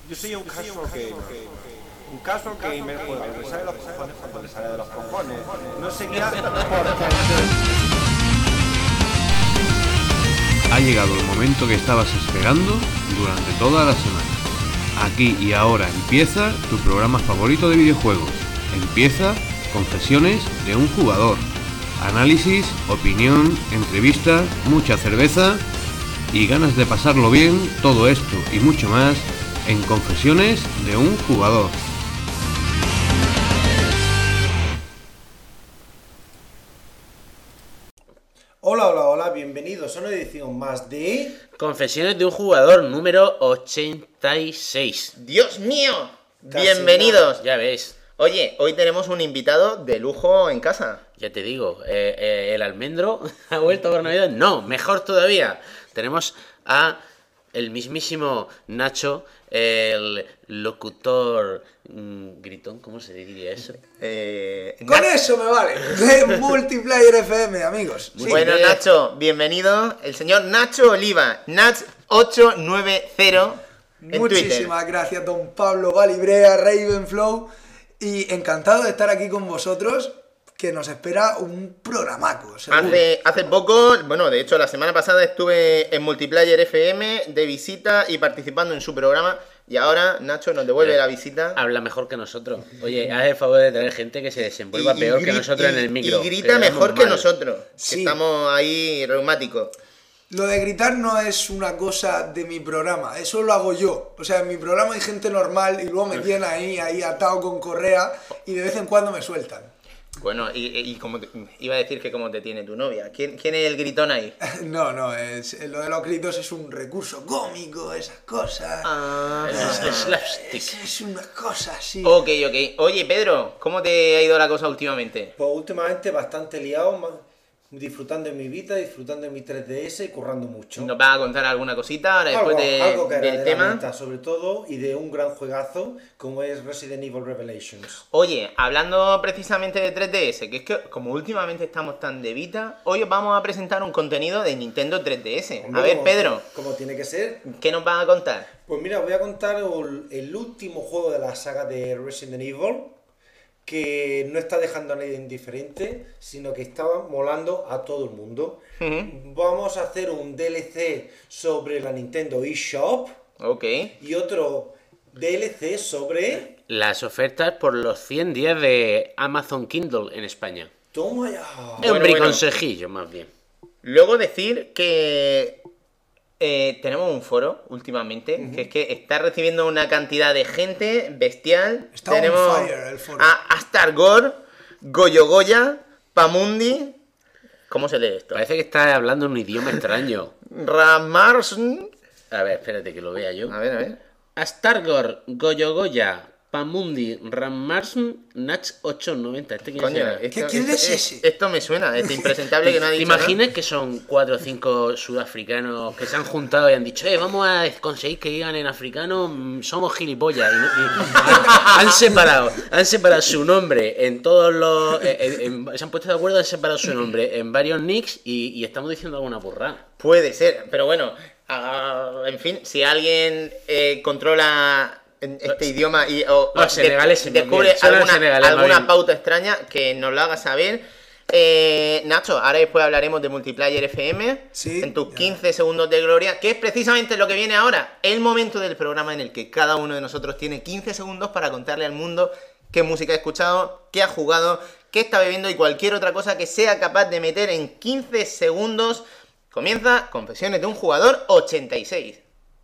Yo soy un casual gamer. Un casual gamer juega lo que sale de los cojones cuando le sale de los cojones. No seguirá porque... Ha llegado el momento que estabas esperando durante toda la semana. Aquí y ahora empieza tu programa favorito de videojuegos. Empieza Confesiones de un jugador. Análisis, opinión, entrevistas, mucha cerveza y ganas de pasarlo bien, todo esto y mucho más en Confesiones de un jugador. Hola, bienvenidos a una edición más de... Confesiones de un jugador número 86. ¡Dios mío! Casi ¡Bienvenidos! Ya ves, Oye, hoy tenemos un invitado de lujo en casa. ya te digo, el almendro ha vuelto por Navidad. No, mejor todavía. Tenemos a el mismísimo Nacho, el locutor gritón, ¿cómo se diría eso? Con eso me vale, de Multiplayer FM, amigos. Sí. Bueno, Nacho, bienvenido. El señor Nacho Oliva, Nach890 en Twitter. Muchísimas gracias, don Pablo Valibrea, Ravenflow, y encantado de estar aquí con vosotros, que nos espera un programaco. Seguro. Hace poco, bueno, de hecho la semana pasada estuve en Multiplayer FM de visita y participando en su programa. Y ahora Nacho nos devuelve la visita. Habla mejor que nosotros. Oye, haz el favor de traer gente que se desenvuelva peor que nosotros en el micro. Y grita mejor que nosotros. Sí. Que estamos ahí reumáticos. Lo de gritar no es una cosa de mi programa, eso lo hago yo. O sea, en mi programa hay gente normal y luego me tienen ahí atado con correa y de vez en cuando me sueltan. Bueno, y como iba a decir que como te tiene tu novia. ¿Quién es el gritón ahí? No, lo de los gritos es un recurso cómico, esas cosas. Es slapstick. Es una cosa así. Ok. Oye, Pedro, ¿cómo te ha ido la cosa últimamente? Pues últimamente bastante liado, disfrutando de mi vida, disfrutando de mi 3DS y currando mucho. ¿Nos vas a contar alguna cosita ahora después algo que del tema? venta, sobre todo, y de un gran juegazo como es Resident Evil Revelations. Oye, hablando precisamente de 3DS, que es que como últimamente estamos tan de Vita, hoy os vamos a presentar un contenido de Nintendo 3DS. Hombre, A ver, como- Pedro, Como tiene que ser. ¿qué nos vas a contar? Pues mira, voy a contar el último juego de la saga de Resident Evil, que no está dejando a nadie indiferente, sino que está molando a todo el mundo. Ujú. Vamos a hacer un DLC sobre la Nintendo eShop Ok. y otro DLC sobre... Las ofertas por los 100 días de Amazon Kindle en España. ¡Toma ya! Es un Bueno. briconsejillo, más bien. Luego decir que tenemos un foro últimamente, que es que está recibiendo una cantidad de gente bestial. Está on tenemos fire el foro. a Astargor, Goyogoya, Pamundi. ¿Cómo se lee esto? Parece que está hablando un idioma extraño. Ramarsn. A ver, espérate que lo vea yo. A ver. Astargor, Goyogoya, Pamundi, Rammarsn, Nach 890. ¿Este quién Coño, será? ¿Quién es ese? Esto me suena, este impresentable que no ha ¿Te dicho imaginas que son 4 o 5 sudafricanos que se han juntado y han dicho, vamos a conseguir que digan en africano, somos gilipollas? Han separado su nombre en todos los... se han puesto de acuerdo, han separado su nombre en varios nicks y estamos diciendo alguna burrada. Puede ser, pero bueno, en fin, si alguien controla este idioma y Los senegales se descubre son los senegales, alguna más bien. pauta extraña, que nos lo haga saber. Nacho, ahora después hablaremos de Multiplayer FM, Sí, en tus ya. 15 segundos de gloria, que es precisamente lo que viene ahora, el momento del programa en el que cada uno de nosotros tiene 15 segundos para contarle al mundo qué música ha escuchado, qué ha jugado, qué está bebiendo y cualquier otra cosa que sea capaz de meter en 15 segundos. Comienza Confesiones de un jugador 86.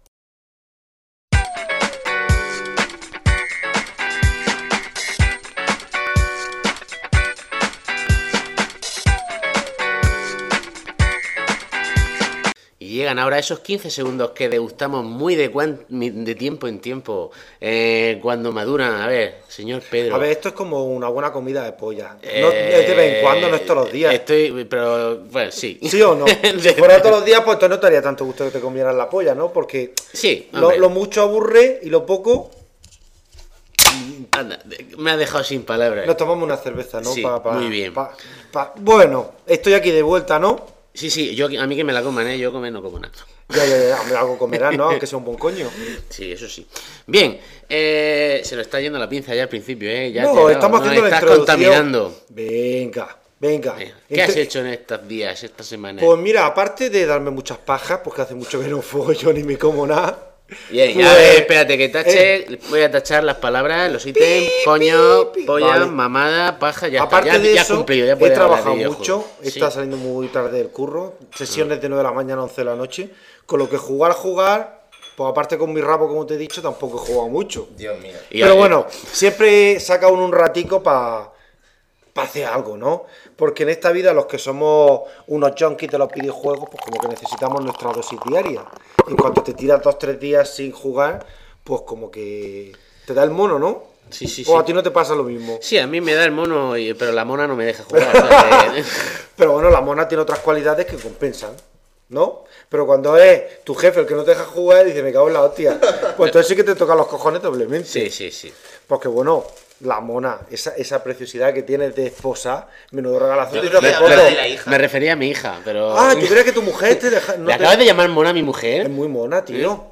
Y llegan ahora esos 15 segundos que degustamos muy de tiempo en tiempo, cuando maduran. A ver, señor Pedro. A ver, esto es como una buena comida de polla. No, es de vez en cuando, no es todos los días. Pero, bueno, sí. ¿Sí o no? Si fuera todos los días, pues entonces no te haría tanto gusto que te comieras la polla, ¿no? Porque Sí, hombre. lo mucho aburre y lo poco... Anda, me ha dejado sin palabras. Nos tomamos una cerveza, ¿no? Sí, muy bien. Bueno, estoy aquí de vuelta, ¿no? Sí, a mí que me la coman, yo comer no como nada. Ya, hombre, algo comerás, ¿no? Aunque sea un buen coño. Sí, eso sí. Bien, se nos está yendo la pinza ya al principio, ¿eh? Ya No, estamos nos haciendo la estás introducción. contaminando. Venga. ¿Qué has hecho en estos días, estas semanas? Pues mira, aparte de darme muchas pajas, porque hace mucho que no fuego yo ni me como nada. Bien, pues, a ver, espérate que tache. Voy a tachar las palabras, los ítems, coño, polla, Vale. mamada, paja, ya Aparte está. Ya, de ya eso, has cumplido, ya he puedes hablar de trabajado videojuegos. mucho, Sí. está saliendo muy tarde del curro, sesiones de 9 de la mañana a 11 de la noche, con lo que jugar, pues aparte con mi rabo, como te he dicho, tampoco he jugado mucho. Dios mío. Y Pero ahí- bueno, siempre saca uno un ratico para hacer algo, ¿no? Porque en esta vida los que somos unos junkies de los videojuegos, pues como que necesitamos nuestra dosis diaria. En cuanto te tiras 2-3 días sin jugar, pues como que te da el mono, ¿no? Sí, sí, O sí. a ti no te pasa lo mismo. Sí, a mí me da el mono, pero la mona no me deja jugar. o sea que- Pero bueno, la mona tiene otras cualidades que compensan, ¿no? Pero cuando es tu jefe el que no te deja jugar, dice, me cago en la hostia. Pues entonces sí que te tocan los cojones doblemente. Sí, sí, sí. Porque bueno, la mona, esa preciosidad que tienes de esposa, menudo regalazo. te hizo Me hace hablas poco. de la hija. Me refería a mi hija, pero... Ah, ¿tú crees que tu mujer te deja? No ¿Le te- acabas de llamar mona a mi Es mujer? muy mona, tío.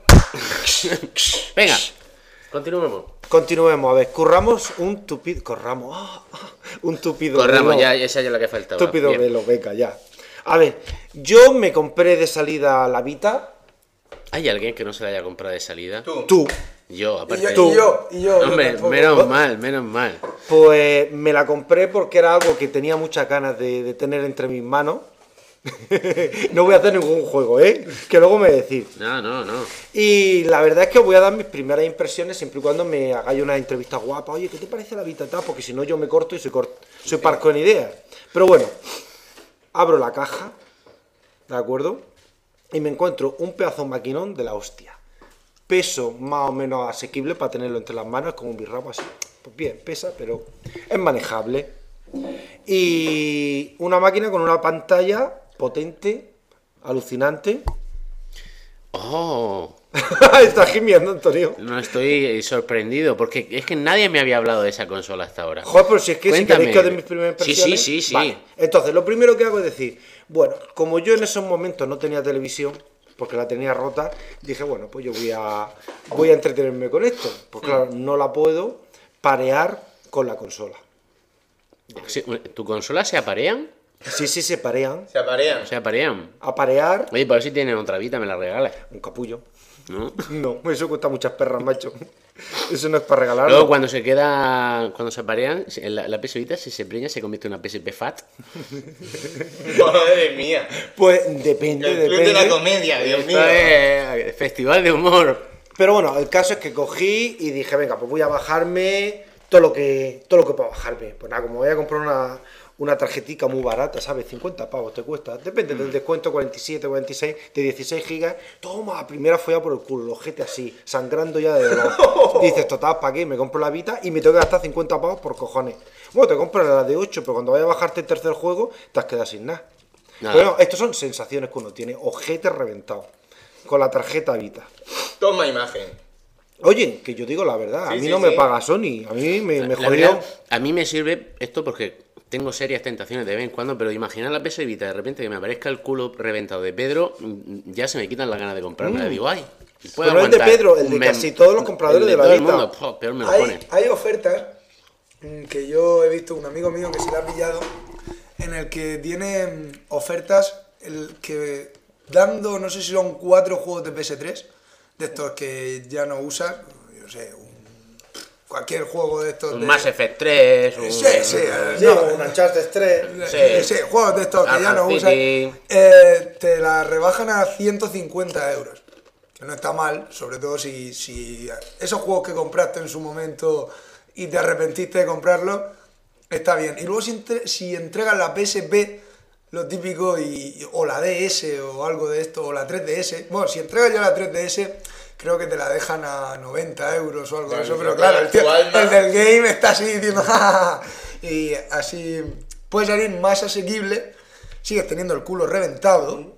Venga, continuemos. Continuemos, a ver, un tupido Corramos, velo. ya, esa ya es la que faltaba. Estúpido Bien. velo, venga, ya. A ver, yo me compré de salida la Vita. ¿Hay alguien que no se la haya comprado de salida? Tú. Yo, Y aparte. yo. Hombre, tampoco. menos mal, menos mal. Pues me la compré porque era algo que tenía muchas ganas de tener entre mis manos. No voy a hacer ningún juego, ¿eh? Que luego me decís. No, no, no. Y la verdad es que os voy a dar mis primeras impresiones siempre y cuando me hagáis una entrevista guapa. Oye, ¿qué te parece la Vita tal? Porque si no yo me corto y soy parco en ideas. Pero bueno, abro la caja, ¿de acuerdo? Y me encuentro un pedazo de maquinón de la hostia. Peso más o menos asequible para tenerlo entre las manos, como un birramo así. Pues bien, pesa, pero es manejable. Y una máquina con una pantalla potente, alucinante. Oh, Estás gimiendo, Antonio. no estoy sorprendido porque es que nadie me había hablado de esa consola hasta ahora. Joder, pero si es que si Cuéntame. queréis que os dé mis primeras Sí, impresiones. sí, sí. Vale. Entonces, lo primero que hago es decir, bueno, como yo en esos momentos no tenía televisión, porque la tenía rota, dije, bueno, pues yo voy a entretenerme con esto. Pues claro, no la puedo parear con la consola. Sí, ¿tu consola se aparean? Sí, se parean. Se aparean. Se aparean. A parear Oye, por si tienen otra Vita, me la regalas. un capullo. ¿No? No, eso cuesta muchas perras, macho. Eso no es para regalarlo. Luego cuando se aparean, la PS Vita si se preña se convierte en una PSP Fat. Madre mía. Pues depende, El club de la depende. comedia, Dios mío. Esto es festival de humor. Pero bueno, el caso es que cogí y dije, venga, pues voy a bajarme todo lo que puedo bajarme. Pues nada, como voy a comprar una tarjetica muy barata, ¿sabes? 50 pavos te cuesta. Depende del descuento, 47, 46, de 16 gigas. Toma, primera folla por el culo, los ojete así, sangrando ya de dolor. Dices, total, ¿para qué? Me compro la Vita y me tengo que gastar 50 pavos por cojones. Bueno, te compras la de 8, pero cuando vayas a bajarte el tercer juego, te has quedado sin nada. Nada. Pero no, estos son sensaciones que uno tiene, ojete reventado, con la tarjeta Vita. Toma imagen. Oye, que yo digo la verdad, a Sí, mí sí, no me sí. paga Sony, a mí me La jodió. verdad, a mí me sirve esto porque tengo serias tentaciones de vez en cuando, pero imaginar la PS Vita de repente que me aparezca el culo reventado de Pedro, ya se me quitan las ganas de comprarme. Digo, ay, puedo Pero no el de aguantar Pedro, el de un mes. casi todos los compradores El de la todo el Vita. mundo, peor me lo pone. Hay ofertas que yo he visto, un amigo mío que se la ha pillado, en el que tiene ofertas que dando, no sé si son 4 juegos de PS3, de estos que ya no usas, yo sé, cualquier juego de estos. Un de... Mass Effect 3, un... Sí, sí, Sí, no, un Uncharted 3. Sí. sí, juegos de estos que ya no Arkham usas, City. te la rebajan a 150 euros. Que no está mal, sobre todo si esos juegos que compraste en su momento y te arrepentiste de comprarlos, está bien. Y luego si entregas la PSP, lo típico, o la DS o algo de esto, o la 3DS, bueno, si entregas ya la 3DS, creo que te la dejan a 90 euros o algo de eso, pero claro, el del game está así diciendo, jajaja, y así puede salir más asequible, sigues teniendo el culo reventado,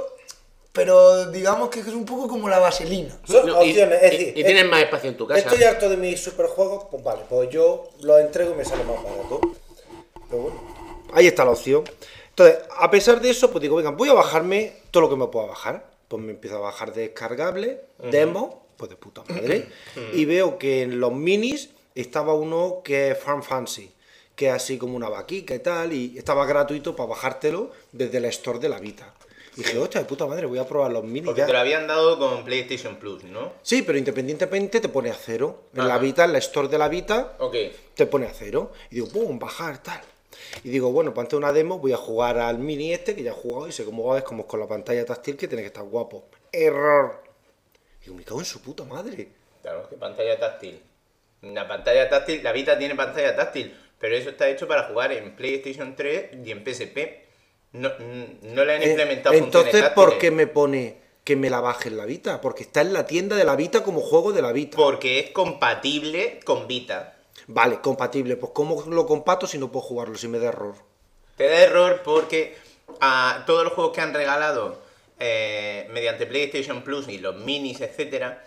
pero digamos que es un poco como la vaselina. Son No, y, opciones, es decir, y tienes más espacio en tu casa. estoy harto de mis superjuegos, pues vale, pues yo los entrego y me sale más barato. Pero bueno, ahí está la opción. Entonces, a pesar de eso, pues digo, venga, voy a bajarme todo lo que me pueda bajar. pues me empiezo a bajar descargables, demos, pues de puta madre, y veo que en los minis estaba uno que es Farm Fancy, que es así como una vaquica y tal, y estaba gratuito para bajártelo desde el store de la Vita. Y dije, hostia, de puta madre, voy a probar los minis Porque ya. te lo habían dado con PlayStation Plus, ¿no? Sí, pero independientemente te pone a 0. En la Ajá. Vita, en la store de la Vita, Ok. te pone a 0. Y digo, pum, bajar, tal. Y digo, bueno, para antes de una demo voy a jugar al mini este, que ya he jugado y sé cómo va, es como con la pantalla táctil que tiene que estar guapo. Error. Digo, me cago en su puta madre. Claro, que pantalla táctil. La pantalla táctil, la Vita tiene pantalla táctil, pero eso está hecho para jugar en PlayStation 3 y en PSP. No le han implementado funciones Entonces, táctiles. ¿por qué me pone que me la baje en la Vita? Porque está en la tienda de la Vita como juego de la Vita. Porque es compatible con Vita. Vale, compatible. Pues ¿cómo lo comparto si no puedo jugarlo, si me da error? Te da error porque a todos los juegos que han regalado mediante PlayStation Plus y los minis, etcétera,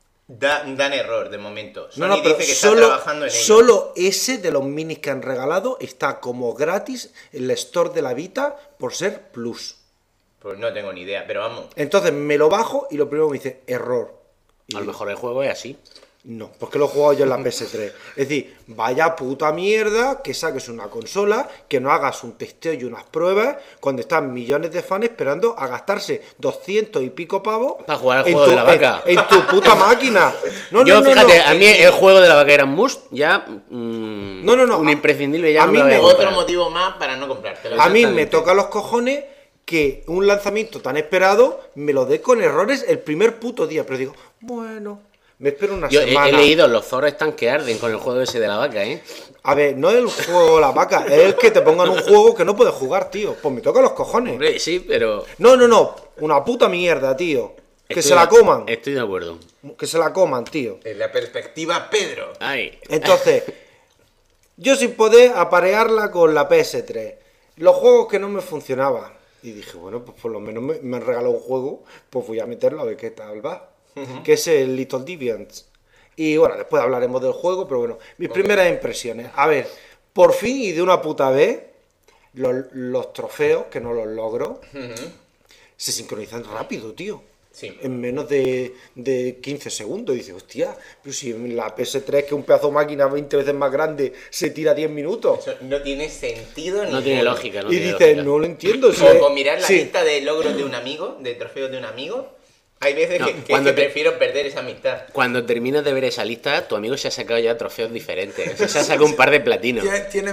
dan error de momento. Sony pero dice que está trabajando en ello. solo ese de los minis que han regalado está como gratis en la store de la Vita por ser Plus. Pues no tengo ni idea, pero vamos. Entonces me lo bajo y lo primero me dice error. Y A lo mejor el juego es así. no, porque lo he jugado yo en la PS3. Es decir, vaya puta mierda que saques una consola, que no hagas un testeo y unas pruebas cuando están millones de fans esperando a gastarse 200 y pico pavos Para jugar al juego de la vaca. En tu puta máquina. No, Yo, no, fíjate, no. a mí el juego de la vaca era un must, ya. No, Un imprescindible, ya a no mí me lo voy a me- Otro comprar. motivo más para no comprártelo. A mí me Exactamente. toca los cojones que un lanzamiento tan esperado me lo dé con errores el primer puto día. Pero digo, bueno, me espero una Yo he semana. leído, los zorros están que arden con el juego ese de la vaca, ¿eh? A ver, no es el juego de la vaca, es el que te pongan un juego que no puedes jugar, tío. Pues me toca los cojones. Hombre, sí, pero... No, una puta mierda, tío. Que estoy se la de- coman. Estoy de acuerdo. Que se la coman, tío. En la perspectiva Pedro. Ay. Entonces, yo sin poder aparearla con la PS3. Los juegos que no me funcionaban. Y dije, bueno, pues por lo menos me han regalado un juego, pues voy a meterlo a ver qué tal va. Que es el Little Deviants. Y bueno, después hablaremos del juego, pero bueno, mis primeras impresiones. A ver, por fin y de una puta vez, los trofeos, que no los logro, se sincronizan rápido, tío. Sí. En menos de 15 segundos. Y dices, hostia, pero si en la PS3, que es un pedazo de máquina 20 veces más grande, se tira 10 minutos. Eso no tiene sentido ni No tiene lógica, no y tiene dices, lógica. no lo entiendo. si O es- con mirar la sí. lista de logros de un amigo, de trofeos de un amigo. Hay veces No, que cuando te- prefiero perder esa amistad. Cuando terminas de ver esa lista, tu amigo se ha sacado ya trofeos diferentes. O sea, se ha sacado un par de platinos. Tiene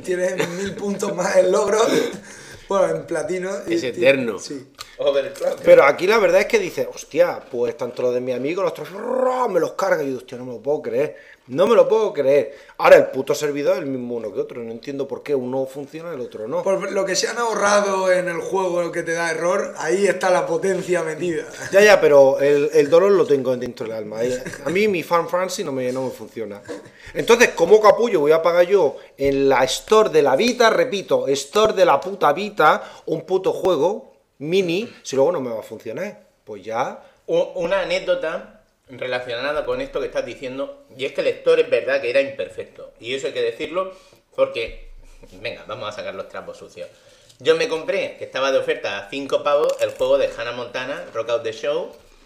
1000 puntos más el logro. Bueno, en platino. y Es eterno. Sí. Overclock. Pero aquí la verdad es que dices, hostia, pues tanto los de mi amigo, los trofeos, ¡ra! Me los carga. Y yo, hostia, no me lo puedo creer. No me lo puedo creer. Ahora, el puto servidor es el mismo uno que otro. No entiendo por qué uno funciona y el otro no. Por lo que se han ahorrado en el juego que te da error, ahí está la potencia metida. Ya, pero el dolor lo tengo dentro del alma. A mí mi Farm Fancy no me funciona. Entonces, ¿cómo capullo voy a pagar yo en la Store de la Vita? Repito, Store de la puta Vita, un puto juego mini, si luego no me va a funcionar. Pues ya... Una anécdota relacionada con esto que estás diciendo, y es que el store es verdad que era imperfecto. Y eso hay que decirlo porque, venga, vamos a sacar los trapos sucios. Yo me compré, que estaba de oferta a 5 pavos, el juego de Hannah Montana, Rock Out the Show.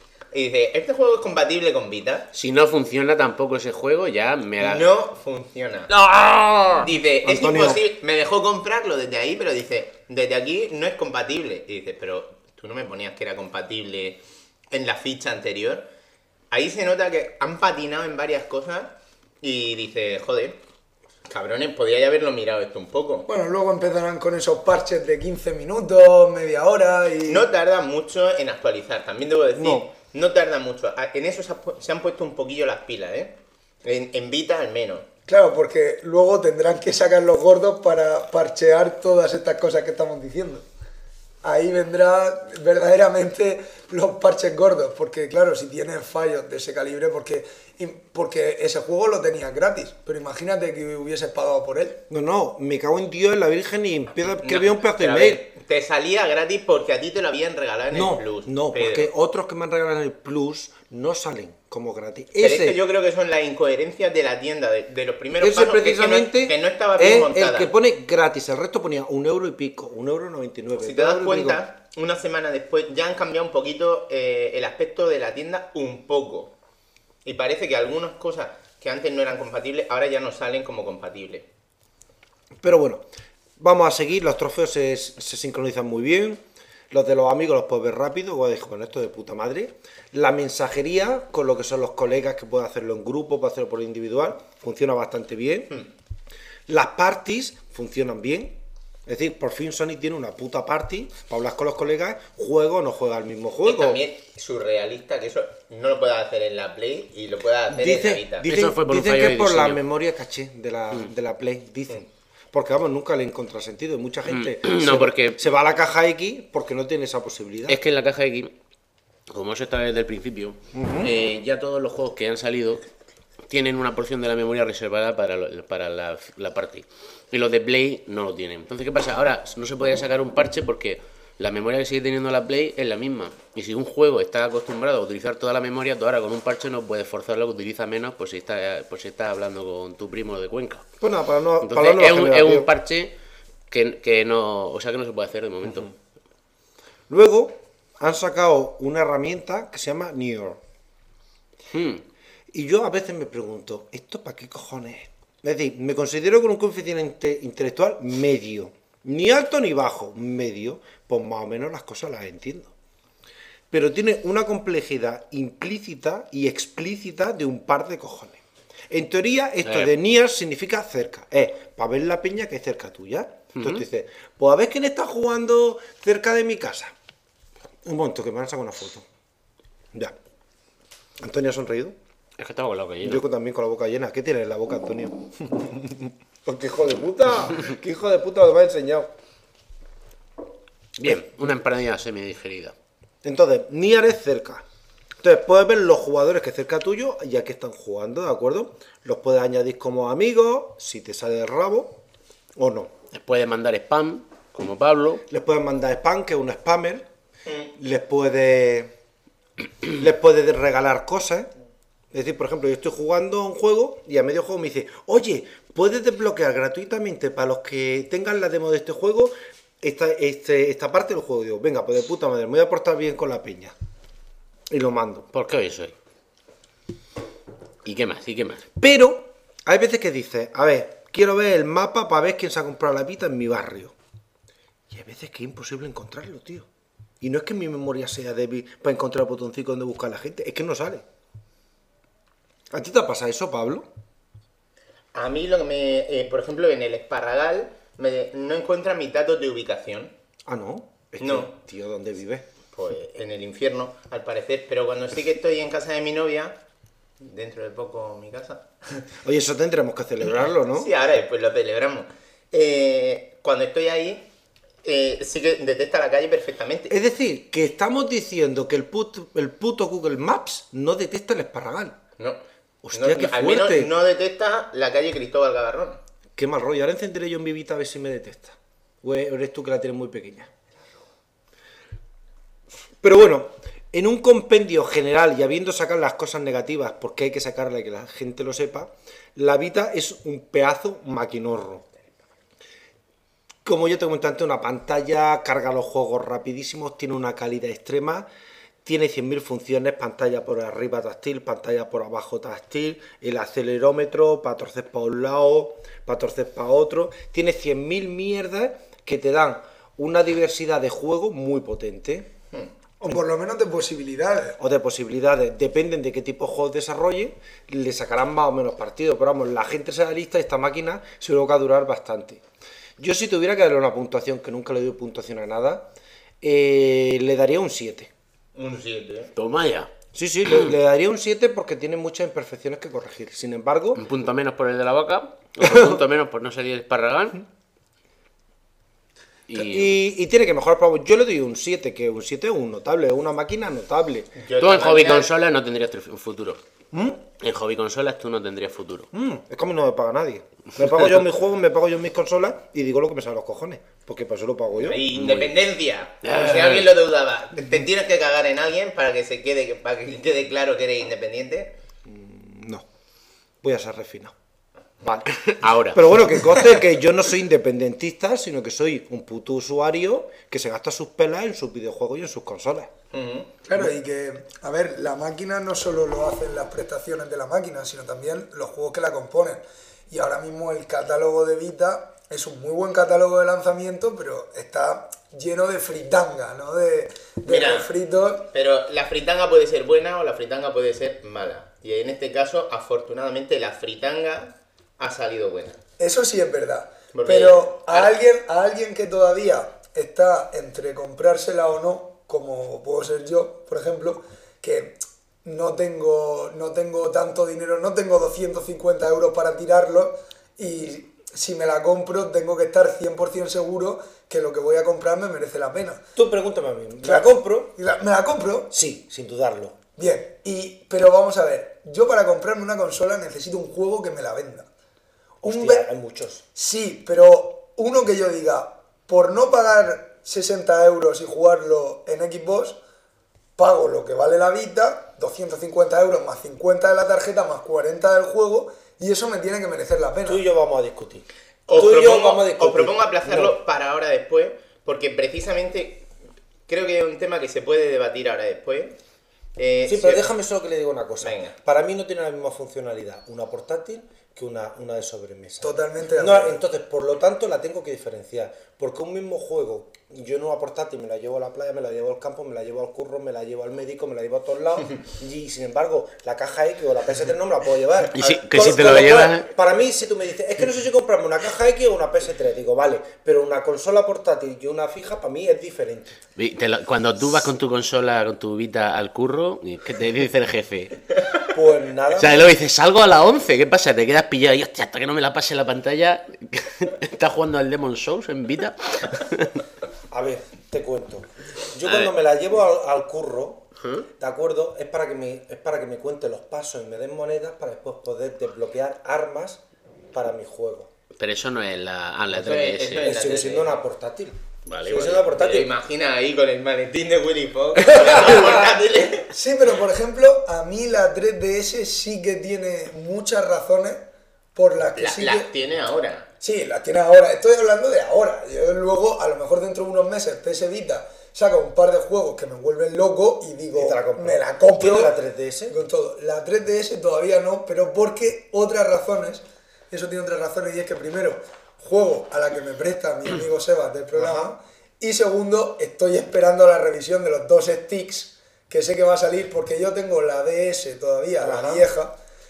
Y dice, ¿este juego es compatible con Vita? Si no funciona tampoco ese juego, ya me da... No funciona. ¡No! Dice, es Antonio. imposible. Me dejó comprarlo desde ahí, pero dice, desde aquí no es compatible. Y dice, pero tú no me ponías que era compatible en la ficha anterior. Ahí se nota que han patinado en varias cosas y dice, joder, cabrones, podía haberlo mirado esto un poco. Bueno, luego empezarán con esos parches de 15 minutos, media hora y... No tarda mucho en actualizar, también debo decir. No tarda mucho. En eso se han puesto un poquillo las pilas, ¿eh? En Vita al menos. Claro, porque luego tendrán que sacar los gordos para parchear todas estas cosas que estamos diciendo. Ahí vendrá verdaderamente los parches gordos, porque claro, si tienes fallos de ese calibre, porque ese juego lo tenías gratis, pero imagínate que hubieses pagado por él. No, me cago en Dios, en la Virgen, y empiezo que No, veo un pedazo de pero a mail. ver, te salía gratis porque a ti te lo habían regalado en el Plus. No, Pedro. porque otros que me han regalado en el Plus no salen como gratis. Pero es que yo creo que son las incoherencias de la tienda, de los primeros Ese pasos, precisamente que no estaba bien es montada. el que pone gratis, el resto ponía €1 y pico, €1,99. Si te das cuenta, una semana después, ya han cambiado un poquito el aspecto de la tienda, un poco. Y parece que algunas cosas que antes no eran compatibles, ahora ya no salen como compatibles. Pero bueno, vamos a seguir. Los trofeos se sincronizan muy bien. Los de los amigos los puedes ver rápido. Bueno, esto de puta madre. La mensajería con lo que son los colegas, que pueden hacerlo en grupo, pueden hacerlo por individual, funciona bastante bien. Las parties funcionan bien. Es decir, por fin Sony tiene una puta party para hablar con los colegas, juego o no juega el mismo Es juego. también surrealista que eso no lo puedas hacer en la Play y lo puedas hacer en la Vita. Eso fue por un Dicen fallo que de es por la diseño. memoria caché de la Play, dicen. Porque vamos, nunca le encontrado sentido. Y mucha gente porque se va a la caja X porque no tiene esa posibilidad. Es que en la caja X, como eso está desde el principio, ya todos los juegos que han salido tienen una porción de la memoria reservada para la party. Y los de Play no lo tienen. Entonces, ¿qué pasa? Ahora no se podía sacar un parche porque la memoria que sigue teniendo la Play es la misma. Y si un juego está acostumbrado a utilizar toda la memoria, tú ahora con un parche no puedes forzarlo a que utiliza menos por si estás hablando con tu primo de Cuenca. Pues nada, para no, Entonces, para la nueva es un generación. parche que no, o sea, que no se puede hacer de momento. Luego han sacado una herramienta que se llama Near. Y yo a veces me pregunto, ¿esto para qué cojones es? Es decir, me considero con un coeficiente intelectual medio. Ni alto ni bajo, medio. Pues más o menos las cosas las entiendo. Pero tiene una complejidad implícita y explícita de un par de cojones. En teoría, esto de near significa cerca. Para ver la peña que es cerca tuya. Entonces tú dices, pues a ver quién está jugando cerca de mi casa. Un momento, que me han sacado una foto. Ya. ¿Antonio ha sonreído? Es que estaba con la boca llena. Yo también con la boca llena. ¿Qué tienes en la boca, Antonio? Pues qué hijo de puta. Qué hijo de puta me ha enseñado. Bien, una empanadilla semi-digerida. Entonces, Nier es cerca. Entonces, puedes ver los jugadores que cerca tuyo, ya que están jugando, ¿de acuerdo? Los puedes añadir como amigos, si te sale del rabo, o no. Les puedes mandar spam, como Pablo. Les puedes mandar spam, que es un spammer. Les puedes regalar cosas. Es decir, por ejemplo, yo estoy jugando a un juego y a medio juego me dice, oye, puedes desbloquear gratuitamente para los que tengan la demo de este juego esta parte del juego. Digo, venga, pues de puta madre, me voy a portar bien con la peña. Y lo mando. ¿Por qué hoy soy? ¿Y qué más? ¿Y qué más? Pero hay veces que dices, a ver, quiero ver el mapa para ver quién se ha comprado la Vita en mi barrio. Y hay veces que es imposible encontrarlo, tío. Y no es que mi memoria sea débil para encontrar el botoncito donde buscar a la gente, es que no sale. ¿A ti te pasa eso, Pablo? A mí lo que me... por ejemplo, en el Esparragal no encuentra mis datos de ubicación. Ah, ¿no? Es No. que, tío, ¿dónde vives? Pues en el infierno, al parecer. Pero cuando sí que estoy en casa de mi novia, dentro de poco mi casa... Oye, eso tendremos que celebrarlo, ¿no? Sí, ahora después lo celebramos. Cuando estoy ahí, sí que detecta la calle perfectamente. Es decir, que estamos diciendo que el puto Google Maps no detecta el Esparragal. No. Hostia, No, qué al menos fuerte. no detecta la calle Cristóbal Gavarrón. Qué mal rollo. Ahora encenderé yo en mi Vita a ver si me detecta. O eres tú que la tienes muy pequeña. Pero bueno, en un compendio general y habiendo sacado las cosas negativas, porque hay que sacarla y que la gente lo sepa, la Vita es un pedazo maquinorro. Como yo te comenté antes, una pantalla, carga los juegos rapidísimos, tiene una calidad extrema, tiene 100.000 funciones, pantalla por arriba táctil, pantalla por abajo táctil, el acelerómetro, para torcer para un lado, para torcer para otro, tiene 100.000 mierdas que te dan una diversidad de juegos muy potente. O por lo menos de posibilidades. O de posibilidades, dependen de qué tipo de juegos desarrolle, le sacarán más o menos partido, pero vamos, la gente se da lista y esta máquina seguro que va a durar bastante. Yo si tuviera que darle una puntuación, que nunca le doy puntuación a nada, le daría un 7. Un 7. Toma ya. Sí, le daría un 7 porque tiene muchas imperfecciones que corregir. Sin embargo, Un punto menos por el de la vaca, otro punto menos por no salir el Esparragal. y tiene que mejorar. Pero yo le doy un 7, que un 7 es un notable, es una máquina notable. Tú en hobby consolas no tendrías futuro. En hobby consolas tú no tendrías futuro. Es como no me paga nadie. Me pago yo mis juegos, me pago yo mis consolas y digo lo que me salen los cojones. Porque para eso lo pago yo. Independencia. Por si alguien lo dudaba. Te tienes que cagar en alguien para que quede claro que eres independiente. No. Voy a ser refinado. Vale. Ahora. Pero bueno, que conste que yo no soy independentista, sino que soy un puto usuario que se gasta sus pelas en sus videojuegos y en sus consolas. Claro, y que, a ver, la máquina no solo lo hacen las prestaciones de la máquina, sino también los juegos que la componen. Y ahora mismo el catálogo de Vita es un muy buen catálogo de lanzamiento, pero está lleno de fritanga, ¿no? De Mira, refritos. Pero la fritanga puede ser buena o la fritanga puede ser mala. Y en este caso, afortunadamente, la fritanga ha salido buena. Eso sí es verdad. Porque- Pero a alguien que todavía está entre comprársela o no, como puedo ser yo, por ejemplo, que no tengo tanto dinero, no tengo 250 euros para tirarlo, y si me la compro tengo que estar 100% seguro que lo que voy a comprar me merece la pena. Tú pregúntame a mí, ¿me la Claro. compro? ¿Me la compro? Sí, sin dudarlo. Bien, pero vamos a ver, yo para comprarme una consola necesito un juego que me la venda. Hostia, hay muchos. Sí, pero uno que yo diga, por no pagar 60 euros y jugarlo en Xbox, pago lo que vale la Vita, 250 euros más 50 de la tarjeta más 40 del juego, y eso me tiene que merecer la pena. Tú y yo vamos a discutir. Os Tú y yo vamos a discutir. propongo aplazarlo No. para ahora después, porque precisamente creo que es un tema que se puede debatir ahora después. Sí, pero déjame solo que le diga una cosa. Venga. Para mí no tiene la misma funcionalidad una portátil que una de sobremesa. Totalmente de No, acuerdo. entonces, por lo tanto, la tengo que diferenciar. Porque un mismo juego, yo en una portátil me la llevo a la playa, me la llevo al campo, me la llevo al curro, me la llevo al médico, me la llevo a todos lados. Y sin embargo, la caja X o la PS3 no me la puedo llevar. Y si- que Con- si te con lo cual, llevas- Para mí, si tú me dices, es que no sé si comprarme una caja X o una PS3, digo, vale, pero una consola portátil y una fija, para mí es diferente. Cuando tú vas con tu consola, con tu Vita al curro, ¿qué te dice el jefe? Pues nada. O sea, luego dices, salgo a las 11, ¿qué pasa? Te quedas pillado y hostia, hasta que no me la pase la pantalla. ¿Estás jugando al Demon Souls en Vita? A ver, te cuento. Yo A cuando ver. me la llevo al curro, ¿de acuerdo? Es para que me cuente los pasos y me den monedas para después poder desbloquear armas para mi juego. Pero eso no es la Eso 3DS. es- eso es- Sigue siendo una portátil. Vale, Sigue vale. siendo una ¿Te portátil. imaginas ahí con el maletín de Willy Fox? con la portátil? Sí, pero por ejemplo, a mí la 3DS sí que tiene muchas razones por las que La- sí las que... tiene ahora. Sí, las tiene ahora. Estoy hablando de ahora. Yo luego, a lo mejor dentro de unos meses, PS Vita saca un par de juegos que me vuelven loco y digo, Y te la compro. me la compro. ¿Tienes la 3DS? Con todo. La 3DS todavía no, pero porque otras razones, eso tiene otras razones, y es que primero, juego a la que me presta mi amigo Sebas del programa, y segundo, estoy esperando la revisión de los dos sticks, que sé que va a salir porque yo tengo la DS todavía, la Ajá. vieja,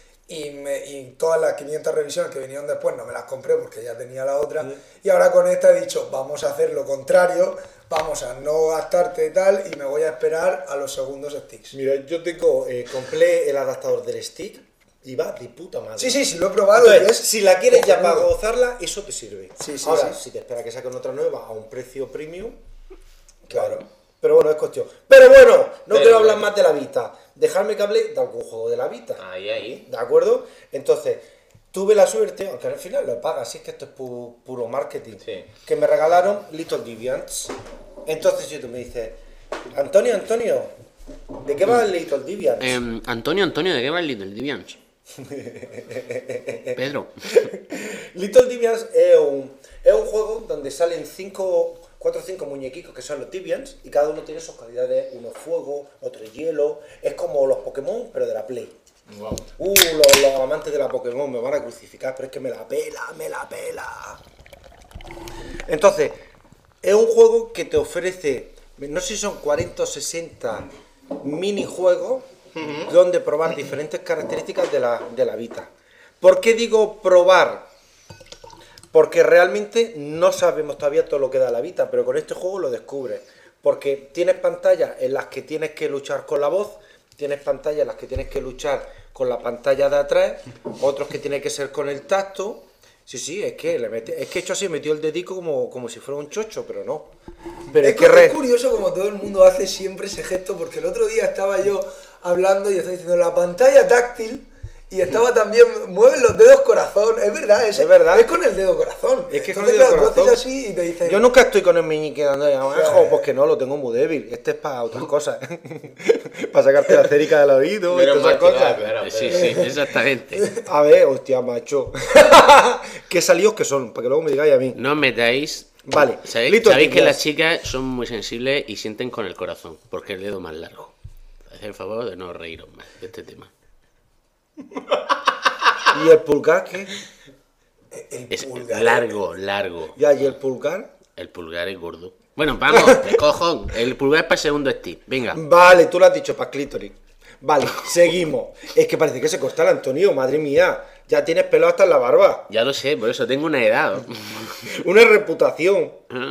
y todas las 500 revisiones que vinieron después no me las compré porque ya tenía la otra, y ahora con esta he dicho, vamos a hacer lo contrario, vamos a no gastarte tal, y me voy a esperar a los segundos sticks. Mira, yo tengo, compré el adaptador del stick y va de puta madre. Sí, sí, lo he probado. Entonces, y es si la quieres ya para cojonudo. gozarla, eso te sirve. Sí, sí, Ahora, sí. si te espera que saquen otra nueva a un precio premium, Claro. Pero bueno, es cuestión. Pero bueno, no Pero quiero hablar bueno. más de la Vita. Dejadme que hable de algún juego de la Vita. Ahí. ¿De acuerdo? Entonces, tuve la suerte, aunque al final lo pagas, así es que esto es puro marketing, Sí. que me regalaron Little Deviants. Entonces, si tú me dices, Antonio, ¿de qué va el Little Deviants? Antonio, ¿de qué va el Little Deviants? Pedro. Little Deviants es un juego donde salen 4 o 5 muñequicos que son los Deviants y cada uno tiene sus calidades, uno es fuego, otro es hielo, es como los Pokémon pero de la Play. Wow. Los amantes de la Pokémon me van a crucificar, pero es que me la pela. Entonces, es un juego que te ofrece, no sé si son 40 o 60 minijuegos donde probar diferentes características de la Vita. ¿Por qué digo probar? Porque realmente no sabemos todavía todo lo que da la Vita, pero con este juego lo descubres. Porque tienes pantallas en las que tienes que luchar con la voz, tienes pantallas en las que tienes que luchar con la pantalla de atrás, otros que tiene que ser con el tacto. Sí, es que hecho así, metió el dedico como si fuera un chocho, pero no. Pero Es curioso como todo el mundo hace siempre ese gesto, porque el otro día estaba yo hablando y estaba diciendo la pantalla táctil, Y estaba también, mueven los dedos corazón, es verdad, Es verdad. es con el dedo corazón. Es que con Entonces, el dedo claro, tú haces corazón. así y te dicen, Yo nunca estoy con el meñique dando ahí abajo, porque no, lo tengo muy débil. Este es para otras cosas. Para sacarte la cérica del oído y Menos todas esas mal que cosas. claro, Sí, sí, exactamente. A ver, hostia, macho. ¿Qué salidos que son? Para que luego me digáis a mí. No os metáis. Vale. ¿Sabéis, Little sabéis que Ninjas. las chicas son muy sensibles y sienten con el corazón? Porque es el dedo más largo. Haced el favor de no reíros más de este tema. ¿Y el pulgar qué? el Es pulgar. largo. Ya, ¿y el pulgar? El pulgar es gordo. Bueno, vamos, de cojón. El pulgar es para el segundo stick. Venga. Vale, tú lo has dicho, para clítoris. Vale, seguimos. Es que parece que se corta el Antonio, madre mía. Ya tienes pelo hasta en la barba. Ya lo sé, por eso tengo una edad. Una reputación.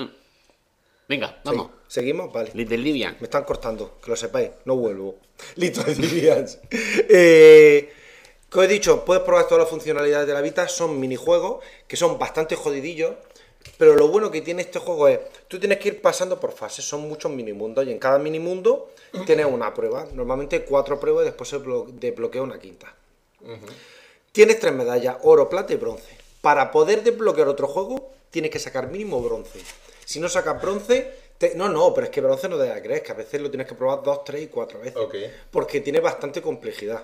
Venga, vamos. Sí, ¿seguimos? Vale. Little Livian. Me están cortando, que lo sepáis, no vuelvo. Listo, Livians. Que os he dicho, puedes probar todas las funcionalidades de la Vita, son minijuegos que son bastante jodidillos, pero lo bueno que tiene este juego es, tú tienes que ir pasando por fases, son muchos minimundos y en cada minimundo tienes una prueba, normalmente 4 pruebas y después se desbloquea una quinta. Tienes 3 medallas, oro, plata y bronce. Para poder desbloquear otro juego, tienes que sacar mínimo bronce. Si no sacas bronce, no, pero es que bronce no te la crees, que a veces lo tienes que probar 2, 3 y 4 veces. Ok. Porque tiene bastante complejidad.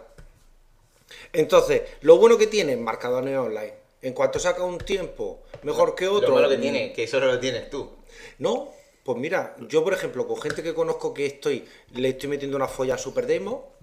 Entonces, lo bueno que tiene marcadores online. En cuanto saca un tiempo mejor que otro. Lo malo que tiene, que eso no lo tienes tú. No, pues mira, yo por ejemplo, con gente que conozco que le estoy metiendo una folla a Super Demo,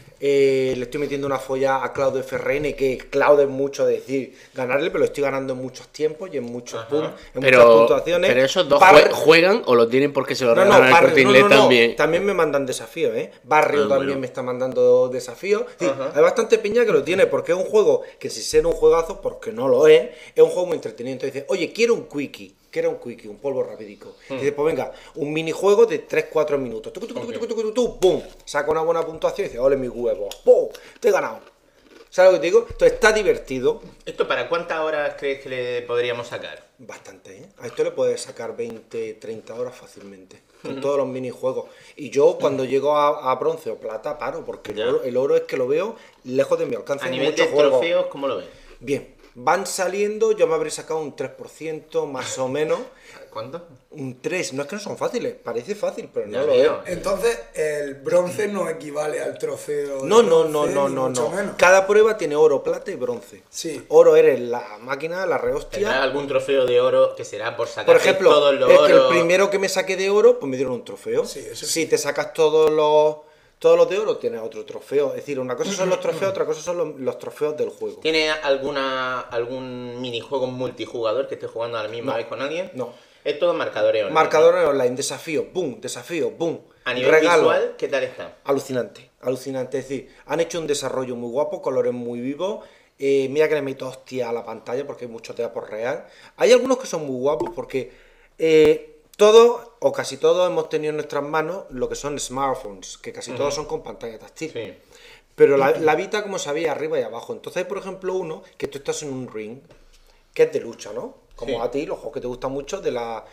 le estoy metiendo una folla a Claudio FRN, que Claudio es mucho decir ganarle, pero lo estoy ganando en muchos tiempos y en muchos puntos, en muchas Pero puntuaciones. pero esos dos Par- juegan o lo tienen porque se lo No, regalan al Barrio, Corte Inglés también. También me mandan desafíos, ¿eh? Barrio Ah, también bueno. me está mandando desafíos. Sí, hay bastante peña que lo tiene, porque es un juego que si ser un juegazo, porque no lo es un juego muy entretenido. Entonces dice, oye, quiero un quickie. ¿Qué era un quickie? Un polvo rapidico. Y dice, pues venga, un minijuego de 3-4 minutos. ¡Pum! Saca una buena puntuación y dice, ole mi huevo. ¡Pum! Te he ganado. ¿Sabes lo que te digo? Entonces está divertido. ¿Esto para cuántas horas crees que le podríamos sacar? Bastante, ¿eh? A esto le puedes sacar 20, 30 horas fácilmente. Con todos los minijuegos. Y yo cuando llego a bronce o plata paro, porque el oro es que lo veo lejos de mi alcance. A en nivel de muchos juegos. trofeos, ¿cómo lo ves? Bien, van saliendo, yo me habré sacado un 3% más o menos. ¿Cuánto? Un 3, no es que no son fáciles, parece fácil, pero no Ya lo veo. es. Entonces, el bronce no equivale al trofeo. No, de no, bronce, no, no, ni no, mucho no. menos. Cada prueba tiene oro, plata y bronce. Sí. Oro eres la máquina, la rehostia. ¿Tendrá algún trofeo de oro que será por sacar Por ejemplo, todos los es que el oros? primero que me saqué de oro, pues me dieron un trofeo. Sí, eso sí. Si te sacas todos los de oro, tienes otro trofeo. Es decir, una cosa son los trofeos, otra cosa son los trofeos del juego. ¿Tiene algún minijuego multijugador que esté jugando a la misma No. vez con alguien? No. Es todo marcadores online. Marcadores online, desafío, boom, desafío, boom. A nivel regalo. visual, ¿qué tal está? Alucinante, alucinante. Es decir, han hecho un desarrollo muy guapo, colores muy vivos. Mira que le meto hostia a la pantalla porque hay mucho por real. Hay algunos que son muy guapos porque todos o casi todos hemos tenido en nuestras manos lo que son smartphones, que casi todos son con pantalla táctil. Sí. Pero la Vita, como sabía, arriba y abajo. Entonces hay, por ejemplo, uno que tú estás en un ring, que es de lucha, ¿no? Como Sí. a ti, los juegos que te gustan mucho, de la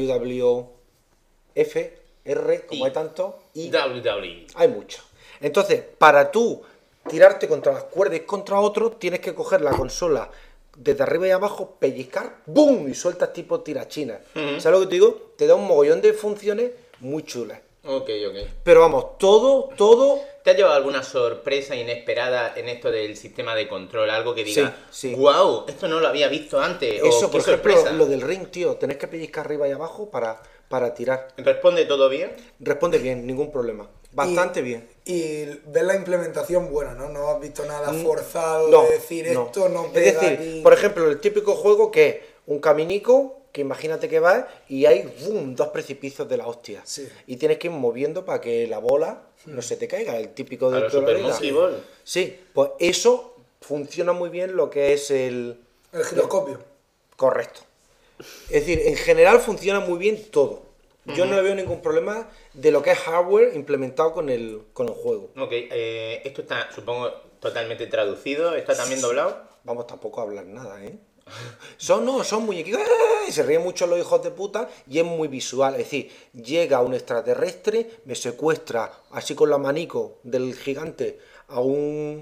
WWF, como Y- hay tantos, y WWE. hay muchos. Entonces, para tú tirarte contra las cuerdas y contra otro, tienes que coger la consola desde arriba y abajo, pellizcar, ¡boom! Y sueltas tipo tirachinas. ¿Sabes lo que te digo? Te da un mogollón de funciones muy chulas. Ok. Pero vamos, todo... ¿Te ha llevado alguna sorpresa inesperada en esto del sistema de control? Algo que diga, Sí, sí. wow, esto no lo había visto antes. Eso, o por qué ejemplo, sorpresa. lo del ring, tío. Tenés que pellizcar arriba y abajo para tirar. ¿Responde todo bien? Responde bien, ningún problema. Bastante bien. Y ves la implementación buena, ¿no? No has visto nada forzado No, de decir esto no Es pega decir, aquí. por ejemplo, el típico juego que es un caminico, que imagínate que vas y hay ¡bum! 2 precipicios de la hostia. Sí. Y tienes que ir moviendo para que la bola no se te caiga, el típico A de lo toda la Super vida. Monkey Ball. Sí, pues eso funciona muy bien lo que es el... El giroscopio. Correcto. Es decir, en general funciona muy bien todo. Yo no le veo ningún problema de lo que es hardware implementado con el juego. Ok, esto está, supongo, totalmente traducido. ¿Está también doblado? Vamos, tampoco a hablar nada, ¿eh? Son muñequitos, ¡ay! Se ríen mucho los hijos de puta y es muy visual. Es decir, llega un extraterrestre, me secuestra así con la manico del gigante a un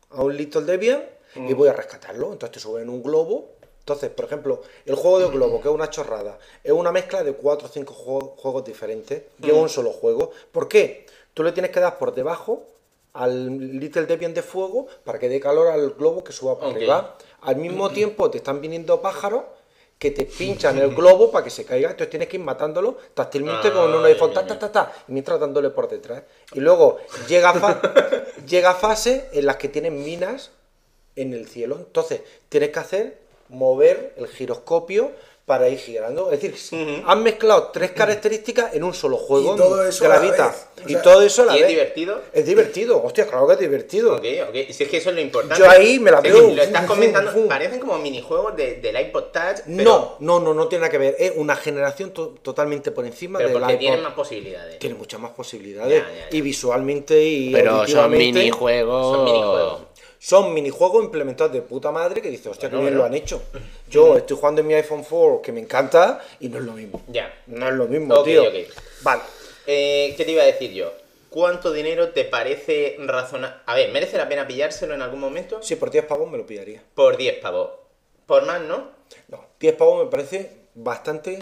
a un Little Debian y voy a rescatarlo. Entonces te suben en un globo. Entonces, por ejemplo, el juego de globo, que es una chorrada, es una mezcla de 4 o 5 juegos diferentes. Lleva un solo juego. ¿Por qué? Tú le tienes que dar por debajo al Little Debian de fuego para que dé calor al globo que suba para arriba. Al mismo tiempo te están viniendo pájaros que te pinchan el globo para que se caiga, entonces tienes que ir matándolo táctilmente con un iPhone, y mientras dándole por detrás. Y luego llega fase en las que tienen minas en el cielo, entonces tienes que mover el giroscopio para ir girando. Es decir, han mezclado 3 características en un solo juego Y todo eso de la a la Vita. vez. O Y sea, todo eso a la ¿y vez. es divertido? Es divertido, hostia, claro que es divertido. Ok. Si es que eso es lo importante. Yo ahí me la Es veo, que lo estás fum, comentando, fum, fum. parecen como minijuegos del iPod Touch, pero, No tiene nada que ver. Es una generación totalmente por encima pero del porque iPod. tienen más posibilidades. Tiene muchas más posibilidades. Ya. Y visualmente y Pero son auditivamente. minijuegos. Son minijuegos. Son minijuegos implementados de puta madre que dices, hostia, Bueno, que bien bueno. lo han hecho. Yo estoy jugando en mi iPhone 4, que me encanta, y no es lo mismo. Ya. No es lo mismo, Ok, tío. ok. Vale. ¿Qué te iba a decir yo? ¿Cuánto dinero te parece razonable? A ver, ¿merece la pena pillárselo en algún momento? Si por 10 pavos me lo pillaría. Por 10 pavos. Por más, ¿no? No, 10 pavos me parece bastante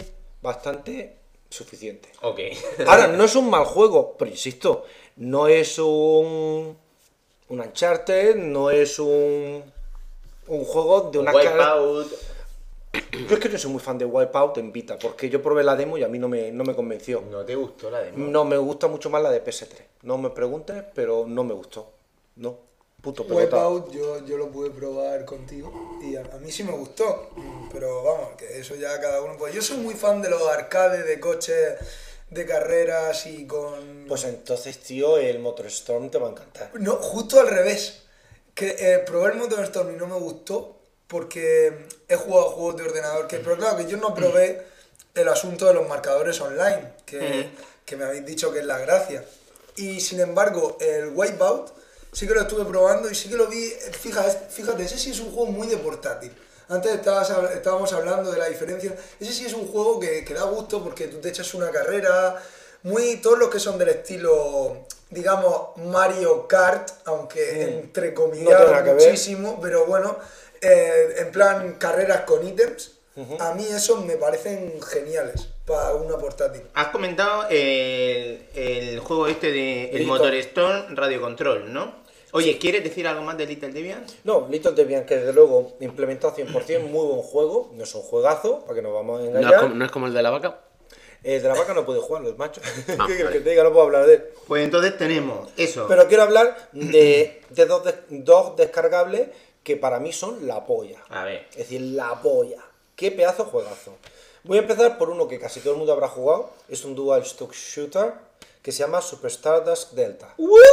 suficiente. Ok. Ahora, no es un mal juego, pero insisto, no es un Uncharted, no es un juego de una Wipeout. Yo es que no soy muy fan de Wipeout en Vita, porque yo probé la demo y a mí no me convenció. ¿No te gustó la demo? No, me gusta mucho más la de PS3. No me preguntes, pero no me gustó. No, puto pelota. Wipeout yo lo pude probar contigo y a mí sí me gustó, pero vamos, que eso ya cada uno. Pues yo soy muy fan de los arcades de coches de carreras y con... Pues entonces, tío, el MotorStorm te va a encantar. No, justo al revés. Que probé el MotorStorm y no me gustó porque he jugado juegos de ordenador. Pero claro, que yo no probé el asunto de los marcadores online, que me habéis dicho que es la gracia. Y sin embargo, el Wipeout sí que lo estuve probando y sí que lo vi. Fíjate, ese sí es un juego muy de portátil. Antes estábamos hablando de la diferencia. Ese sí es un juego que da gusto porque tú te echas una carrera. Todos los que son del estilo, digamos, Mario Kart, aunque entre No tiene comillas nada que ver. muchísimo, pero bueno, en plan carreras con ítems, a mí esos me parecen geniales para una portátil. Has comentado el juego este de el Little- MotorStorm Radio Control, ¿no? Oye, ¿quieres decir algo más de Little Debian? No, Little Debian, que desde luego implementado 100%, muy buen juego. No es un juegazo, para que nos vamos a No engañar. es como el de la vaca. De la vaca no puede jugarlo, el macho. ¿Qué Ah, quieres vale. que te diga? No puedo hablar de él. Pues entonces tenemos eso. Pero quiero hablar de dos descargables que para mí son la polla. A ver. Es decir, la polla. Qué pedazo de juegazo. Voy a empezar por uno que casi todo el mundo habrá jugado. Es un dual stock shooter que se llama Super Stardust Delta.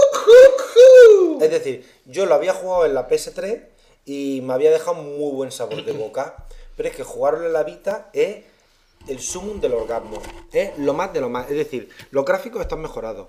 Es decir, yo lo había jugado en la PS3 y me había dejado muy buen sabor de boca. Pero es que jugarlo en la Vita es el sumum del orgasmo. Es lo más de lo más. Es decir, los gráficos están mejorados.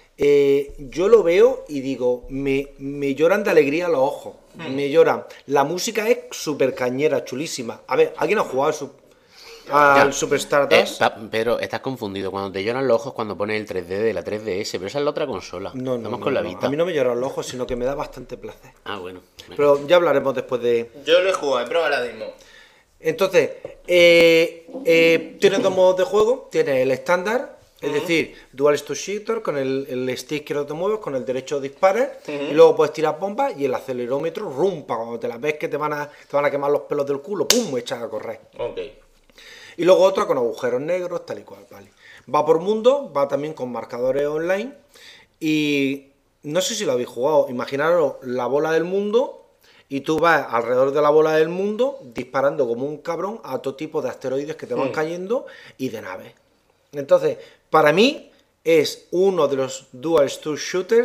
Yo lo veo y digo, me lloran de alegría los ojos. Me lloran. La música es súper cañera, chulísima. A ver, ¿alguien ha jugado al Super Stardust? Pedro, estás confundido. Cuando te lloran los ojos cuando pones el 3D de la 3DS, pero esa es la otra consola. No, Estamos con la no. Vita. A mí no me lloran los ojos, sino que me da bastante placer. Ah, bueno. Pero ya hablaremos después de... Yo lo he jugado, he probado la demo. Entonces, tiene dos modos de juego. Tiene el estándar, es decir, dual stock shooter, con el stick que no te mueves, con el derecho dispares, y luego puedes tirar bombas y el acelerómetro, rumpa, cuando te las ves que te van a quemar los pelos del culo, pum, echas a correr. Ok. Y luego otra con agujeros negros, tal y cual, vale. Va por mundo, va también con marcadores online, y no sé si lo habéis jugado, imaginaros la bola del mundo, y tú vas alrededor de la bola del mundo disparando como un cabrón a todo tipo de asteroides que te van cayendo y de naves. Entonces, para mí es uno de los dual stick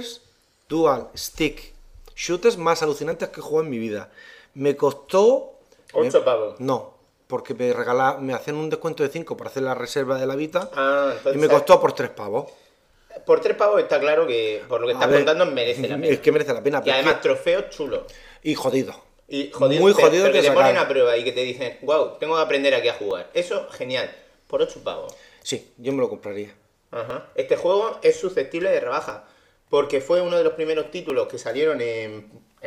shooters más alucinantes que he jugado en mi vida. Me costó... 8 pavos. No, porque me hacen un descuento de 5 para hacer la reserva de la Vita Ah, y entonces... me costó por 3 pavos. Por 3 pavos está claro que, por lo que A estás ver, contando, merece la pena. Es que merece la pena. Y pero es además que- trofeos chulos. y jodido. Y jodido, Muy pero- jodido pero que que te sacar. ponen a prueba y que te dicen, wow, tengo que aprender aquí a jugar. Eso, genial. Por 8 pavos. Sí, yo me lo compraría. Ajá. Este juego es susceptible de rebaja, porque fue uno de los primeros títulos que salieron en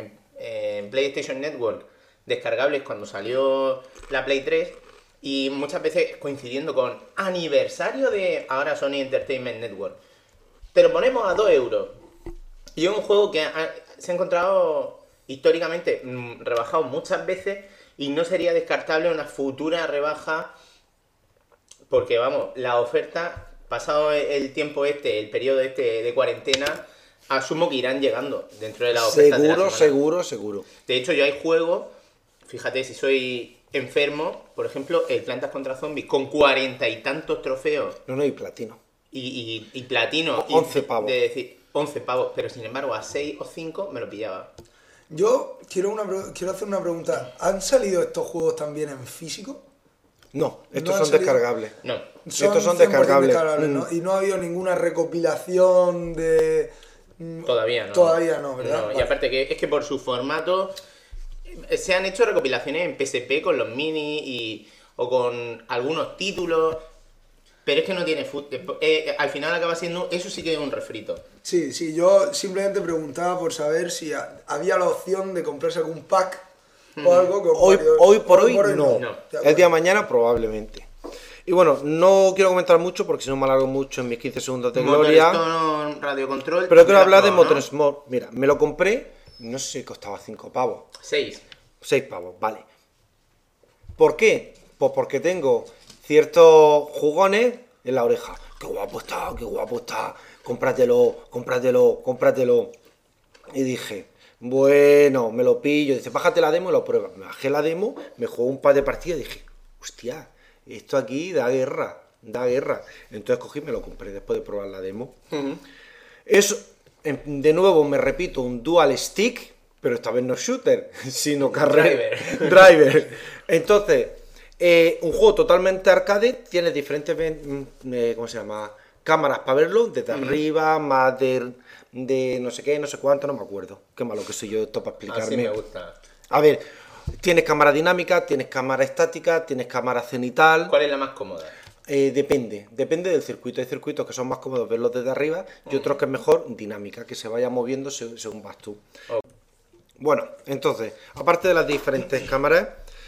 en PlayStation Network descargables cuando salió la Play 3 y muchas veces coincidiendo con aniversario de ahora Sony Entertainment Network. Te lo ponemos a 2 euros. Y es un juego que se ha encontrado históricamente rebajado muchas veces y no sería descartable una futura rebaja porque, vamos, la oferta, pasado el tiempo el periodo de cuarentena, asumo que irán llegando dentro de la oferta de la semana. Seguro. De hecho, yo hay juegos, fíjate, si soy enfermo, por ejemplo, el Plantas contra Zombies, con 40 y tantos trofeos. No, y platino. Y platino. 11 pavos. De decir, 11 pavos, pero sin embargo a 6 o 5 me lo pillaba. Yo quiero hacer una pregunta. ¿Han salido estos juegos también en físico? No, estos ¿No son han salido? descargables. No. Estos son 100% descargables. ¿no? Y no ha habido ninguna recopilación de... Todavía no. Todavía no, ¿verdad? No, y Vale. aparte que es que por su formato se han hecho recopilaciones en PSP con los mini o con algunos títulos, pero es que no tiene al final acaba siendo, eso sí que es un refrito. Sí, yo simplemente preguntaba por saber si había la opción de comprarse algún pack o algo que Hoy por hoy no. No. De acuerdo. El día de mañana probablemente. Y bueno, no quiero comentar mucho porque si no me alargo mucho en mis 15 segundos de gloria. Motorstone, Radio Control. Pero quiero hablar de ¿no? Motor Sport. Mira, me lo compré, no sé si costaba 5 pavos. 6. 6 pavos, vale. ¿Por qué? Pues porque tengo ciertos jugones en la oreja. Qué guapo está, cómpratelo. Y dije, bueno, me lo pillo. Dice, bájate la demo y lo pruebas. Me bajé la demo, me jugué un par de partidas y dije, hostia, esto aquí da guerra. Entonces cogí y me lo compré después de probar la demo. Eso, de nuevo, me repito, un dual stick, pero esta vez no shooter, sino carrera. Driver. Entonces, un juego totalmente arcade, tiene diferentes, ¿cómo se llama? Cámaras para verlo, desde arriba, más de no sé qué, no sé cuánto, no me acuerdo. Qué malo que soy yo esto para explicarme. Así me gusta. A ver, tienes cámara dinámica, tienes cámara estática, tienes cámara cenital. ¿Cuál es la más cómoda? Depende del circuito. Hay circuitos que son más cómodos verlos desde arriba y otros que es mejor dinámica, que se vaya moviendo según vas tú. Oh. Bueno, entonces, aparte de las diferentes cámaras,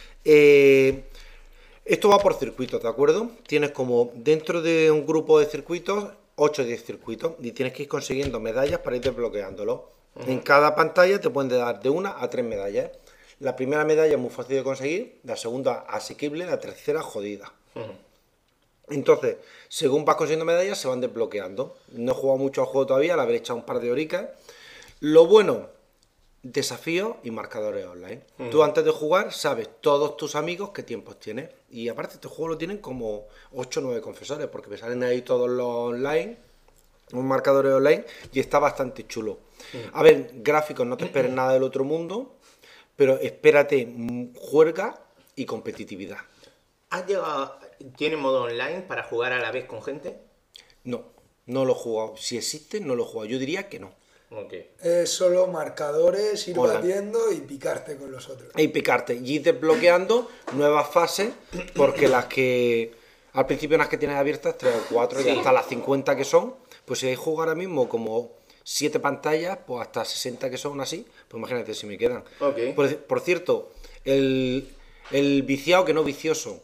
esto va por circuitos, ¿de acuerdo? Tienes como dentro de un grupo de circuitos 8 o 10 circuitos y tienes que ir consiguiendo medallas para ir desbloqueándolos. En cada pantalla te pueden dar de 1 a 3 medallas. La primera medalla es muy fácil de conseguir, la segunda asequible, la tercera jodida. Entonces, según vas consiguiendo medallas, se van desbloqueando. No he jugado mucho al juego todavía, le habré echado un par de horicas. Lo bueno, desafíos y marcadores online. Tú antes de jugar sabes todos tus amigos qué tiempos tienes. Y aparte este juego lo tienen como 8 o 9 confesores, porque me salen ahí todos los online, un marcador online, y está bastante chulo. A ver, gráficos, no te esperes nada del otro mundo, pero espérate juerga y competitividad. ¿Tiene modo online para jugar a la vez con gente? No lo he jugado. Si existe, no lo he jugado. Yo diría que no. Ok. Es solo marcadores, ir Hola. batiendo y picarte con los otros. Y picarte y ir desbloqueando nuevas fases, porque las que al principio las que tienes abiertas 3 o 4 Sí. y hasta las 50 que son, pues si hay juego ahora mismo como 7 pantallas, pues hasta 60 que son así, pues imagínate si me quedan. Ok. Por cierto, el viciado que no vicioso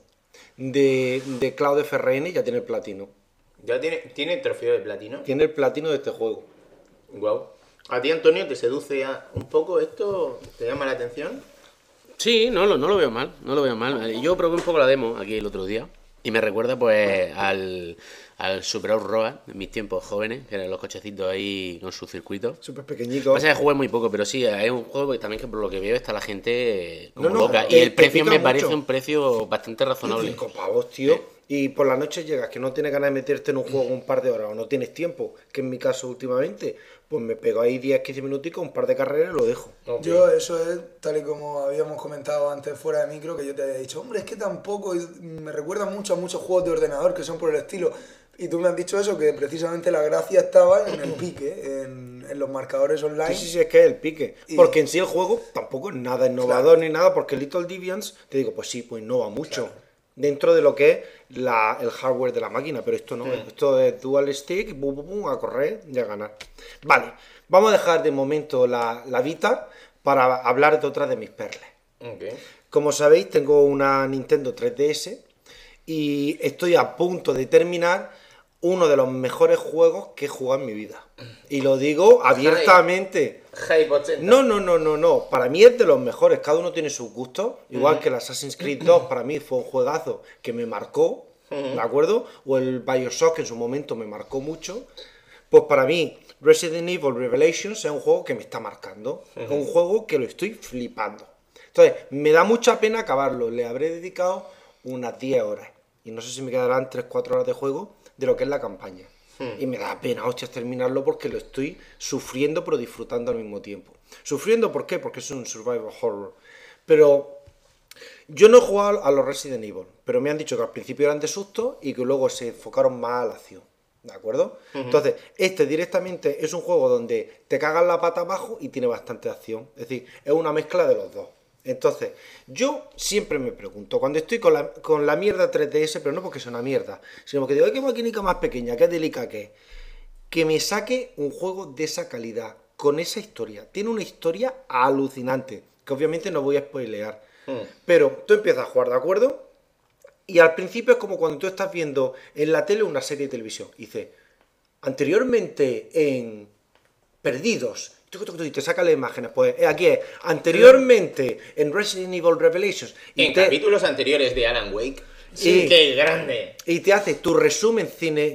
de Cloud FRN ya tiene el platino. ¿Ya tiene trofeo de platino? Tiene el platino de este juego. Guau. ¿A ti, Antonio, te seduce un poco esto? ¿Te llama la atención? Sí, no lo veo mal, no lo veo mal. Yo probé un poco la demo aquí el otro día y me recuerda pues al Super Outroad en mis tiempos jóvenes, que eran los cochecitos ahí con su circuito. Súper pequeñito. Pasa que jugué muy poco, pero sí, es un juego que también que por lo que veo está la gente como No, loca. te- Y el te precio pica me mucho. parece un precio bastante razonable. 5 pavos, tío. Y por la noche llegas que no tienes ganas de meterte en un juego un par de horas o no tienes tiempo, que en mi caso últimamente, pues me pego ahí 10-15 minuticos, un par de carreras y lo dejo. Ok. Yo, eso es tal y como habíamos comentado antes fuera de micro, que yo te había dicho, hombre, es que tampoco, y me recuerda mucho a muchos juegos de ordenador que son por el estilo. Y tú me has dicho eso, que precisamente la gracia estaba en el pique, en los marcadores online. Sí, es que es el pique. Y- Porque en sí el juego tampoco es nada innovador ni nada, porque Little Deviants, te digo, pues sí, pues innova mucho. Dentro de lo que es el hardware de la máquina, pero esto no, esto es dual stick, bum, bum, bum, a correr y a ganar. Vale, vamos a dejar de momento la Vita para hablar de otra de mis perlas. Ok. Como sabéis, tengo una Nintendo 3DS y estoy a punto de terminar uno de los mejores juegos que he jugado en mi vida. Y lo digo abiertamente. Hype 80. No. Para mí es de los mejores. Cada uno tiene sus gustos. Igual que el Assassin's Creed 2 para mí fue un juegazo que me marcó, ¿de acuerdo? O el BioShock que en su momento me marcó mucho. Pues para mí Resident Evil Revelations es un juego que me está marcando. Es un juego que lo estoy flipando. Entonces, me da mucha pena acabarlo. Le habré dedicado unas 10 horas. Y no sé si me quedarán 3-4 horas de juego de lo que es la campaña. Y me da pena, hostias, terminarlo porque lo estoy sufriendo pero disfrutando al mismo tiempo. ¿Sufriendo por qué? Porque es un survival horror. Pero yo no he jugado a los Resident Evil, pero me han dicho que al principio eran de susto y que luego se enfocaron más a la acción. ¿De acuerdo? Entonces, este directamente es un juego donde te cagas la pata abajo y tiene bastante acción. Es decir, es una mezcla de los dos. Entonces, yo siempre me pregunto, cuando estoy con la mierda 3DS, pero no porque sea una mierda, sino porque digo, ay, qué maquinica más pequeña, qué delicada que me saque un juego de esa calidad, con esa historia. Tiene una historia alucinante, que obviamente no voy a spoilear. Pero tú empiezas a jugar, ¿de acuerdo? Y al principio es como cuando tú estás viendo en la tele una serie de televisión. Y dice, anteriormente en Perdidos, y te saca las imágenes. Pues aquí es, anteriormente en Resident Evil Revelations. En capítulos anteriores de Alan Wake. Sí, qué grande. Y te hace tu resumen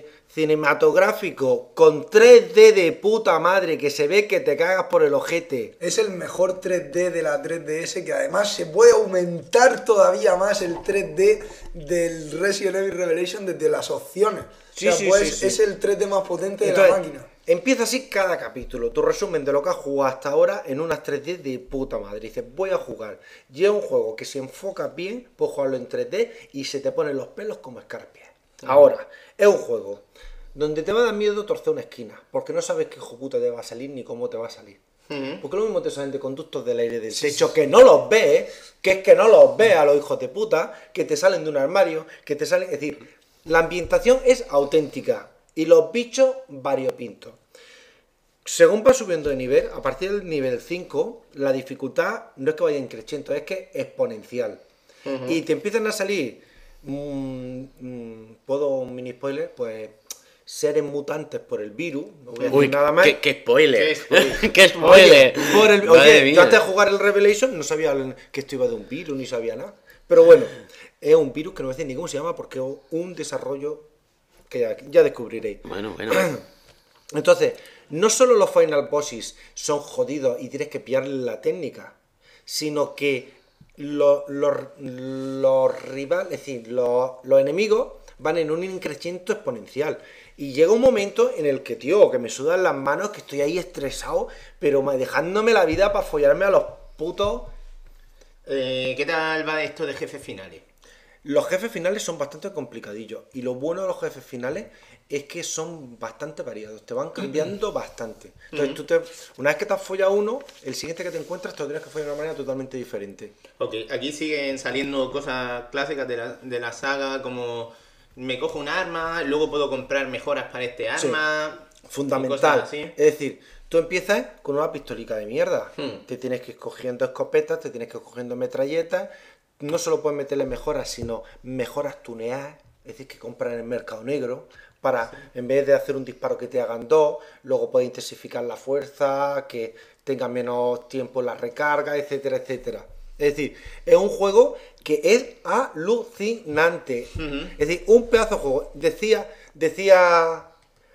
cinematográfico con 3D de puta madre, que se ve que te cagas por el ojete. Es el mejor 3D de la 3DS, que además se puede aumentar todavía más el 3D del Resident Evil Revelation desde las opciones. Sí, es el 3D más potente Entonces, de la máquina. Empieza así cada capítulo, tu resumen de lo que has jugado hasta ahora en unas 3D de puta madre. Dices, voy a jugar. Y es un juego que si enfocas bien, puedes jugarlo en 3D y se te ponen los pelos como escarpias. Ahora, es un juego donde te va a dar miedo torcer una esquina, porque no sabes qué hijo puta te va a salir ni cómo te va a salir. Porque lo mismo te salen de conductos del aire del techo, que no los ves, que es que no los ves a los hijos de puta, que te salen de un armario, que te salen... Es decir, la ambientación es auténtica y los bichos variopintos. Según vas subiendo de nivel, a partir del nivel 5, la dificultad no es que vaya increciendo, es que es exponencial. Y te empiezan a salir, ¿puedo un mini spoiler? Pues seres mutantes por el virus, no voy a decir nada más. ¡Qué spoiler! ¡Qué spoiler! Oye, yo antes de jugar el Revelation no sabía que esto iba de un virus, ni sabía nada. Pero bueno, es un virus que no voy a decir ni cómo se llama, porque es un desarrollo que ya descubriréis. Bueno. Entonces, no solo los final bosses son jodidos y tienes que pillarle la técnica, sino que los rivales, es decir, los enemigos van en un increciento exponencial. Y llega un momento en el que, tío, que me sudan las manos, que estoy ahí estresado, pero dejándome la vida para follarme a los putos. ¿Qué tal va esto de jefes finales? Los jefes finales son bastante complicadillos. Y lo bueno de los jefes finales es que son bastante variados. Te van cambiando bastante. Entonces, una vez que te has follado uno, el siguiente que te encuentras te lo tienes que follar de una manera totalmente diferente. Ok, aquí siguen saliendo cosas clásicas de la saga, como me cojo un arma, luego puedo comprar mejoras para este arma. Fundamental. Es decir, tú empiezas con una pistolica de mierda. Te tienes que ir cogiendo escopetas, te tienes que ir cogiendo metralletas. No solo puedes meterle mejoras, sino mejoras tuneadas, es decir, que compras en el mercado negro, para, en vez de hacer un disparo que te hagan dos, luego puedes intensificar la fuerza, que tenga menos tiempo en la recarga, etcétera, etcétera. Es decir, es un juego que es alucinante. Es decir, un pedazo de juego. Decía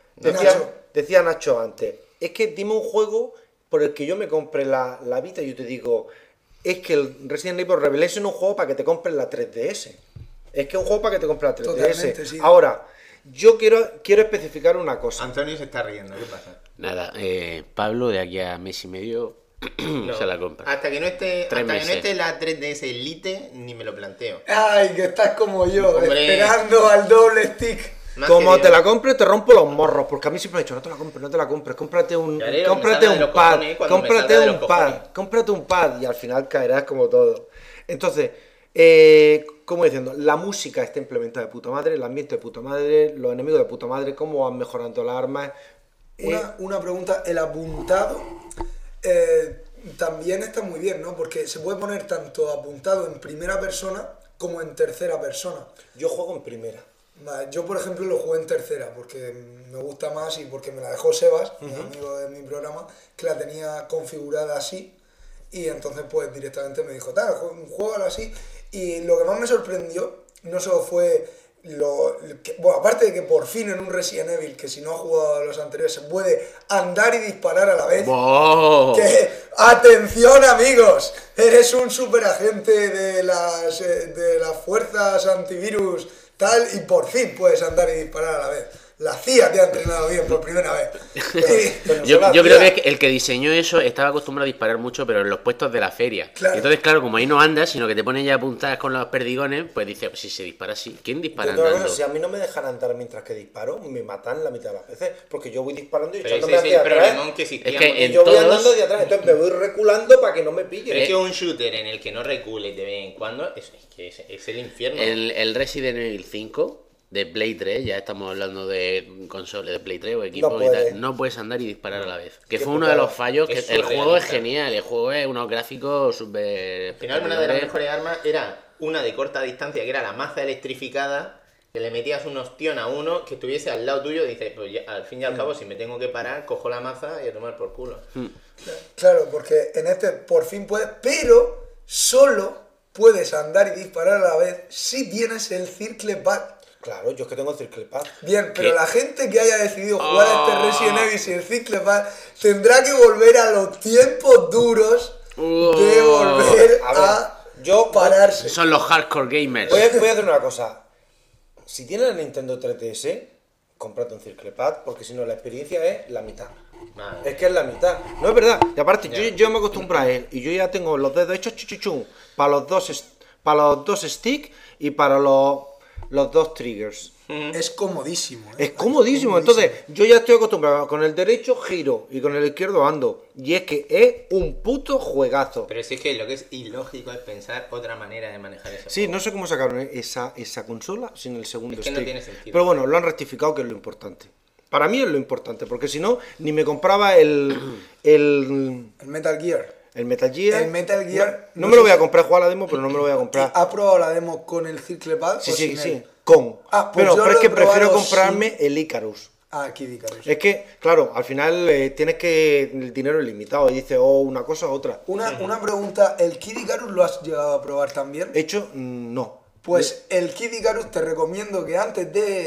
Nacho antes, es que dime un juego por el que yo me compre la Vita y yo te digo... Es que el Resident Evil Revelation es un juego para que te compres la 3DS. Es que es un juego para que te compres la 3DS. Totalmente, sí. Ahora, yo quiero especificar una cosa. Antonio se está riendo, ¿qué pasa? Nada, Pablo de aquí a mes y medio se la compra. Hasta que no esté meses. la 3DS Elite, ni me lo planteo. Ay, que estás como yo, Hombre. esperando al doble stick. Más Como que te Dios. la compres, te rompo los morros. Porque a mí siempre me he dicho, no te la compres. Cómprate un Ya haré lo que me salga de los pad. cojones cuando me salga de los cojones. Cómprate un pad. Y al final caerás como todo. Entonces, como diciendo, la música está implementada de puta madre, el ambiente de puta madre, los enemigos de puta madre, cómo van mejorando las armas. Una pregunta, el apuntado, también está muy bien, ¿no? Porque se puede poner tanto apuntado en primera persona como en tercera persona. Yo juego en primera. Vale, yo, por ejemplo, lo jugué en tercera porque me gusta más y porque me la dejó Sebas, mi amigo de mi programa, que la tenía configurada así. Y entonces, pues, directamente me dijo, tal, juégalo así. Y lo que más me sorprendió no solo fue bueno, aparte de que por fin en un Resident Evil, que si no ha jugado a los anteriores, se puede andar y disparar a la vez. ¡Wow! Que, atención amigos, eres un superagente de las fuerzas antivirus tal, y por fin puedes andar y disparar a la vez. La CIA te ha entrenado bien por primera vez. Yo creo que el que diseñó eso estaba acostumbrado a disparar mucho, pero en los puestos de la feria. Claro. Y entonces, claro, como ahí no andas, sino que te ponen ya apuntadas con los perdigones, pues dice, pues si se dispara así, ¿quién dispara Yo tengo una andando? cosa, si a mí no me dejan andar mientras que disparo, me matan la mitad de las veces. Porque yo voy disparando y Pero echándome ese es hacia el atrás. problemón que existía. Es que porque en Yo voy todos- andando hacia atrás, entonces me voy reculando para que no me pillen. Pero es que un shooter en el que no recules de vez en cuando es el infierno. El Resident Evil 5 de Play 3, ya estamos hablando de consolas de Play 3 o equipos No y puede. tal, no puedes andar y disparar a la vez. Que Qué fue uno de putada. los fallos, que Es el juego es surrealista. genial, el juego es unos gráficos súper Al final, una de las espectaculares. mejores armas era una de corta distancia, que era la maza electrificada, que le metías un ostión a uno que estuviese al lado tuyo y dices, pues ya, al fin y al cabo, si me tengo que parar, cojo la maza y a tomar por culo. Claro, porque en este por fin puedes, pero solo puedes andar y disparar a la vez si tienes el Circle Pad. Claro, yo es que tengo el Circle Pad. Bien, pero ¿Qué? la gente que haya decidido jugar a este Resident Evil sin el Circle Pad tendrá que volver a los tiempos duros de volver A ver, a yo pararse. Son los hardcore gamers. voy a hacer una cosa. Si tienes la Nintendo 3DS, cómprate un Circle Pad, porque si no la experiencia es la mitad. Vale. Es que es la mitad. No es verdad. Y aparte, yo me acostumbro a él y yo ya tengo los dedos hechos chuchuchum para los dos sticks y para los dos triggers. Es comodísimo. ¿eh? Es comodísimo. Entonces, yo ya estoy acostumbrado. Con el derecho giro y con el izquierdo ando. Y es que es un puto juegazo. Pero si es que lo que es ilógico es pensar otra manera de manejar eso. Sí, no sé cómo sacaron esa consola sin el segundo Es que no stick. tiene sentido. Pero bueno, lo han rectificado, que es lo importante. Para mí es lo importante, porque si no, ni me compraba el El Metal Gear. Metal Gear. El Metal Gear, No no me lo sé voy a si- comprar, jugar a la demo, pero no me lo voy a comprar. ¿Has probado la demo con el Circle Pad? Sí, o sí, sin sí. él? Con. Ah, pues pero yo es lo que he probado prefiero sin- comprarme el Icarus. Ah, Kid Icarus. Es que, claro, al final tienes que. El dinero es limitado. Y dices, una cosa o otra. Una pregunta, ¿el Kid Icarus lo has llegado a probar también? Hecho, no. Pues el Kid Icarus te recomiendo que antes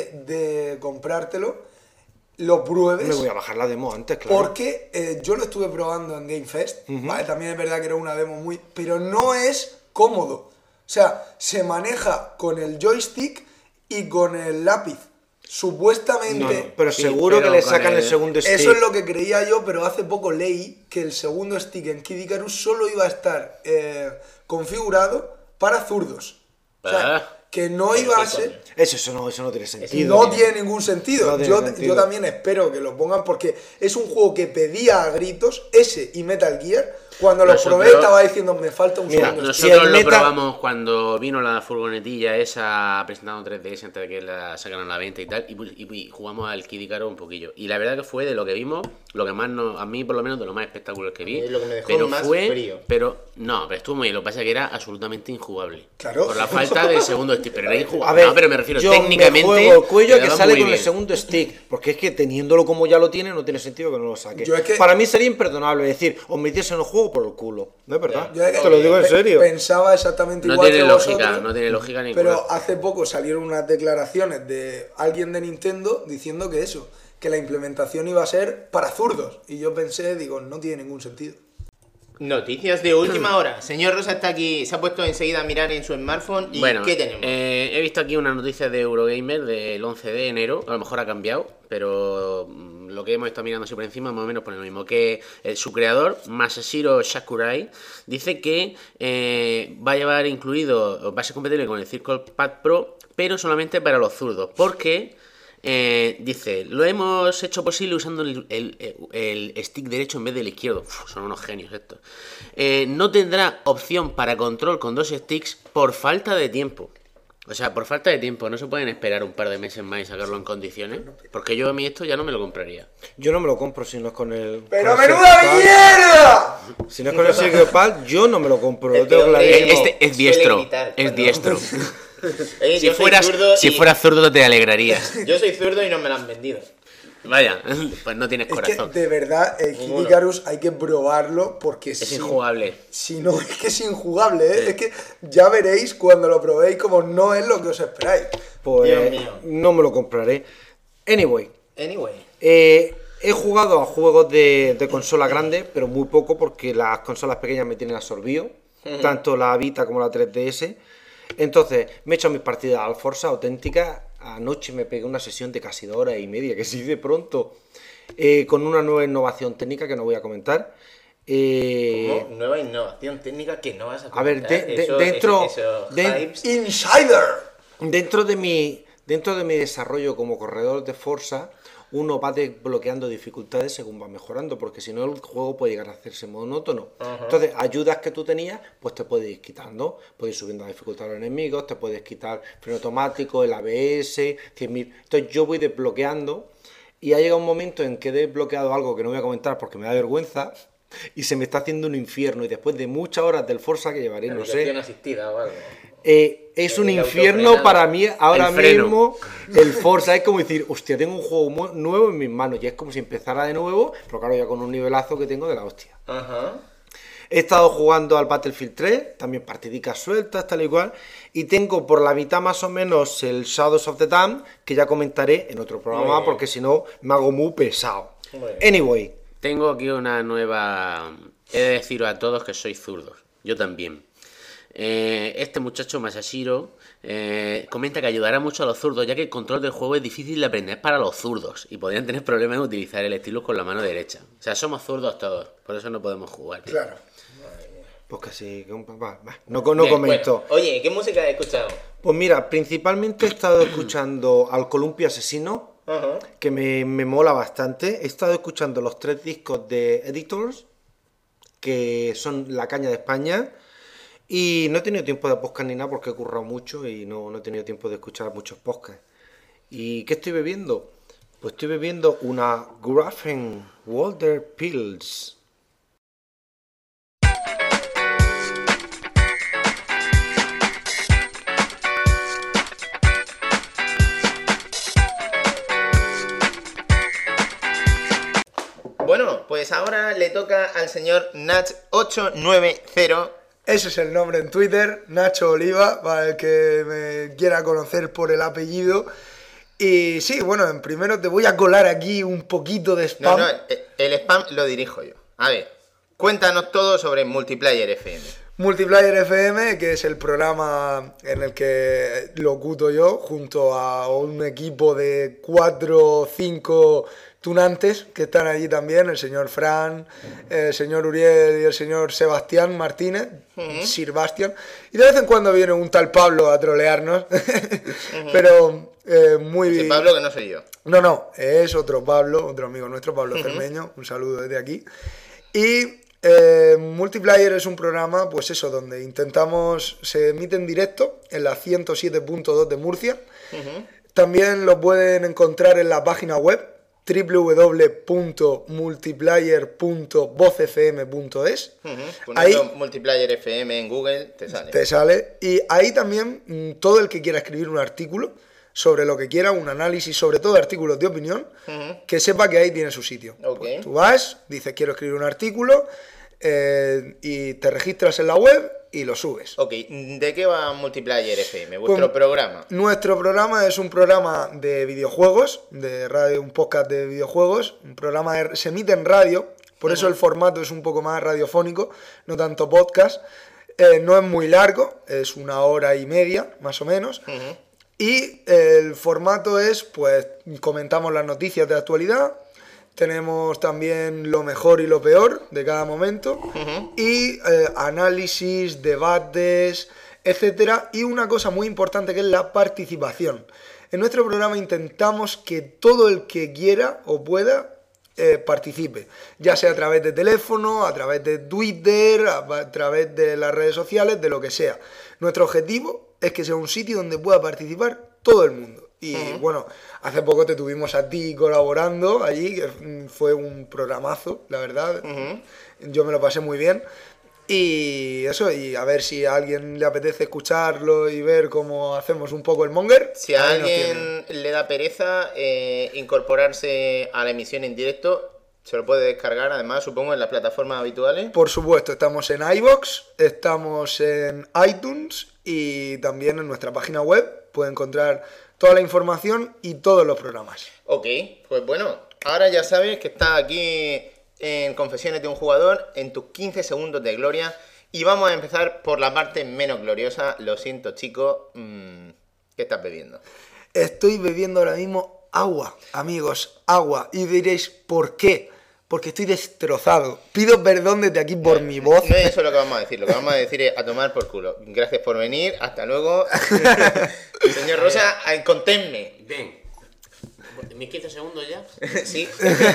de comprártelo, lo pruebes. Me voy a bajar la demo antes, claro. Porque yo lo estuve probando en Game Fest, ¿vale? También es verdad que era una demo muy... Pero no es cómodo. O sea, se maneja con el joystick y con el lápiz. Supuestamente... No, no, pero Sí, seguro pero que le con sacan el el- segundo stick. Eso es lo que creía yo, pero hace poco leí que el segundo stick en Kid Icarus solo iba a estar configurado para zurdos. O sea, Ah. que no iba a ser... Eso no tiene sentido. No tiene ningún sentido. No tiene yo, sentido. yo también espero que lo pongan porque es un juego que pedía a gritos, ese y Metal Gear. Cuando lo Nosotros- probé estaba diciendo, me falta un Mira, segundo. si Nosotros el lo Meta- probamos cuando vino la furgonetilla esa presentando 3DS antes de que la sacaran a la venta y tal, y jugamos al Kid Icarus un poquillo. Y la verdad que fue de lo que vimos, lo que más a mí por lo menos de lo más espectacular que vi. Es lo que me dejó pero más fue, frío. pero estuvo muy bien. Lo que pasa es que era absolutamente injugable. Claro. Por la falta del segundo stick, pero era injugable. A ver, no, pero me refiero yo técnicamente. me juego el cuello que quedaba sale muy con el bien. segundo stick, porque es que teniéndolo como ya lo tiene no tiene sentido que no lo saque. Yo es que- Para mí sería imperdonable decir, os metiese en el juego por el culo, ¿no es verdad? Yo es que Te lo digo en serio. Pensaba exactamente No igual tiene que lógica, vosotros, no tiene lógica ninguna. pero hace poco salieron unas declaraciones de alguien de Nintendo diciendo que eso, que la implementación iba a ser para zurdos. Y yo pensé, digo, no tiene ningún sentido. Noticias de última hora. Señor Rosa está aquí, se ha puesto enseguida a mirar en su smartphone. ¿Y Bueno, qué tenemos? he visto aquí una noticia de Eurogamer del 11 de enero, a lo mejor ha cambiado, pero lo que hemos estado mirando así por encima más o menos pone lo mismo, que su creador, Masashiro Sakurai, dice que va a llevar incluido, va a ser compatible con el Circle Pad Pro, pero solamente para los zurdos, porque... dice, lo hemos hecho posible usando el stick derecho en vez del izquierdo. Uf, son unos genios estos. No tendrá opción para control con dos sticks por falta de tiempo. O sea, por falta de tiempo, ¿no se pueden esperar un par de meses más y sacarlo en condiciones? Porque yo a mí esto ya no me lo compraría. Yo no me lo compro si no es con el... ¡Pero con el menuda Circle mierda! Pal. Si no es con el Circle Pal, yo no me lo compro. Lo Este tengo hombre clarísimo. Este es diestro, suele gritar es cuando- diestro. Oye, Si yo soy fueras, zurdo si y- fueras zurdo te alegrarías. Yo soy zurdo y no me lo han vendido. Vaya, pues no tienes Es que corazón. de verdad, el Kid Ninguno. Icarus hay que probarlo porque Es injugable. Si no, es que es injugable, ¿eh? Es que ya veréis cuando lo probéis como no es lo que os esperáis. Pues Dios mío. no me lo compraré. Anyway, Anyway. he jugado a juegos de consola grande, pero muy poco porque las consolas pequeñas me tienen absorbido, tanto la Vita como la 3DS. Entonces, me he hecho mis partidas al Forza auténticas. Anoche me pegué una sesión de casi 2 horas y media, que se dice pronto, con una nueva innovación técnica que no voy a comentar. Como nueva innovación técnica que no vas a A ver, comentar. dentro Hypes. Insider. Dentro de mi desarrollo como corredor de Forza, uno va desbloqueando dificultades según va mejorando, porque si no el juego puede llegar a hacerse monótono. Entonces, ayudas que tú tenías, pues te puedes ir quitando, puedes ir subiendo la dificultad a los enemigos, te puedes quitar freno automático, el ABS, 100.000. Entonces yo voy desbloqueando y ha llegado un momento en que he desbloqueado algo que no voy a comentar porque me da vergüenza y se me está haciendo un infierno, y después de muchas horas del Forza que llevaré, no sé, Navigación asistida o algo. es un El infierno autofrenado. para mí ahora El freno. mismo. El Forza es como decir, hostia, tengo un juego nuevo en mis manos, y es como si empezara de nuevo, pero claro, ya con un nivelazo que tengo de la hostia. Ajá. He estado jugando al Battlefield 3, también partidicas sueltas, tal y cual, y tengo por la mitad más o menos el Shadows of the Damned, que ya comentaré en otro Muy programa, bien. porque si no me hago muy pesado. Muy bien. Anyway, Tengo aquí una nueva... He de deciros a todos que sois zurdos. Yo también. Este muchacho, Masashiro, comenta que ayudará mucho a los zurdos, ya que el control del juego es difícil de aprender para los zurdos y podrían tener problemas en utilizar el estilo con la mano derecha. O sea, somos zurdos todos, por eso no podemos jugar. Claro. pues casi, no Bien, comento. bueno, oye, ¿qué música has escuchado? Pues mira, principalmente he estado escuchando al Columpio Asesino, Ajá. que me mola bastante. He estado escuchando los 3 discos de Editors, que son la caña de España. Y no he tenido tiempo de podcast ni nada porque he currado mucho y no he tenido tiempo de escuchar muchos podcasts. ¿Y qué estoy bebiendo? Pues estoy bebiendo una Grafenwalder Pils. Bueno, pues ahora le toca al señor Nach890. Ese es el nombre en Twitter, Nacho Oliva, para el que me quiera conocer por el apellido. Y sí, bueno, en primero te voy a colar aquí un poquito de No, spam. no, el spam lo dirijo yo. A ver, cuéntanos todo sobre Multiplayer FM. Multiplayer FM, que es el programa en el que locuto yo, junto a un equipo de 4 o 5 tunantes que están allí también, el señor Fran, el señor Uriel y el señor Sebastián Martínez, Sir Bastian, y de vez en cuando viene un tal Pablo a trolearnos, pero muy Ese Pablo que no soy yo. no, es otro Pablo, otro amigo nuestro, Pablo Cermeño, un saludo desde aquí. Y Multiplayer es un programa, pues eso, donde intentamos, se emite en directo en la 107.2 de Murcia. También lo pueden encontrar en la página web www.multiplayer.vocfm.es. Poniendo Ahí Multiplayer FM en Google, te sale. te sale. Y ahí también todo el que quiera escribir un artículo sobre lo que quiera, un análisis, sobre todo artículos de opinión, que sepa que ahí tiene su sitio. Ok. Pues tú vas, dices quiero escribir un artículo y te registras en la web y lo subes. Ok, ¿de qué va Multiplayer FM? Vuestro Pues, programa. Nuestro programa es un programa de videojuegos, de radio, un podcast de videojuegos, un programa se emite en radio, por eso el formato es un poco más radiofónico, no tanto podcast. No es muy largo, es 1 hora y media, más o menos. Y el formato es, pues, comentamos las noticias de actualidad, tenemos también lo mejor y lo peor de cada momento, y análisis, debates, etcétera. Y una cosa muy importante que es la participación. En nuestro programa intentamos que todo el que quiera o pueda participe, ya sea a través de teléfono, a través de Twitter, a través de las redes sociales, de lo que sea. Nuestro objetivo es que sea un sitio donde pueda participar todo el mundo. Y bueno, hace poco te tuvimos a ti colaborando allí, que fue un programazo, la verdad. Yo me lo pasé muy bien. Y eso, y a ver si a alguien le apetece escucharlo y ver cómo hacemos un poco el monger. Si a alguien le da pereza incorporarse a la emisión en directo, se lo puede descargar, además, supongo, en las plataformas habituales. Por supuesto, estamos en iVoox, estamos en iTunes y también en nuestra página web. Puede encontrar toda la información y todos los programas. Ok, pues bueno, ahora ya sabes que estás aquí en Confesiones de un Jugador, en tus 15 segundos de gloria. Y vamos a empezar por la parte menos gloriosa. Lo siento, chicos. ¿Qué estás bebiendo? Estoy bebiendo ahora mismo agua, amigos, agua. Y diréis, ¿por qué? Porque estoy destrozado. Pido perdón desde aquí por mi voz. No es eso lo que vamos a decir. Lo que vamos a decir es a tomar por culo. Gracias por venir. Hasta luego. Señor Rosa, conténme. Bien. ¿Mis 15 segundos ya? Sí.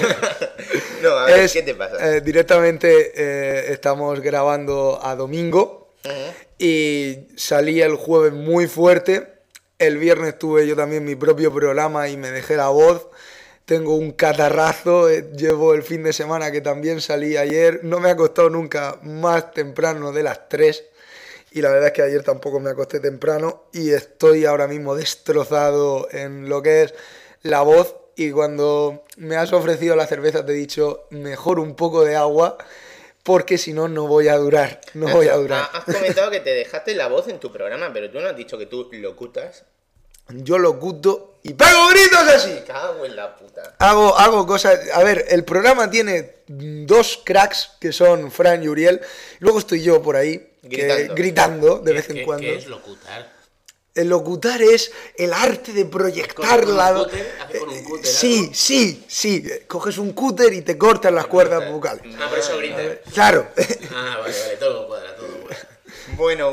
No, a ver, ¿qué te pasa? Directamente estamos grabando a domingo y salí el jueves muy fuerte. El viernes tuve yo también mi propio programa y me dejé la voz. Tengo un catarrazo, llevo el fin de semana que también salí ayer. No me he acostado nunca más temprano de las 3. Y la verdad es que ayer tampoco me acosté temprano. Y estoy ahora mismo destrozado en lo que es la voz. Y cuando me has ofrecido la cerveza te he dicho, mejor un poco de agua, porque si no, no voy a durar. No voy a durar. Has comentado que te dejaste la voz en tu programa, pero tú no has dicho que tú locutas. Yo locuto y pego gritos así. Me cago en la puta. Hago cosas. A ver, el programa tiene dos cracks que son Fran y Uriel. Luego estoy yo por ahí gritando de vez en cuando. ¿Qué es locutar? El locutar es el arte de proyectar la. ¿Con un cúter? Sí. Coges un cúter y te cortas las cuerdas vocales. Ah, por eso grita. Claro. Ah, vale, todo cuadra. Bueno.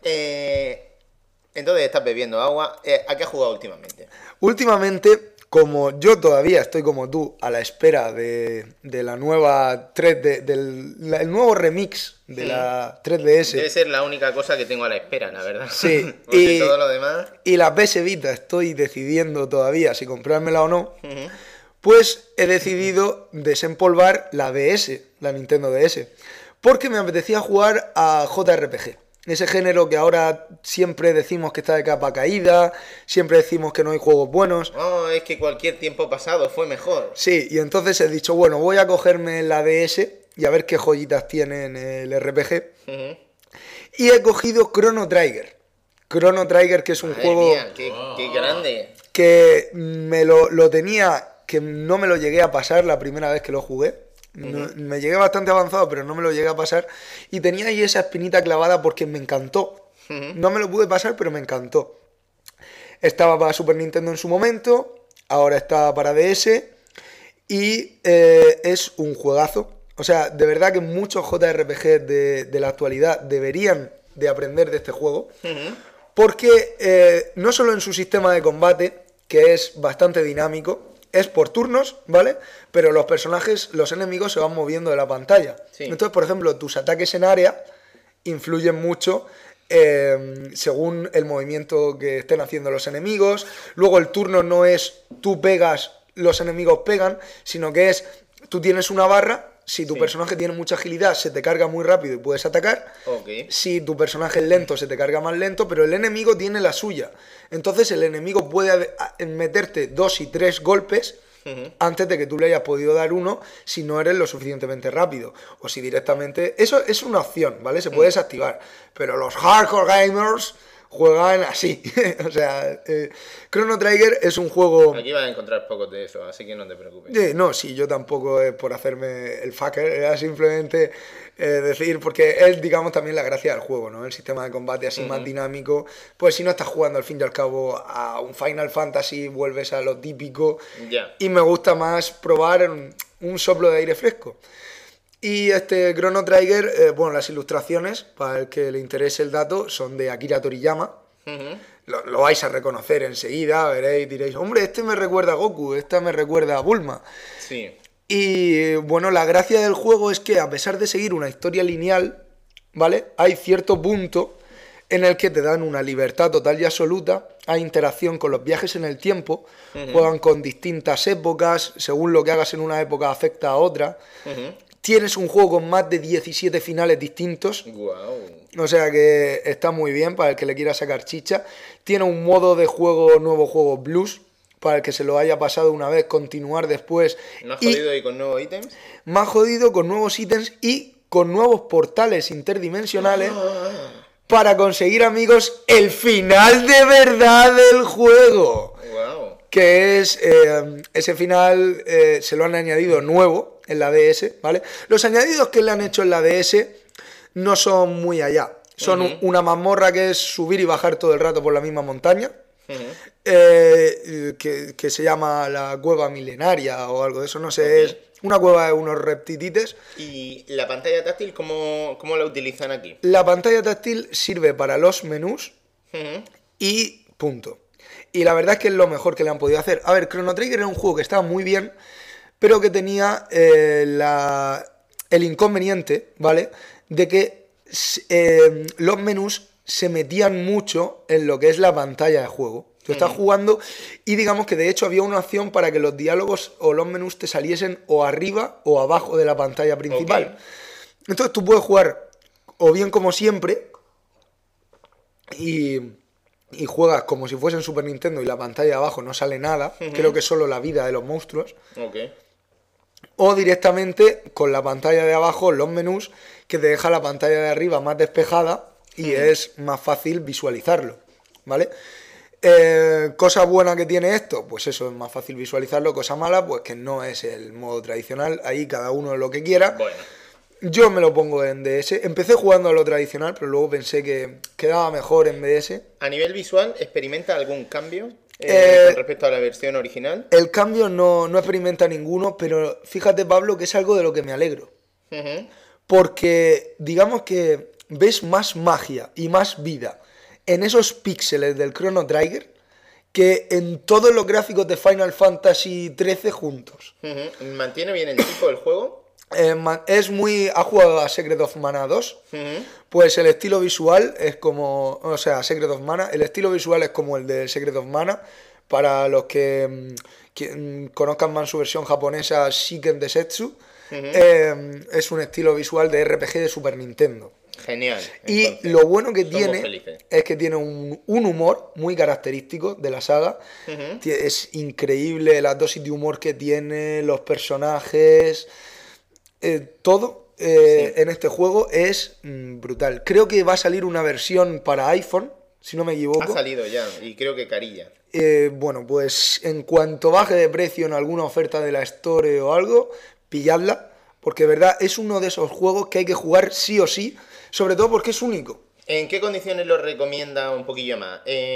Entonces estás bebiendo agua. ¿A qué has jugado últimamente? Últimamente, como yo todavía estoy como tú a la espera de la nueva 3D, del nuevo remix de la 3DS. Debe ser la única cosa que tengo a la espera, la verdad. Sí. Porque todo lo demás. Y la PS Vita estoy decidiendo todavía si comprármela o no. Pues he decidido desempolvar la DS, la Nintendo DS. Porque me apetecía jugar a JRPG. Ese género que ahora siempre decimos que está de capa caída, siempre decimos que no hay juegos buenos. No, es que cualquier tiempo pasado fue mejor. Sí, y entonces he dicho, bueno, voy a cogerme la DS y a ver qué joyitas tiene en el RPG. Y he cogido Chrono Trigger. Chrono Trigger, que es un Madre juego mía, qué grande. que me lo tenía, que no me lo llegué a pasar la primera vez que lo jugué. Me llegué bastante avanzado, pero no me lo llegué a pasar. Y tenía ahí esa espinita clavada porque me encantó. No me lo pude pasar, pero me encantó. Estaba para Super Nintendo en su momento, ahora está para DS. Y es un juegazo. O sea, de verdad que muchos JRPG de la actualidad deberían de aprender de este juego. Porque no solo en su sistema de combate, que es bastante dinámico, es por turnos, ¿vale? Pero los personajes, los enemigos se van moviendo de la pantalla. Sí. Entonces, por ejemplo, tus ataques en área influyen mucho según el movimiento que estén haciendo los enemigos. Luego el turno no es tú pegas, los enemigos pegan, sino que es tú tienes una barra. Si tu personaje tiene mucha agilidad, se te carga muy rápido y puedes atacar. Si tu personaje es lento, se te carga más lento, pero el enemigo tiene la suya. Entonces el enemigo puede meterte 2 y 3 golpes antes de que tú le hayas podido dar uno, si no eres lo suficientemente rápido. O si directamente... Eso es una opción, ¿vale? Se puede desactivar. Pero los hardcore gamers juegan así. O sea, Chrono Trigger es un juego... Aquí vas a encontrar pocos de eso, así que no te preocupes. No, sí, yo tampoco es por hacerme el fucker, era simplemente decir, porque es, digamos, también la gracia del juego, ¿no? El sistema de combate así más dinámico. Pues si no estás jugando al fin y al cabo a un Final Fantasy, vuelves a lo típico. Y me gusta más probar un soplo de aire fresco. Y este Chrono Trigger, bueno, las ilustraciones, para el que le interese el dato, son de Akira Toriyama. Lo vais a reconocer enseguida, veréis, diréis, hombre, este me recuerda a Goku, esta me recuerda a Bulma. Sí. Y bueno, la gracia del juego es que a pesar de seguir una historia lineal, ¿vale? Hay cierto punto en el que te dan una libertad total y absoluta, hay interacción con los viajes en el tiempo, juegan con distintas épocas, según lo que hagas en una época afecta a otra. Tienes un juego con más de 17 finales distintos. Guau. O sea que está muy bien para el que le quiera sacar chicha. Tiene un modo de juego, nuevo juego Blues, para el que se lo haya pasado una vez, continuar después. ¿No has jodido ahí con nuevos ítems? Más jodido con nuevos ítems y con nuevos portales interdimensionales para conseguir, amigos, el final de verdad del juego. Wow. Que es, ese final se lo han añadido nuevo en la DS, ¿vale? Los añadidos que le han hecho en la DS no son muy allá. Son una mazmorra que es subir y bajar todo el rato por la misma montaña. Que se llama la cueva milenaria o algo de eso, no sé, es una cueva de unos reptitites. ¿Y la pantalla táctil cómo la utilizan aquí? La pantalla táctil sirve para los menús y punto. Y la verdad es que es lo mejor que le han podido hacer. A ver, Chrono Trigger era un juego que estaba muy bien, pero que tenía el inconveniente, ¿vale? De que los menús se metían mucho en lo que es la pantalla de juego. Tú estás jugando y digamos que de hecho había una opción para que los diálogos o los menús te saliesen o arriba o abajo de la pantalla principal. Entonces tú puedes jugar o bien como siempre y juegas como si fuese en Super Nintendo y la pantalla de abajo no sale nada, creo que es solo la vida de los monstruos. O directamente con la pantalla de abajo, los menús, que te deja la pantalla de arriba más despejada y es más fácil visualizarlo, ¿vale? Cosa buena que tiene esto, pues eso, es más fácil visualizarlo. Cosa mala, pues que no es el modo tradicional, ahí cada uno lo que quiera. Bueno. Yo me lo pongo en DS, empecé jugando a lo tradicional, pero luego pensé que quedaba mejor en DS. ¿A nivel visual experimenta algún cambio con respecto a la versión original? El cambio no experimenta ninguno, pero fíjate, Pablo, que es algo de lo que me alegro. Porque digamos que ves más magia y más vida en esos píxeles del Chrono Trigger que en todos los gráficos de Final Fantasy XIII juntos. ¿Mantiene bien el tipo del juego? Es muy... ¿Ha jugado a Secret of Mana 2? Pues el estilo visual es como... O sea, Secret of Mana, el estilo visual es como el de Secret of Mana. Para los que conozcan más su versión japonesa, Shiken Densetsu, es un estilo visual de RPG de Super Nintendo. Genial. Y lo bueno que tiene es que tiene un humor muy característico de la saga. Es increíble la dosis de humor que tiene, los personajes, todo en este juego es brutal. Creo que va a salir una versión para iPhone, si no me equivoco. Ha salido ya, y creo que carilla. Bueno, pues en cuanto baje de precio en alguna oferta de la Store o algo, pilladla, porque de verdad es uno de esos juegos que hay que jugar sí o sí, sobre todo porque es único. ¿En qué condiciones lo recomienda un poquillo más?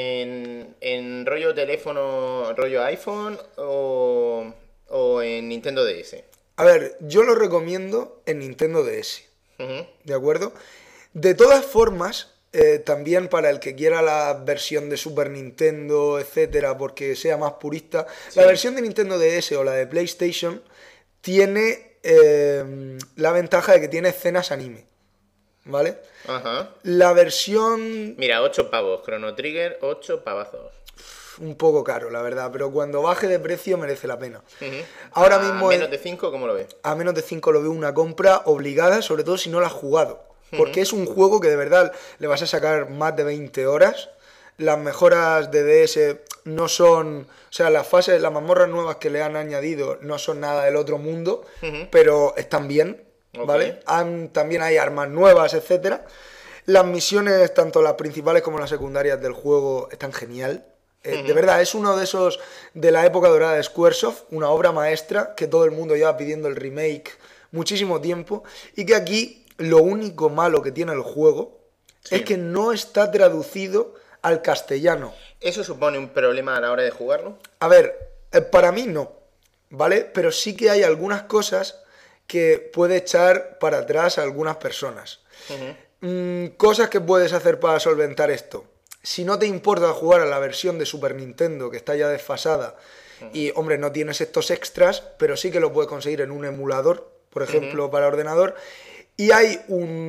¿En rollo teléfono, rollo iPhone o en Nintendo DS? A ver, yo lo recomiendo en Nintendo DS, ¿de acuerdo? De todas formas, también para el que quiera la versión de Super Nintendo, etcétera, porque sea más purista, la versión de Nintendo DS o la de PlayStation tiene la ventaja de que tiene escenas anime, ¿vale? La versión... Mira, 8 pavos, Chrono Trigger, 8 pavazos. Un poco caro, la verdad, pero cuando baje de precio merece la pena. Ahora mismo... ¿A menos de 5 cómo lo ves? A menos de 5 lo veo una compra obligada, sobre todo si no la has jugado. Porque es un juego que de verdad le vas a sacar más de 20 horas. Las mejoras de DS no son... O sea, las mazmorras nuevas que le han añadido no son nada del otro mundo, pero están bien, ¿vale? También hay armas nuevas, etcétera. Las misiones, tanto las principales como las secundarias del juego, están genial. De verdad, es uno de esos de la época dorada de Squaresoft, una obra maestra que todo el mundo lleva pidiendo el remake muchísimo tiempo, y que aquí lo único malo que tiene el juego es que no está traducido al castellano. ¿Eso supone un problema a la hora de jugarlo? A ver, para mí no, ¿vale? Pero sí que hay algunas cosas que puede echar para atrás a algunas personas. Cosas que puedes hacer para solventar esto. Si no te importa jugar a la versión de Super Nintendo, que está ya desfasada, Y, hombre, no tienes estos extras, pero sí que lo puedes conseguir en un emulador, por ejemplo, para ordenador. Y hay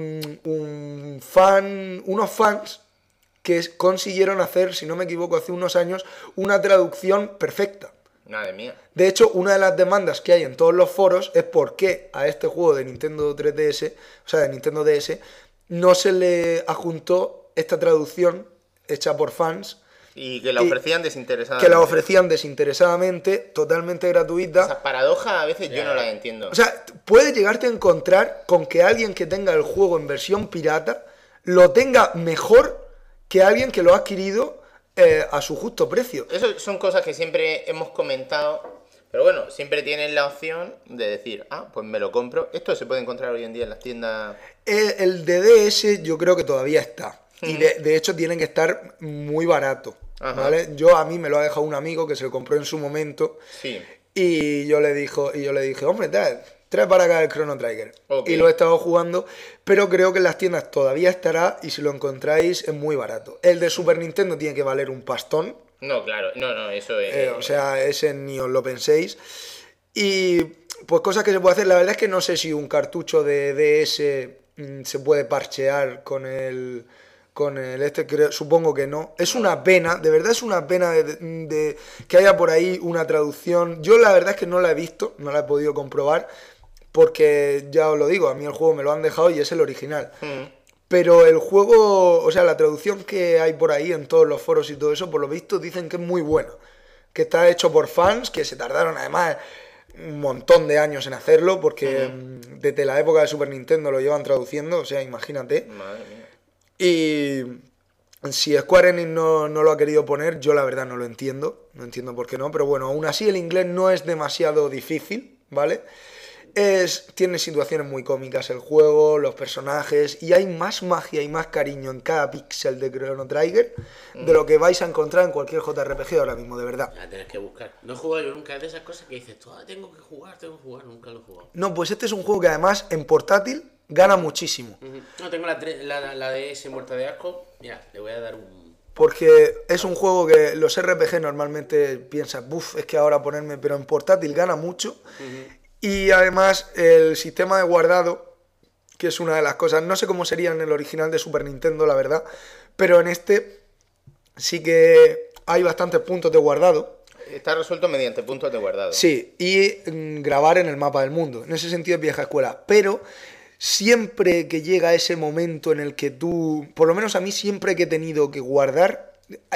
unos fans que consiguieron hacer, si no me equivoco, hace unos años, una traducción perfecta. Madre mía. De hecho, una de las demandas que hay en todos los foros es por qué a este juego de Nintendo 3DS, o sea, de Nintendo DS, no se le adjuntó esta traducción hecha por fans. Y que la ofrecían desinteresadamente. Que la ofrecían desinteresadamente, totalmente gratuita. Esa paradoja a veces yo no la entiendo. O sea, puedes llegarte a encontrar con que alguien que tenga el juego en versión pirata lo tenga mejor que alguien que lo ha adquirido a su justo precio. Eso son cosas que siempre hemos comentado, pero bueno, siempre tienen la opción de decir, pues me lo compro. Esto se puede encontrar hoy en día en las tiendas. El de DS yo creo que todavía está. Y de hecho tienen que estar muy barato. ¿Vale? A mí me lo ha dejado un amigo que se lo compró en su momento. Sí. Y yo le dije, hombre, trae para acá el Chrono Trigger. Okay. Y lo he estado jugando, pero creo que en las tiendas todavía estará y si lo encontráis es muy barato. El de Super Nintendo tiene que valer un pastón. No, claro, no, eso es... O sea, ese ni os lo penséis. Y pues cosas que se puede hacer, la verdad es que no sé si un cartucho de DS se puede parchear con el supongo que no. Es una pena, de verdad es una pena de que haya por ahí una traducción. Yo la verdad es que no la he visto, no la he podido comprobar, porque ya os lo digo, a mí el juego me lo han dejado y es el original. Pero el juego, o sea, la traducción que hay por ahí en todos los foros y todo eso, por lo visto dicen que es muy buena. Que está hecho por fans, que se tardaron además un montón de años en hacerlo, porque desde la época de Super Nintendo lo llevan traduciendo, o sea, imagínate. Madre mía. Y si Square Enix no lo ha querido poner, yo la verdad no lo entiendo. No entiendo por qué no, pero bueno, aún así el inglés no es demasiado difícil, ¿vale? Tiene situaciones muy cómicas el juego, los personajes, y hay más magia y más cariño en cada píxel de Chrono Trigger de lo que vais a encontrar en cualquier JRPG ahora mismo, de verdad. La tienes que buscar. No he jugado yo nunca, es de esas cosas que dices, tengo que jugar, nunca lo he jugado. No, pues este es un juego que además en portátil gana muchísimo. No, tengo la DS muerta de asco. Mira, le voy a dar un... Porque es un juego que los RPG normalmente piensas, es que ahora ponerme, pero en portátil gana mucho. Y además el sistema de guardado, que es una de las cosas, no sé cómo sería en el original de Super Nintendo, la verdad, pero en este sí que hay bastantes puntos de guardado. Está resuelto mediante puntos de guardado. Sí, y grabar en el mapa del mundo. En ese sentido es vieja escuela, pero siempre que llega ese momento en el que tú, por lo menos a mí siempre que he tenido que guardar,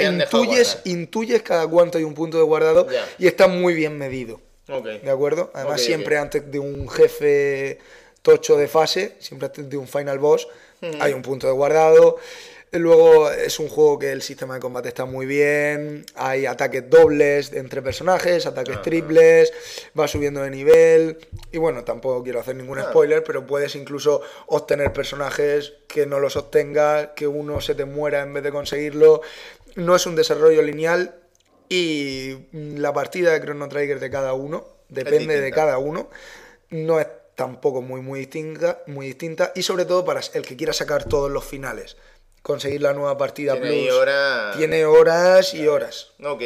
intuyes cada cuánto hay un punto de guardado y está muy bien medido. ¿De acuerdo? Además siempre antes de un jefe tocho de fase, siempre antes de un final boss, hay un punto de guardado. Luego es un juego que el sistema de combate está muy bien, hay ataques dobles entre personajes, ataques triples, va subiendo de nivel y bueno, tampoco quiero hacer ningún spoiler, pero puedes incluso obtener personajes que no los obtengas, que uno se te muera en vez de conseguirlo. No es un desarrollo lineal y la partida de Chrono Trigger de cada uno, depende de cada uno, no es tampoco muy distinta y sobre todo para el que quiera sacar todos los finales. Conseguir la nueva partida Tiene Plus horas... tiene horas y horas. Ok.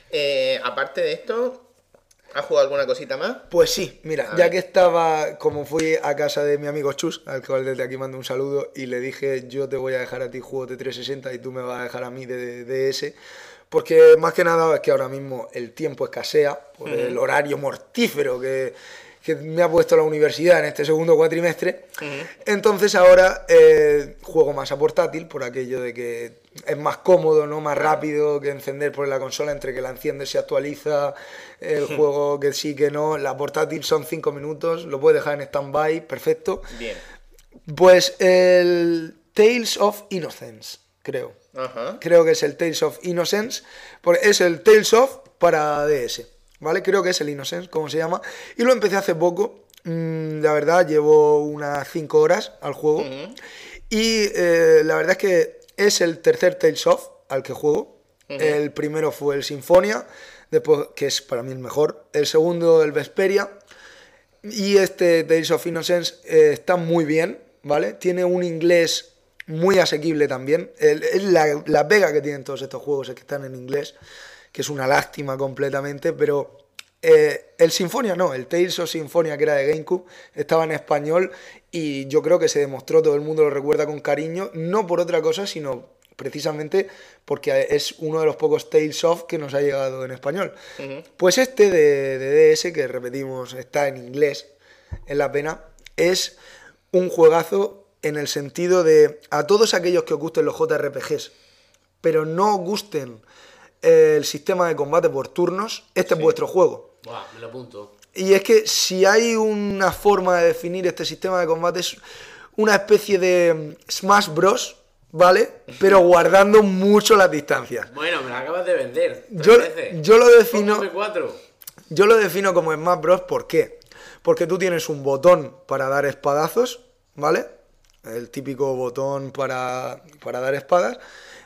Aparte de esto, ¿has jugado alguna cosita más? Pues sí, mira, ya que estaba, como fui a casa de mi amigo Chus, al cual desde aquí mando un saludo, y le dije, yo te voy a dejar a ti juegos de 360 y tú me vas a dejar a mí de DS, porque más que nada es que ahora mismo el tiempo escasea, por el horario mortífero que me ha puesto la universidad en este segundo cuatrimestre. Entonces ahora juego más a portátil por aquello de que es más cómodo, ¿no? Más rápido que encender por la consola, entre que la enciendes se actualiza el juego, que sí, que no. La portátil son 5 minutos, lo puedes dejar en stand-by, perfecto. Bien. Pues el Tales of Innocence, creo. Creo que es el Tales of Innocence, porque es el Tales of para DS. ¿Vale? Creo que es el Innocence, como se llama. Y lo empecé hace poco. La verdad, llevo unas 5 horas al juego. Y la verdad es que es el tercer Tales of al que juego. El primero fue el Sinfonia, después, que es para mí el mejor. El segundo, el Vesperia. Y este Tales of Innocence está muy bien, ¿vale? Tiene un inglés muy asequible también. Es la pega que tienen todos estos juegos, es que están en inglés. que es una lástima completamente, pero el Symphonia no, el Tales of Symphonia, que era de GameCube, estaba en español y yo creo que se demostró, todo el mundo lo recuerda con cariño, no por otra cosa, sino precisamente porque es uno de los pocos Tales of que nos ha llegado en español. Pues este de DS, que repetimos, está en inglés, es la pena, es un juegazo en el sentido de a todos aquellos que os gusten los JRPGs, pero no os gusten el sistema de combate por turnos, este es vuestro juego. Buah, me lo apunto. Y es que si hay una forma de definir este sistema de combate, es una especie de Smash Bros, ¿vale? Pero guardando mucho las distancias. Bueno, me lo acabas de vender. Yo lo defino... Póngame 4. Yo lo defino como Smash Bros. ¿Por qué? Porque tú tienes un botón para dar espadazos, ¿vale? El típico botón para dar espadas.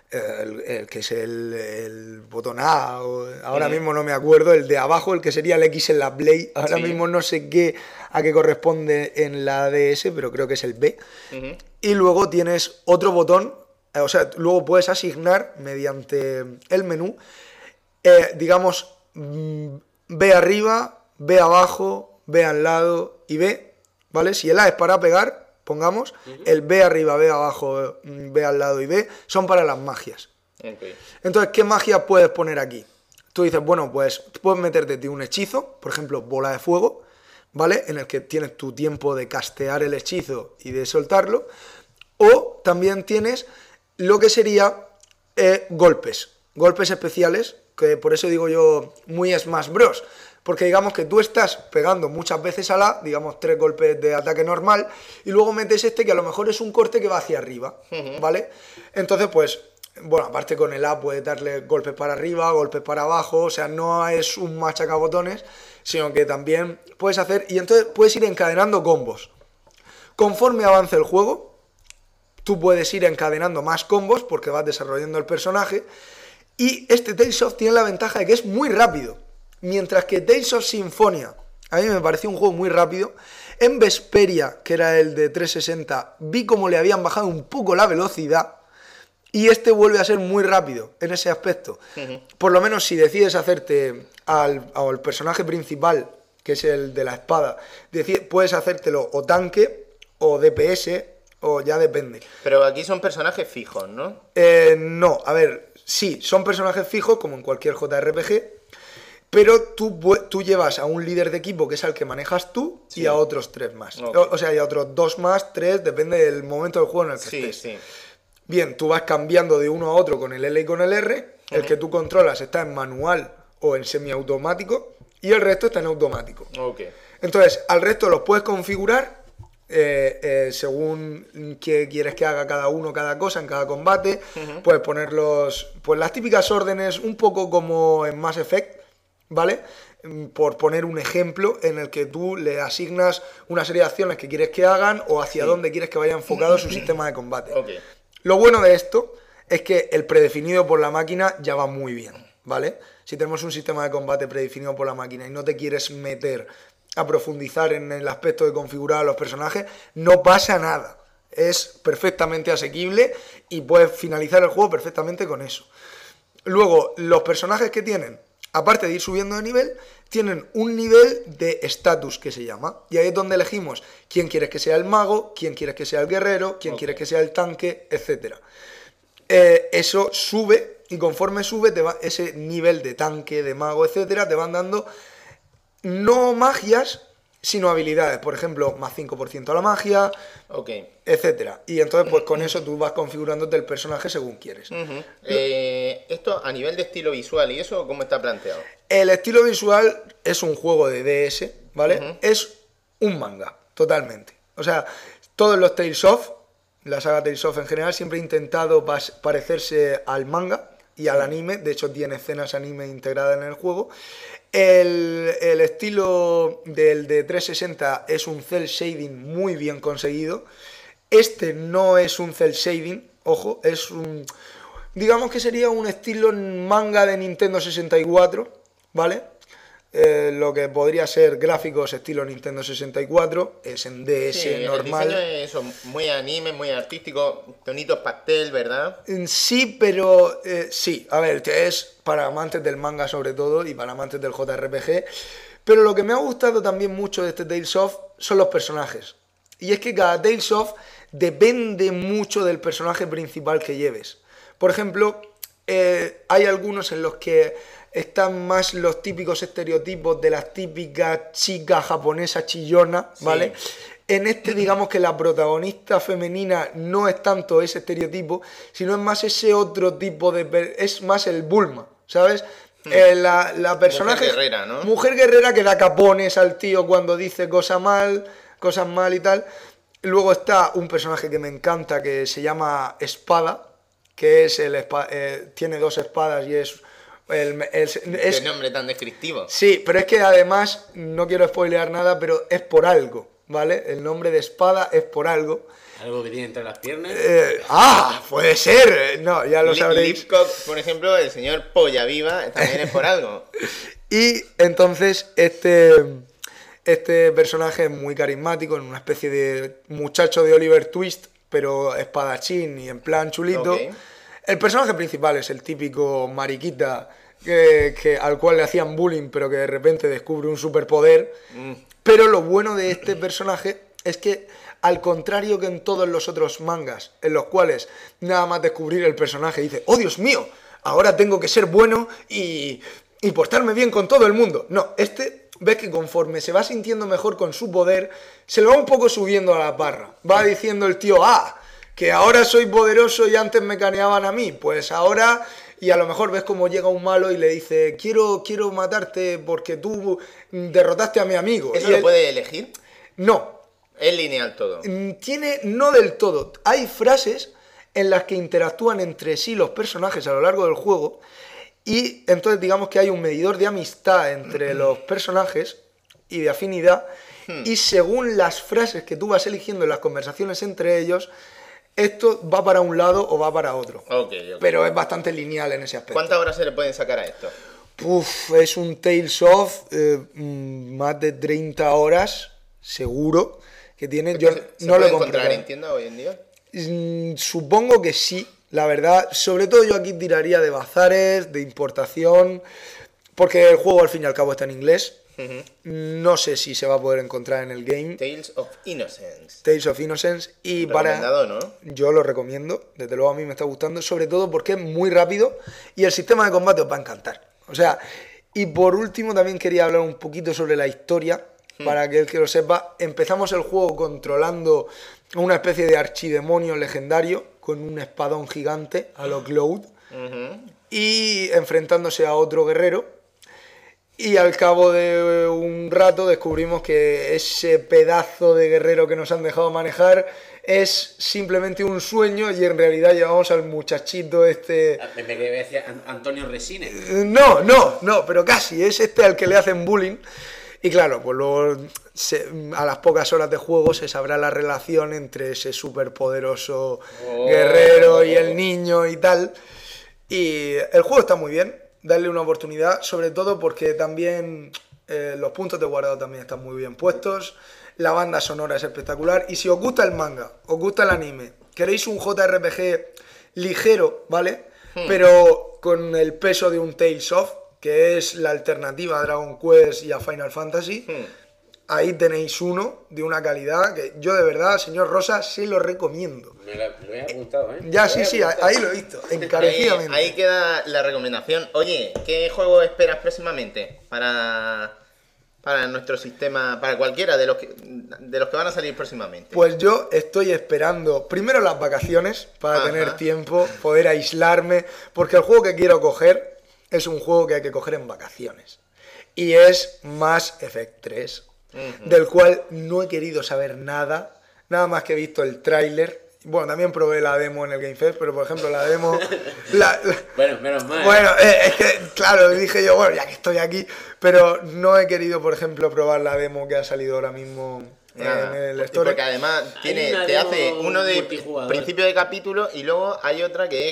El que es el botón A, ahora mismo no me acuerdo, el de abajo, el que sería el X en la Play, ahora mismo no sé a qué corresponde en la DS, pero creo que es el B. Y luego tienes otro botón, o sea, luego puedes asignar mediante el menú, digamos, B arriba, B abajo, B al lado y B, ¿vale? Si el A es para pegar, pongamos, el B arriba, B abajo, B al lado y B son para las magias. Entonces, ¿qué magia puedes poner aquí? Tú dices, bueno, pues puedes meterte un hechizo, por ejemplo, bola de fuego, ¿vale? En el que tienes tu tiempo de castear el hechizo y de soltarlo. O también tienes lo que sería golpes especiales, que por eso digo yo muy Smash Bros. Porque digamos que tú estás pegando muchas veces a la, digamos 3 golpes de ataque normal, y luego metes este que a lo mejor es un corte que va hacia arriba, ¿vale? Entonces, pues, bueno, aparte con el A puedes darle golpes para arriba, golpes para abajo, o sea, no es un machacabotones, sino que también puedes hacer, y entonces puedes ir encadenando combos. Conforme avance el juego, tú puedes ir encadenando más combos porque vas desarrollando el personaje, y este Tales of tiene la ventaja de que es muy rápido. Mientras que Tales of Symphonia, a mí me pareció un juego muy rápido, en Vesperia, que era el de 360, vi como le habían bajado un poco la velocidad, y este vuelve a ser muy rápido en ese aspecto. Por lo menos si decides hacerte al personaje principal, que es el de la espada, puedes hacértelo o tanque, o DPS, o ya depende. Pero aquí son personajes fijos, ¿no? No, a ver, sí, son personajes fijos, como en cualquier JRPG, pero tú llevas a un líder de equipo que es al que manejas tú y a otros 3 más. O sea, y a otros 2 más, 3, depende del momento del juego en el que estés. Bien, tú vas cambiando de uno a otro con el L y con el R. El que tú controlas está en manual o en semiautomático y el resto está en automático. Entonces, al resto los puedes configurar según qué quieres que haga cada uno, cada cosa en cada combate. Puedes ponerlos, pues las típicas órdenes, un poco como en Mass Effect, ¿vale? Por poner un ejemplo en el que tú le asignas una serie de acciones que quieres que hagan o hacia dónde quieres que vaya enfocado su sistema de combate. Lo bueno de esto es que el predefinido por la máquina ya va muy bien, ¿vale? Si tenemos un sistema de combate predefinido por la máquina y no te quieres meter a profundizar en el aspecto de configurar a los personajes, no pasa nada. Es perfectamente asequible y puedes finalizar el juego perfectamente con eso. Luego, los personajes que tienen, aparte de ir subiendo de nivel, tienen un nivel de estatus que se llama. Y ahí es donde elegimos quién quieres que sea el mago, quién quieres que sea el guerrero, quién quieres que sea el tanque, etc. Eso sube y conforme sube ese nivel de tanque, de mago, etc. te van dando no magias, sino habilidades. Por ejemplo, más 5% a la magia, etc. Y entonces pues con eso tú vas configurándote el personaje según quieres. Esto a nivel de estilo visual, ¿y eso cómo está planteado? El estilo visual es un juego de DS, ¿vale? Es un manga, totalmente. O sea, todos los Tales of, la saga Tales of en general, siempre he intentado parecerse al manga y al anime. De hecho tiene escenas anime integradas en el juego. El estilo del de 360 es un cel shading muy bien conseguido. Este no es un cel shading, ojo, es un... digamos que sería un estilo manga de Nintendo 64, ¿vale? lo que podría ser gráficos estilo Nintendo 64, es en DS Sí, normal. el diseño es eso, muy anime, muy artístico, tonitos pastel, ¿verdad? Sí, pero sí, a ver, que es para amantes del manga sobre todo y para amantes del JRPG. Pero lo que me ha gustado también mucho de este Tales of son los personajes. Y es que cada Tales of depende mucho del personaje principal que lleves. Por ejemplo, hay algunos en los que están más los típicos estereotipos de las típicas chicas japonesas chillonas, ¿vale? Sí. En este, digamos que la protagonista femenina no es tanto ese estereotipo, sino es más ese otro tipo de... es más el Bulma, ¿sabes? La personaje... Mujer guerrera, ¿no? Mujer guerrera que da capones al tío cuando dice cosas mal y tal. Luego está un personaje que me encanta que se llama Espada, que es tiene 2 espadas y es... Qué nombre tan descriptivo. Sí, pero es que además, no quiero spoilear nada, pero es por algo, ¿vale? El nombre de Espada es por algo. Algo que tiene entre las piernas. Puede ser. No, ya lo sabréis. Lipcock, por ejemplo, el señor Polla Viva, también es por algo. Y entonces este personaje es muy carismático, en una especie de muchacho de Oliver Twist, pero espadachín y en plan chulito. Ok. El personaje principal es el típico mariquita al cual le hacían bullying, pero que de repente descubre un superpoder. Pero lo bueno de este personaje es que, al contrario que en todos los otros mangas, en los cuales nada más descubrir el personaje dice, ¡oh Dios mío! Ahora tengo que ser bueno y portarme bien con todo el mundo. No, ves que conforme se va sintiendo mejor con su poder, se lo va un poco subiendo a la barra. Va diciendo el tío, que ahora soy poderoso y antes me caneaban a mí, pues ahora... Y a lo mejor ves como llega un malo y le dice, quiero matarte porque tú derrotaste a mi amigo. ¿Eso Y lo él, puede elegir? no, Es lineal todo. no del todo. Hay frases en las que interactúan entre sí los personajes a lo largo del juego y entonces digamos que hay un medidor de amistad entre los personajes y de afinidad y según las frases que tú vas eligiendo en las conversaciones entre ellos, esto va para un lado o va para otro. Ok. Pero es bastante lineal en ese aspecto. ¿Cuántas horas se le pueden sacar a esto? Es un Tales of más de 30 horas, seguro, que tiene. Yo ¿Se no lo puede he encontrar comprado. en tienda hoy en día? Supongo que sí, la verdad. Sobre todo yo aquí tiraría de bazares, de importación, porque el juego al fin y al cabo está en inglés. No sé si se va a poder encontrar en el game. Tales of Innocence. Tales of Innocence. Y Recomendado, ¿no? yo lo recomiendo, desde luego a mí me está gustando, sobre todo porque es muy rápido y el sistema de combate os va a encantar. O sea, y por último también quería hablar un poquito sobre la historia, para que el que lo sepa. Empezamos el juego controlando una especie de archidemonio legendario con un espadón gigante a lo Cloud y enfrentándose a otro guerrero. Y al cabo de un rato descubrimos que ese pedazo de guerrero que nos han dejado manejar es simplemente un sueño y en realidad llevamos al muchachito este... Me decía Antonio Resines. No, pero casi, es al que le hacen bullying. Y claro, pues luego a las pocas horas de juego se sabrá la relación entre ese superpoderoso guerrero y el niño y tal. Y el juego está muy bien. Darle una oportunidad, sobre todo porque también los puntos de guardado también están muy bien puestos, la banda sonora es espectacular y si os gusta el manga, os gusta el anime, queréis un JRPG ligero, ¿vale? Pero con el peso de un Tales of, que es la alternativa a Dragon Quest y a Final Fantasy, ahí tenéis uno de una calidad que yo de verdad, señor Rosa, se lo recomiendo. Me lo he apuntado, ¿eh? Ya, sí, ahí lo he visto, encarecidamente. Ahí queda la recomendación. Oye, ¿qué juego esperas próximamente para nuestro sistema, para cualquiera de los que van a salir próximamente? Pues yo estoy esperando primero las vacaciones para tener tiempo, poder aislarme, porque el juego que quiero coger es un juego que hay que coger en vacaciones. Y es Mass Effect 3, del cual no he querido saber nada más que he visto el tráiler. Bueno, también probé la demo en el Game Fest, pero por ejemplo la demo... Bueno, menos mal. Bueno, es que, claro, dije yo, bueno, ya que estoy aquí, pero no he querido, por ejemplo, probar la demo que ha salido ahora mismo en el Store. Porque además Hay una te demo hace uno de multijugador. principio de capítulo y luego hay otra que es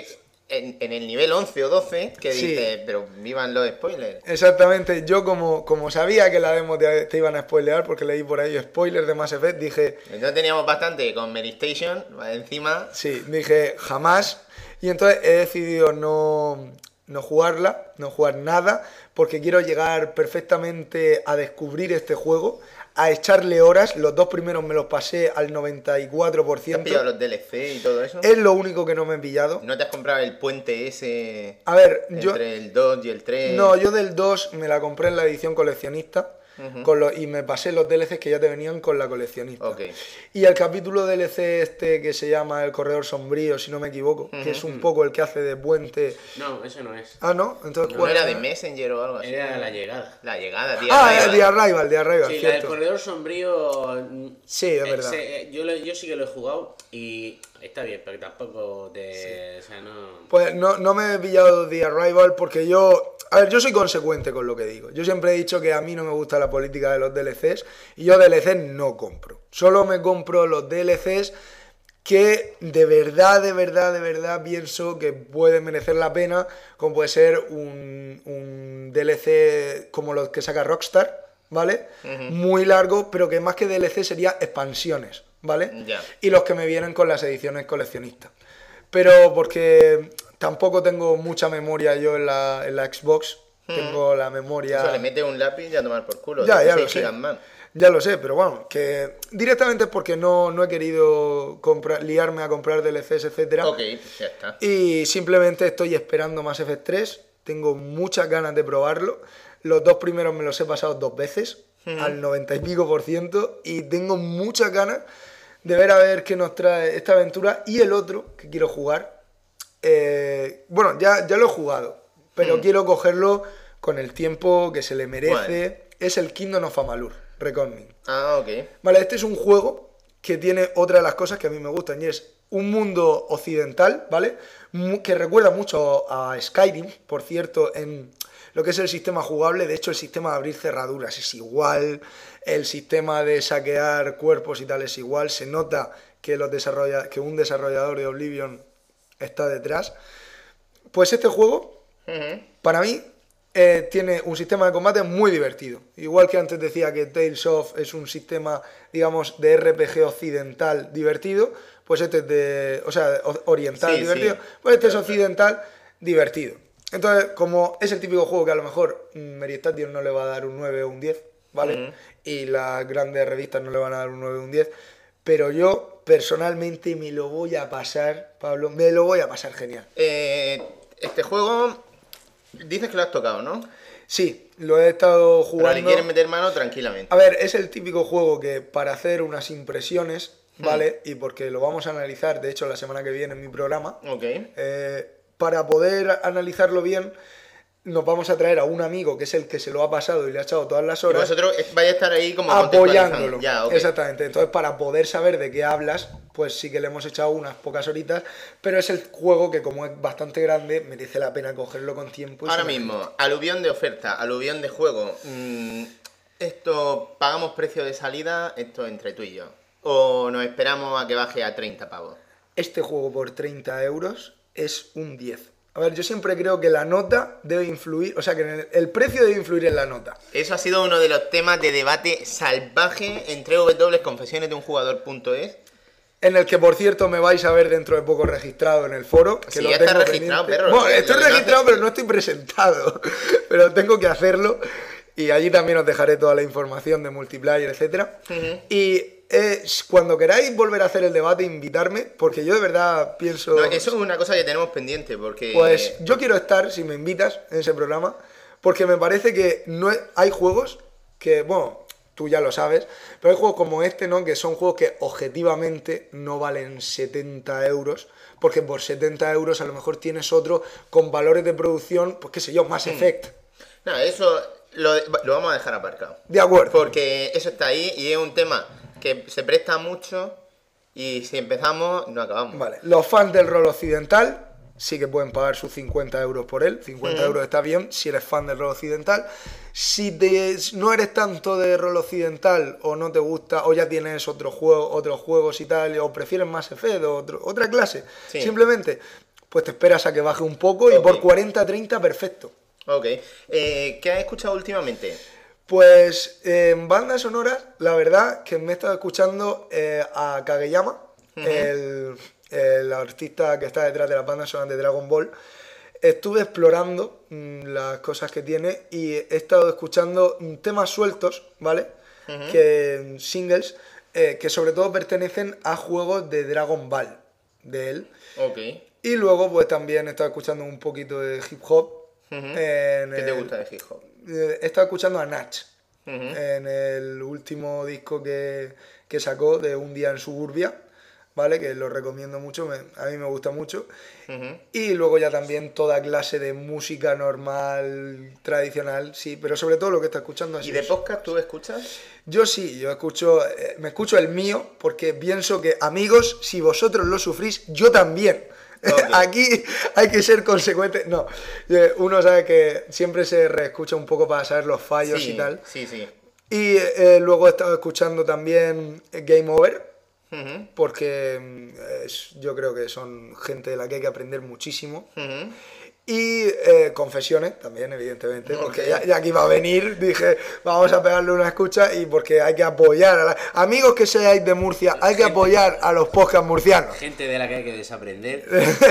en el nivel 11 o 12 que Sí. dices, pero vivan los spoilers. Exactamente, yo como sabía que la demo te iban a spoilear, porque leí por ahí spoilers de Mass Effect, dije, Entonces teníamos bastante con Mary Station, encima. sí, dije jamás. Y entonces he decidido no jugarla, no jugar nada, porque quiero llegar perfectamente a descubrir este juego, a echarle horas. Los 2 primeros me los pasé al ¿Te has 94%. pillado los DLC y todo eso? Es lo único que no me he pillado. ¿No te has comprado el puente ese A ver, yo... entre el 2 y el 3? No, yo del 2 me la compré en la edición coleccionista. Y me pasé los DLCs que ya te venían con la coleccionista. Ok. Y el capítulo DLC este que se llama El Corredor Sombrío, si no me equivoco, que es un poco el que hace de puente. No, eso no es. Ah, ¿no? Entonces, ¿No ¿cuál era de Messenger o algo así? Era la llegada. La llegada, tío. Ah, The Arrival, Sí, la del cierto. corredor sombrío. Sí, es verdad. Yo sí que lo he jugado y está bien, pero tampoco te. O sea, no. Pues no me he pillado The Arrival porque yo... A ver, yo soy consecuente con lo que digo. Yo siempre he dicho que a mí no me gusta la política de los DLCs y yo DLCs no compro. Solo me compro los DLCs que de verdad pienso que pueden merecer la pena, como puede ser un DLC como los que saca Rockstar, ¿vale? Muy largo, pero que más que DLC sería expansiones, ¿vale? Ya. Y los que me vienen con las ediciones coleccionistas. Pero porque tampoco tengo mucha memoria yo en la Xbox, tengo la memoria... Eso le mete un lápiz y a tomar por culo. Ya 16 lo sé. gigas más. Ya lo sé, pero bueno, que directamente es porque no he querido liarme a comprar DLCs, etcétera. Ok, pues ya está. Y simplemente estoy esperando Mass Effect 3. Tengo muchas ganas de probarlo. Los 2 primeros me los he pasado 2 veces, al 90 y pico %. Y tengo muchas ganas de ver a ver qué nos trae esta aventura. Y el otro que quiero jugar, bueno, ya lo he jugado, pero quiero cogerlo con el tiempo que se le merece. ¿Cuál? Es el Kingdom of Amalur: Reckoning. Ah, ok. Vale, este es un juego que tiene otra de las cosas que a mí me gustan y es un mundo occidental, ¿vale? Que recuerda mucho a Skyrim, por cierto, en lo que es el sistema jugable. De hecho, el sistema de abrir cerraduras es igual, el sistema de saquear cuerpos y tal es igual. Se nota que un desarrollador de Oblivion está detrás. Pues este juego, para mí, tiene un sistema de combate muy divertido. Igual que antes decía que Tales of es un sistema, digamos, de RPG occidental divertido, pues este es oriental Sí, divertido, sí. pues este es occidental divertido. Entonces, como es el típico juego que a lo mejor Mary Station no le va a dar un 9 o un 10, ¿vale? Y las grandes revistas no le van a dar un 9 o un 10, pero yo personalmente me lo voy a pasar, Pablo, me lo voy a pasar genial. Este juego, dices que lo has tocado, ¿no? Sí, lo he estado Pero jugando. le quieres meter mano tranquilamente. A ver, es el típico juego que para hacer unas impresiones, ¿vale? Y porque lo vamos a analizar, de hecho, la semana que viene en mi programa, Ok. para poder analizarlo bien, nos vamos a traer a un amigo que es el que se lo ha pasado y le ha echado todas las Y horas, vosotros vais a estar ahí como apoyándolo. contextualizando. Ya, ok. Exactamente. Entonces, para poder saber de qué hablas, pues sí que le hemos echado unas pocas horitas, pero es el juego que, como es bastante grande, merece la pena cogerlo con tiempo. Ahora mismo, aluvión de oferta, aluvión de juego. Esto, ¿pagamos precio de salida? Esto entre tú y yo. ¿O nos esperamos a que baje a 30 pavos? Este juego por 30 euros es un 10. A ver, yo siempre creo que la nota debe influir, o sea, que el precio debe influir en la nota. Eso ha sido uno de los temas de debate salvaje entre www.confesionesdeunjugador.es. En el que, por cierto, me vais a ver dentro de poco registrado en el foro. Que Sí, lo ya está tengo registrado, pendiente. perro. Bueno, estoy Lo que no registrado, hace- pero no estoy presentado. Pero tengo que hacerlo. Y allí también os dejaré toda la información de multiplayer, etcétera. Y cuando queráis volver a hacer el debate, invitarme, porque yo de verdad pienso... No, eso es una cosa que tenemos pendiente, porque... Pues yo quiero estar, si me invitas, en ese programa, porque me parece que hay juegos que, bueno, tú ya lo sabes, pero hay juegos como este, ¿no? Que son juegos que objetivamente no valen 70 euros, porque por 70 euros a lo mejor tienes otro con valores de producción, pues qué sé yo, Mass Effect. No, eso lo vamos a dejar aparcado. De acuerdo. Porque eso está ahí y es un tema que se presta mucho y si empezamos, no acabamos. Vale, los fans del rol occidental sí que pueden pagar sus 50 euros por él. 50 euros está bien si eres fan del rol occidental. Si no eres tanto de rol occidental o no te gusta o ya tienes otros juegos y tal, o prefieres Mass Effect o otra clase, Sí. simplemente pues te esperas a que baje un poco y Ok. por 40-30 perfecto. Ok. ¿Qué has escuchado últimamente? Pues en bandas sonoras, la verdad que me he estado escuchando a Kageyama, el artista que está detrás de las bandas sonoras de Dragon Ball. Estuve explorando las cosas que tiene y he estado escuchando temas sueltos, ¿vale? Que singles, que sobre todo pertenecen a juegos de Dragon Ball, de él. Ok. Y luego pues también he estado escuchando un poquito de hip hop. ¿Qué te gusta de hip hop? He estado escuchando a Nach en el último disco que sacó de Un Día en Suburbia, ¿vale? Que lo recomiendo mucho, a mí me gusta mucho. Y luego ya también toda clase de música normal, tradicional, sí, pero sobre todo lo que está escuchando así. ¿Y de podcast tú escuchas? Yo sí, yo escucho, me escucho el mío porque pienso que, amigos, si vosotros lo sufrís, yo también. Ok. Aquí hay que ser consecuente. No, uno sabe que siempre se reescucha un poco para saber los fallos y tal. Sí, sí. Y luego he estado escuchando también Game Over, porque yo creo que son gente de la que hay que aprender muchísimo. Y Confesiones también, evidentemente, porque ya que iba a venir, dije, vamos a pegarle una escucha y porque hay que apoyar a amigos que seáis de Murcia, hay que apoyar a los podcasts murcianos. Gente de la que hay que desaprender.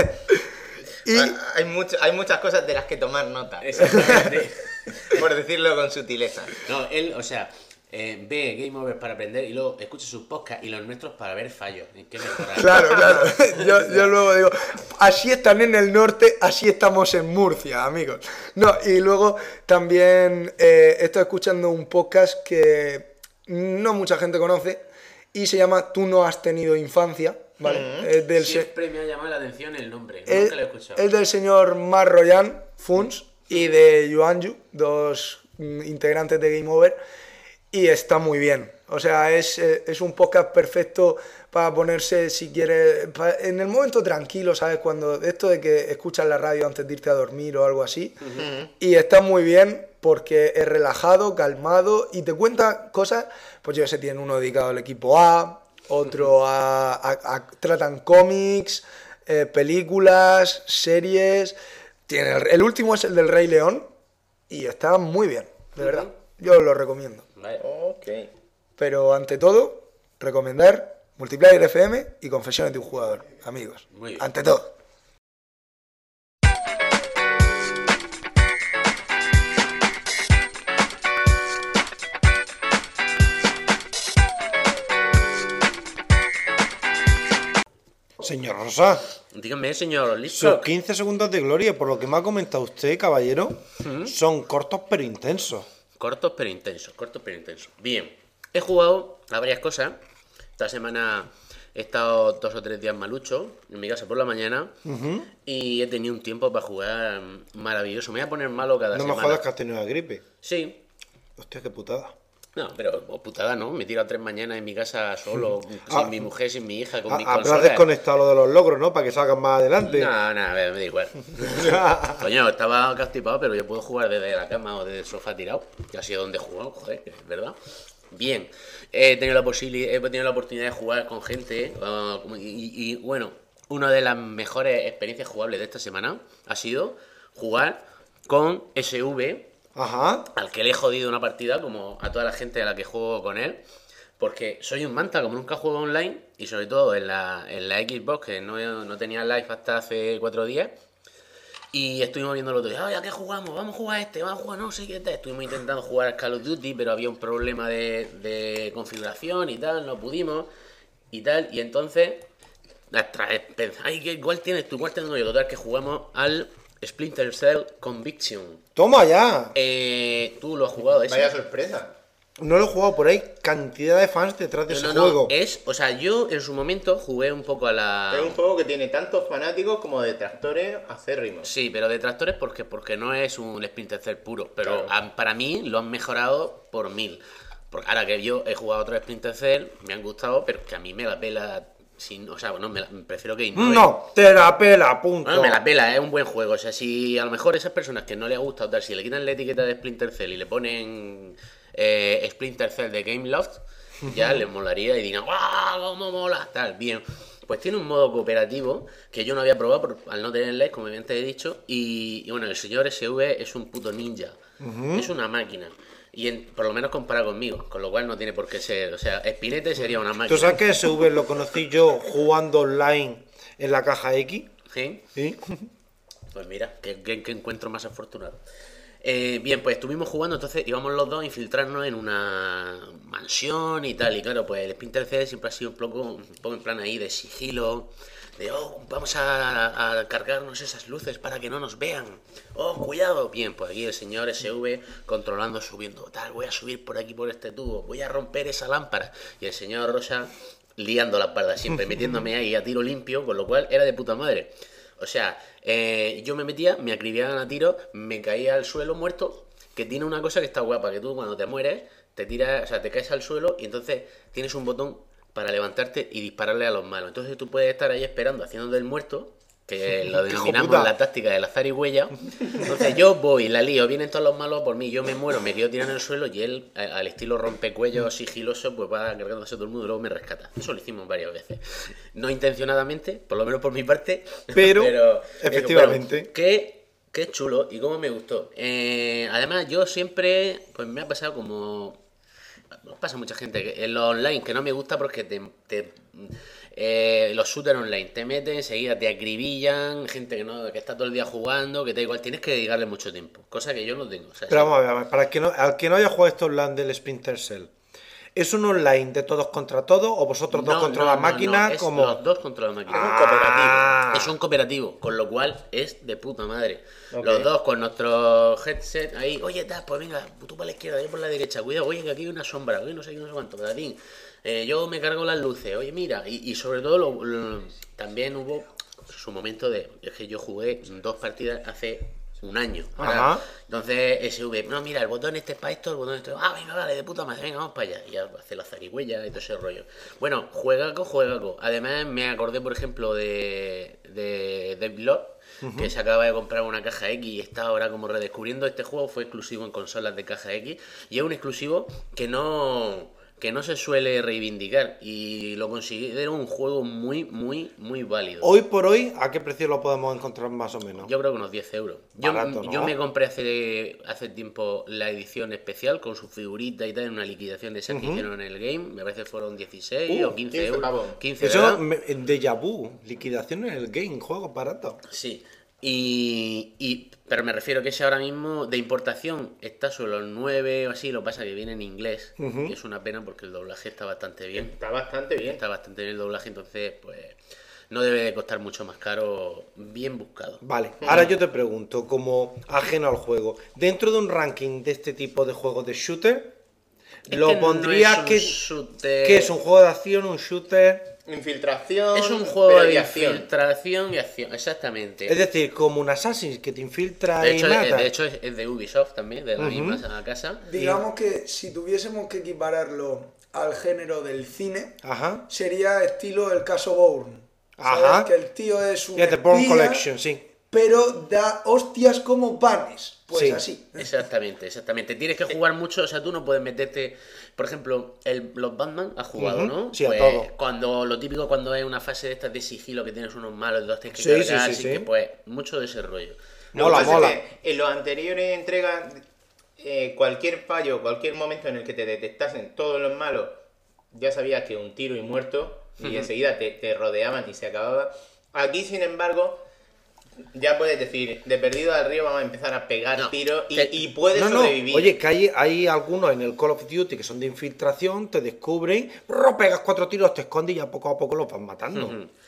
Y Hay muchas cosas de las que tomar nota, Exactamente. por decirlo con sutileza. No, él, o sea, ve Game Over para aprender y luego escucha sus podcasts y los nuestros para ver fallos. ¿En qué mejorar? claro, yo luego digo, así están en el norte, así estamos en Murcia, amigos. No, y luego también estoy escuchando un podcast que no mucha gente conoce y se llama Tú no has tenido infancia, ¿vale? Es del Siempre me ha llamado la atención el nombre. Nunca lo he escuchado. es del señor Mar Royan Funs y de Yuanju, dos integrantes de Game Over, y está muy bien. O sea, es un podcast perfecto para ponerse, si quieres, en el momento tranquilo, ¿sabes? Cuando esto de que escuchas la radio antes de irte a dormir o algo así. Y está muy bien porque es relajado, calmado y te cuenta cosas, pues yo sé, tiene uno dedicado al equipo A, otro tratan cómics, películas, series. Tiene el último es el del Rey León y está muy bien, de verdad. Yo lo recomiendo. Vale. Ok. Pero ante todo, recomendar Multiplayer FM y Confesiones de un Jugador, amigos. Muy bien. Ante todo. Señor Rosa, Dígame, señor sus Listo. 15 segundos de gloria, por lo que me ha comentado usted, caballero, son cortos pero intensos. Cortos pero intensos, cortos pero intensos. Bien, he jugado a varias cosas. Esta semana he estado 2 o 3 días malucho en mi casa por la mañana y he tenido un tiempo para jugar maravilloso. Me voy a poner malo cada No me semana. jodas que has tenido la gripe. Sí. Hostia, qué putada. No, pero putada, ¿no? Me he tirado 3 mañanas en mi casa solo, sin mi mujer, sin mi hija, con mis Habrás consolas. desconectado lo de los logros, ¿no? Para que salgan más adelante. No, me da igual. Coño, estaba constipado, pero yo puedo jugar desde la cama o desde el sofá tirado. Que ha sido donde he jugado, joder, que es verdad. Bien, he tenido la oportunidad de jugar con gente y bueno, una de las mejores experiencias jugables de esta semana ha sido jugar con SV, Ajá. al que le he jodido una partida, como a toda la gente a la que juego con él, porque soy un manta, como nunca juego online, y sobre todo en la Xbox, que no tenía live hasta hace 4 días, y estuvimos viendo el otro día, ¿a qué jugamos? Vamos a jugar vamos a jugar no sé qué tal. Estuvimos intentando jugar a Call of Duty, pero había un problema de configuración y tal, no pudimos, y tal, y entonces, ¿cuál tienes tú? ¿Cuál tengo yo? Total, que jugamos al Splinter Cell Conviction. Toma ya. Tú lo has jugado ese. Vaya sorpresa. No lo he jugado por ahí. Cantidad de fans detrás de ese juego. O sea, yo en su momento jugué un poco a la... Es un juego que tiene tantos fanáticos como detractores acérrimos. Sí, pero detractores porque no es un Splinter Cell puro. Pero Claro. para mí lo han mejorado por 1000. Porque ahora que yo he jugado otros Splinter Cell, me han gustado, pero que a mí me la pela... O sea, bueno, prefiero que ignore. No, te la pela, punto. Bueno, me la pela, es un buen juego. O sea, si a lo mejor esas personas que no les ha gustado tal, si le quitan la etiqueta de Splinter Cell y le ponen Splinter Cell de Gameloft, ya les molaría y dirán, ¡guau! ¡Cómo mola! Tal, bien. Pues tiene un modo cooperativo que yo no había probado al no tener likes, como antes he dicho. Y bueno, el señor SV es un puto ninja. Es una máquina. Y por lo menos compara conmigo, con lo cual no tiene por qué ser. O sea, Espinete sería una máquina. ¿Tú sabes que SV lo conocí yo jugando online en la caja X? ¿Sí? Sí. Pues mira, qué encuentro más afortunado. Bien, pues estuvimos jugando, entonces íbamos los dos a infiltrarnos en una mansión y tal. Y claro, pues el Splinter Cell siempre ha sido un poco en plan ahí de sigilo. De, vamos a cargarnos esas luces para que no nos vean. Cuidado. Bien, pues aquí el señor SV controlando, subiendo. Tal, voy a subir por aquí por este tubo. Voy a romper esa lámpara. Y el señor Rosa liando la parda siempre, metiéndome ahí a tiro limpio, con lo cual era de puta madre. O sea, yo me metía, me acribillaban a tiro, me caía al suelo muerto, que tiene una cosa que está guapa, que tú cuando te mueres, te tiras, o sea, te caes al suelo y entonces tienes un botón para levantarte y dispararle a los malos. Entonces tú puedes estar ahí esperando, haciendo del muerto, que lo denominamos la táctica del azar y huella. Entonces yo voy, la lío, vienen todos los malos por mí, yo me muero, me quedo tirado en el suelo y él, al estilo rompecuellos sigiloso, pues va cargándose todo el mundo y luego me rescata. Eso lo hicimos varias veces. No intencionadamente, por lo menos por mi parte, pero efectivamente. Pero, qué chulo y cómo me gustó. Además, yo siempre, pues me ha pasado como... Nos pasa a mucha gente que en lo online, que no me gusta porque los shooters online te meten, enseguida te acribillan, gente que está todo el día jugando, que da igual, tienes que dedicarle mucho tiempo, cosa que yo no tengo. O sea, pero vamos a ver, para al que no haya jugado esto online del Splinter Cell, ¿es un online de todos contra todos o vosotros dos contra la máquina? Es los dos contra la máquina. Es un cooperativo. Es un cooperativo, con lo cual es de puta madre. Okay. Los dos con nuestro headset ahí, oye, pues venga, tú para la izquierda, yo por la derecha, cuidado, oye, que aquí hay una sombra, oye, no sé qué, no sé cuánto, patatín. Yo me cargo las luces, oye, mira, y sobre todo también hubo su momento es que yo jugué 2 partidas hace un año. Entonces SV, no, mira, el botón este es para esto, el botón este, venga, vale, de puta madre, venga, vamos para allá. Y ya hace la zarigüeya y todo ese rollo. Bueno, juegaco. Además me acordé, por ejemplo, de Devlord, que se acaba de comprar una caja X y está ahora como redescubriendo. Este juego fue exclusivo en consolas de caja X y es un exclusivo que no se suele reivindicar y lo considero un juego muy, muy, muy válido. Hoy por hoy, ¿a qué precio lo podemos encontrar más o menos? Yo creo que unos 10 euros. Barato, ¿no? Yo me compré hace tiempo la edición especial con su figurita y tal, en una liquidación de esas que hicieron en el game. Me parece que fueron 16 o 15 euros. 15 Eso, en Déjà Vu, liquidación en el game, juego barato. Sí. Pero me refiero que ese ahora mismo de importación está solo en 9 o así, lo que pasa que viene en inglés, que es una pena porque el doblaje está bastante bien. Está bastante bien el doblaje, entonces pues no debe de costar mucho más caro, bien buscado. Vale, ahora yo te pregunto, como ajeno al juego, dentro de un ranking de este tipo de juegos de shooter, lo pondría no que es un juego de acción, un shooter... Infiltración. Es un juego de infiltración y acción, exactamente. Es decir, como un Assassin's que te infiltra de y hecho, mata. De hecho, es de Ubisoft también, de la misma casa. Digamos que si tuviésemos que equipararlo al género del cine, sería estilo el caso Bourne. ¿Sabes? Que el tío es un The Bourne Collection, sí. Pero da hostias como panes. Pues sí. Así. Exactamente. Tienes que jugar mucho, o sea, tú no puedes meterte... Por ejemplo, los Batman has jugado, ¿no? Sí, pues, a todo. Lo típico cuando hay una fase de estas de sigilo que tienes unos malos, dos tienes que cargar, así que pues mucho de ese rollo. Mola. Es que en los anteriores entregas, cualquier fallo, cualquier momento en el que te detectasen todos los malos, ya sabías que un tiro y muerto, y enseguida te rodeaban y se acababa. Aquí, sin embargo... Ya puedes decir, de perdido al río vamos a empezar a pegar tiros y puedes sobrevivir. Oye, que hay algunos en el Call of Duty que son de infiltración, te descubren, pegas 4 tiros, te escondes y ya poco a poco los vas matando.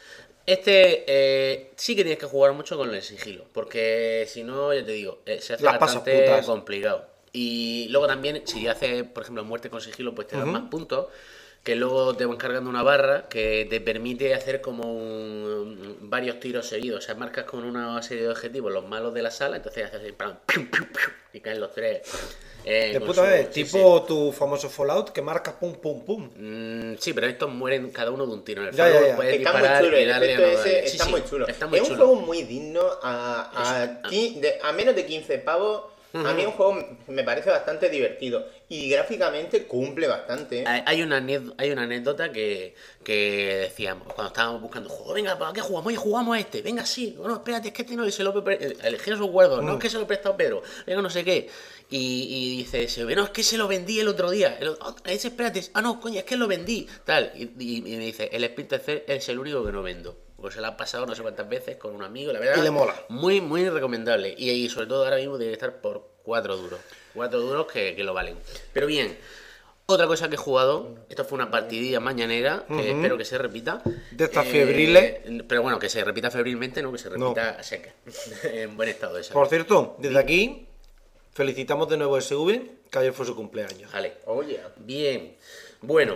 Sí que tienes que jugar mucho con el sigilo, porque si no, ya te digo, se hace bastante complicado. Y luego también, si haces, por ejemplo, muerte con sigilo, pues te dan más puntos. Que luego te van cargando una barra que te permite hacer como varios tiros seguidos. O sea, marcas con una serie de objetivos los malos de la sala, entonces haces en plan y caen los 3. De puta vez, tipo tu famoso Fallout que marcas pum pum pum. Sí, pero estos mueren cada uno de un tiro. En el Fallout puedes disparar y darle está muy chulo. Es un juego muy digno a menos de 15 pavos. A mí un juego me parece bastante divertido y gráficamente cumple bastante. Hay una anécdota que decíamos cuando estábamos buscando juegos. Venga, ¿para qué jugamos? Oye, jugamos a este. Venga, sí. No, espérate, es que este no se lo el Gears of War 2, no es que se lo he prestado Pedro. Venga, no sé qué. Y dice, no, es que se lo vendí el otro día. Ese, espérate. Ah, no, coño, es que lo vendí. Tal. Y me dice, el Splinter Cell es el único que no vendo. Pues se la ha pasado no sé cuántas veces con un amigo, la verdad. Y le mola. Muy, muy recomendable. Y sobre todo ahora mismo tiene que estar por 4 duros. 4 duros que lo valen. Pero bien, otra cosa que he jugado, esto fue una partidilla mañanera, que espero que se repita. De estas febriles. Pero bueno, que se repita febrilmente, no que se repita a seca. En buen estado de salud. Por cierto, desde aquí felicitamos de nuevo a SV, que ayer fue su cumpleaños. Vale. Oye. Bien. Bueno,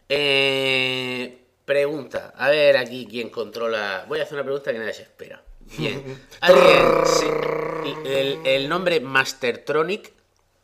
pregunta. A ver aquí quién controla. Voy a hacer una pregunta que nadie se espera. Bien. ¿El nombre Mastertronic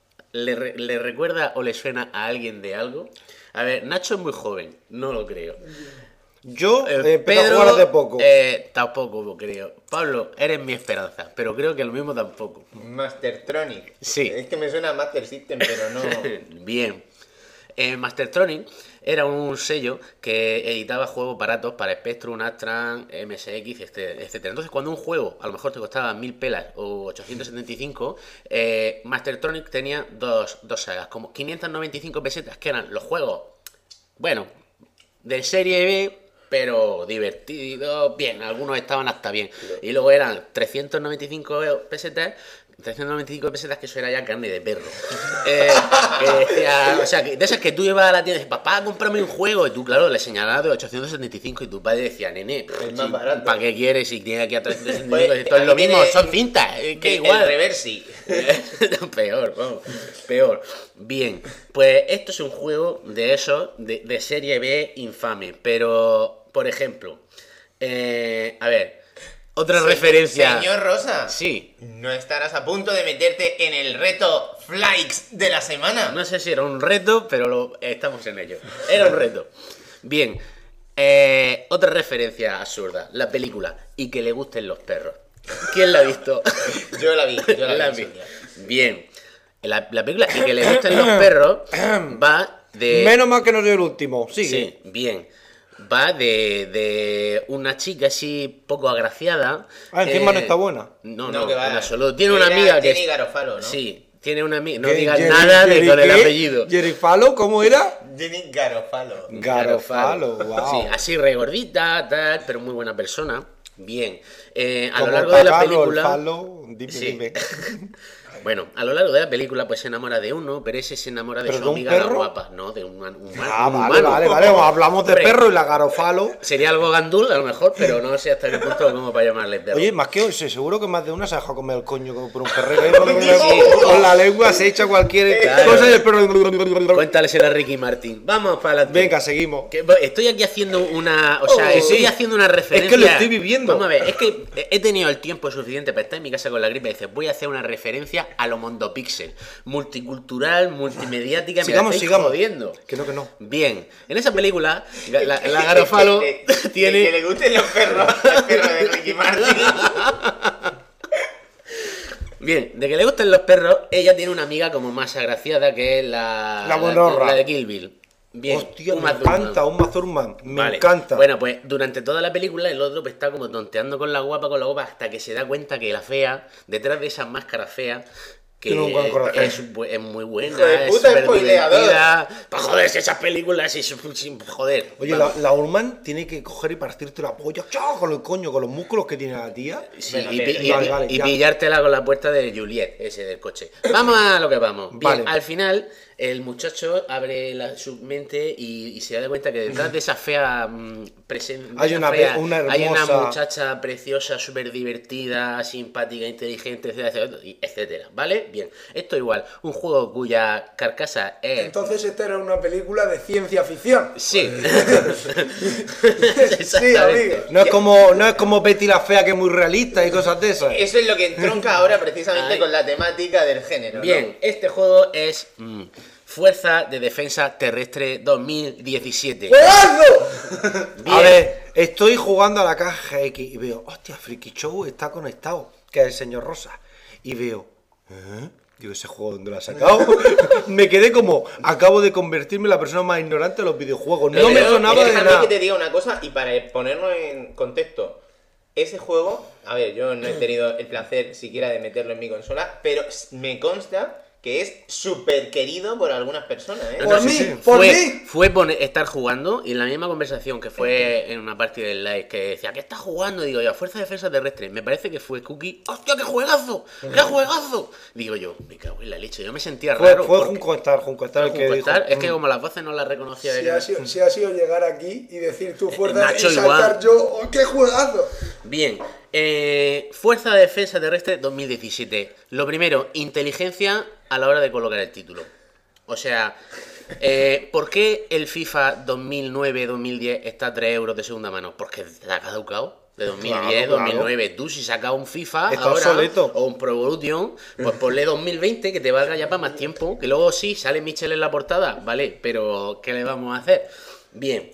le recuerda o le suena a alguien de algo? A ver, Nacho es muy joven, no lo creo. Yo empecé a jugar hace poco. Tampoco lo creo. Pablo, eres mi esperanza, pero creo que lo mismo tampoco. Mastertronic. Sí. Es que me suena a Master System, pero no. Bien. Mastertronic era un sello que editaba juegos baratos para Spectrum, Astran, MSX, etcétera. Entonces, cuando un juego a lo mejor te costaba 1000 pelas o 875, Mastertronic tenía dos sagas, como 595 pesetas, que eran los juegos, bueno, de serie B, pero divertidos, bien, algunos estaban hasta bien. Y luego eran 395 pesetas, que eso era ya carne de perro. Que decía, o sea, de esas que tú ibas a la tienda y dices, papá, cómprame un juego. Y tú, claro, le señalabas de 875 y tu padre decía, nene, es más barato. ¿Para qué quieres si tiene aquí a 375? Pues, Esto es lo aquí mismo, tiene son cintas, que igual. El Reversi. Peor, vamos, peor. Bien, pues esto es un juego de esos, de serie B infame. Pero, por ejemplo, a ver, otra referencia. Señor Rosa. Sí. ¿No estarás a punto de meterte en el reto Flikes de la semana? No sé si era un reto, pero estamos en ello. Era un reto. Bien. Otra referencia absurda. La película. Y que le gusten los perros. ¿Quién la ha visto? Yo la vi. La vi. Bien. La película Y que le gusten los perros va de... Menos mal que no soy el último. Sigue. Sí, bien. Va de una chica así poco agraciada. Encima no está buena. No, que va. en absoluto. Tiene una amiga que... Jenny Garofalo, ¿no? Sí, tiene una amiga... No digas nada con el apellido. ¿Jerifalo? ¿Cómo era? Jenny Garofalo. Garofalo, wow. Sí, así regordita, tal, pero muy buena persona. Bien. A lo Como largo de la Pagano, película... el falo, dime, Sí. dime. Bueno, a lo largo de la película pues se enamora de uno, pero ese se enamora de ¿Pero su de un amiga la perro? guapa, ¿no? De un humano. Ah, vale. Hablamos de Hombre, perro y la garofalo. Sería algo gandul a lo mejor, pero no sé hasta qué punto como para llamarle perro. Oye, más que hoy, seguro que más de una se ha dejado comer el coño por un perrero. Con la lengua se echa cualquier Claro. cosa y el perro... Cuéntaleselo a Ricky Martin. Vamos para adelante. Venga, seguimos. Que estoy aquí haciendo una... O sea, Oh, estoy sí. haciendo una referencia... Es que lo estoy viviendo. Vamos a ver, es que he tenido el tiempo suficiente para estar en mi casa con la gripe y decir, voy a hacer una referencia a lo Mondopixel. Multicultural, multimediática, me la estáis jodiendo. Que no. Bien, en esa película, la Garofalo tiene... Que le gusten los perros al perro de Ricky Martin. Bien, de que le gusten los perros, ella tiene una amiga como más agraciada que es La buenorra. la de Kill Bill. Bien, Hostia, me Uma Thurman. encanta, Uma Thurman. Me Vale. encanta. Bueno, pues durante toda la película el otro pues está como tonteando con la guapa, hasta que se da cuenta que la fea, detrás de esa máscara fea, que Tiene un buen corazón. es muy buena, Hijo de es puta, súper spoileador. divertida. Pues joder, si esas películas y joder. Oye, vamos. la Urman tiene que coger y partirte la polla. ¡Chao! Con el coño, con los músculos que tiene la tía. Sí, Bueno, y, pero- pi- y- Vale, y ya. pillártela con la puerta de Juliet, ese del coche. Vamos a lo que vamos. Bien, Vale. al final, el muchacho abre su mente y se da cuenta que detrás de esa fea presencia Hay una hay una hermosa- muchacha preciosa, súper divertida, simpática, inteligente, etcétera, etcétera. ¿Vale? Bien. Esto igual, un juego cuya carcasa es... Entonces esta era una película de ciencia ficción. Sí. Sí, amigo. No es como Betty la fea, que es muy realista y cosas de esas. Eso es lo que entronca ahora precisamente Ay. con la temática del género. ¿no? Bien, este juego es Fuerza de Defensa Terrestre 2017. ¡Juegazo! Bien. A ver, estoy jugando a la caja X y veo, hostia, Freaky Show está conectado, que es el señor Rosa. Y veo, Digo, ¿ese juego dónde lo has sacado? Me quedé como, acabo de convertirme en la persona más ignorante de los videojuegos. No me sonaba de Déjame nada. que te diga una cosa y para ponernos en contexto. Ese juego, a ver, yo no he tenido el placer siquiera de meterlo en mi consola, pero me consta que es súper querido por algunas personas, ¿eh? Por mí, sí. por mí. Fue estar jugando y en la misma conversación que fue en una partida del live que decía, ¿qué estás jugando? Digo yo, Fuerza de Defensa Terrestre. Me parece que fue Cookie. ¡Hostia, qué juegazo! ¡Qué juegazo! Digo yo, me cago en la leche. Yo me sentía raro. Fue porque- Junco Star el que Junco dijo. Star, es que como las voces no las reconocía de Si ha sido llegar aquí y decir tu fuerza Nacho y saltar igual. yo, ¡oh, qué juegazo! Bien, Fuerza de Defensa Terrestre 2017. Lo primero, inteligencia a la hora de colocar el título. O sea, ¿por qué el FIFA 2009-2010 está a 3 euros de segunda mano? Porque te ha caducado. De 2010, Claro, 2009. Tú si sacas un FIFA Está ahora obsoleto. o un Pro Evolution, pues ponle 2020 que te valga ya para más tiempo. Que luego sí, sale Michel en la portada, vale, pero ¿qué le vamos a hacer? Bien.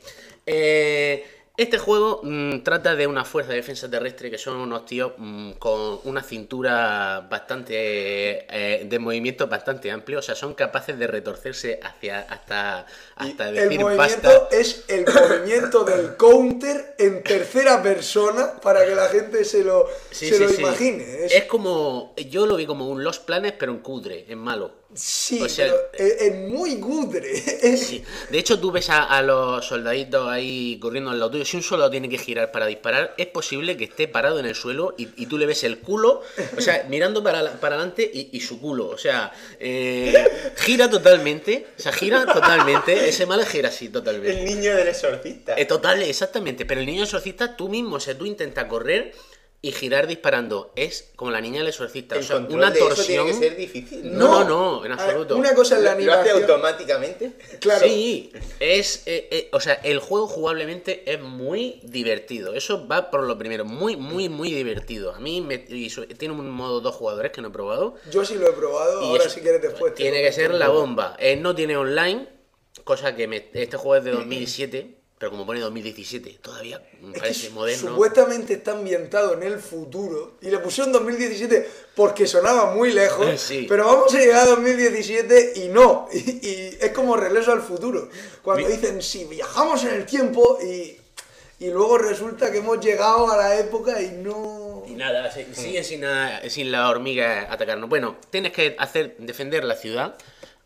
Este juego trata de una fuerza de defensa terrestre que son unos tíos con una cintura bastante de movimiento bastante amplio, o sea, son capaces de retorcerse hasta El decir movimiento basta. es el movimiento del counter en tercera persona para que la gente se lo Sí, se sí, lo sí. imagine. Es como, yo lo vi como un Lost Planet, pero en cutre, en malo. Sí, o sea, pero es muy cutre. Sí. De hecho, tú ves a los soldaditos ahí corriendo al lado tuyo. Si un soldado tiene que girar para disparar, es posible que esté parado en el suelo y tú le ves el culo, o sea, mirando para adelante y su culo. O sea, gira totalmente. O sea, gira totalmente. Ese mal gira así totalmente. El niño del exorcista. Total, exactamente. Pero el niño exorcista, tú mismo, o sea, tú intentas correr y girar disparando. Es como la niña del exorcista. O El sea, control una de eso torsión. tiene que ser difícil. No, en A ver, absoluto. Una cosa es la ¿Lo hace animación. automáticamente? Claro. Sí, o sea, el juego jugablemente es muy divertido. Eso va por lo primero, muy, muy, muy divertido. A mí tiene un modo 2 jugadores que no he probado. Yo sí lo he probado, Y ahora eso si quieres después. te tiene lo que ser cuento. la bomba. No tiene online, cosa que este juego es de 2007, pero como pone 2017, todavía me Es que parece moderno. supuestamente está ambientado en el futuro y le pusieron 2017 porque sonaba muy lejos, Sí. pero vamos a llegar a 2017 y no, y es como regreso al futuro, cuando dicen si viajamos en el tiempo y luego resulta que hemos llegado a la época y no... Y nada, siguen sin la hormiga atacarnos. Bueno, tienes que defender la ciudad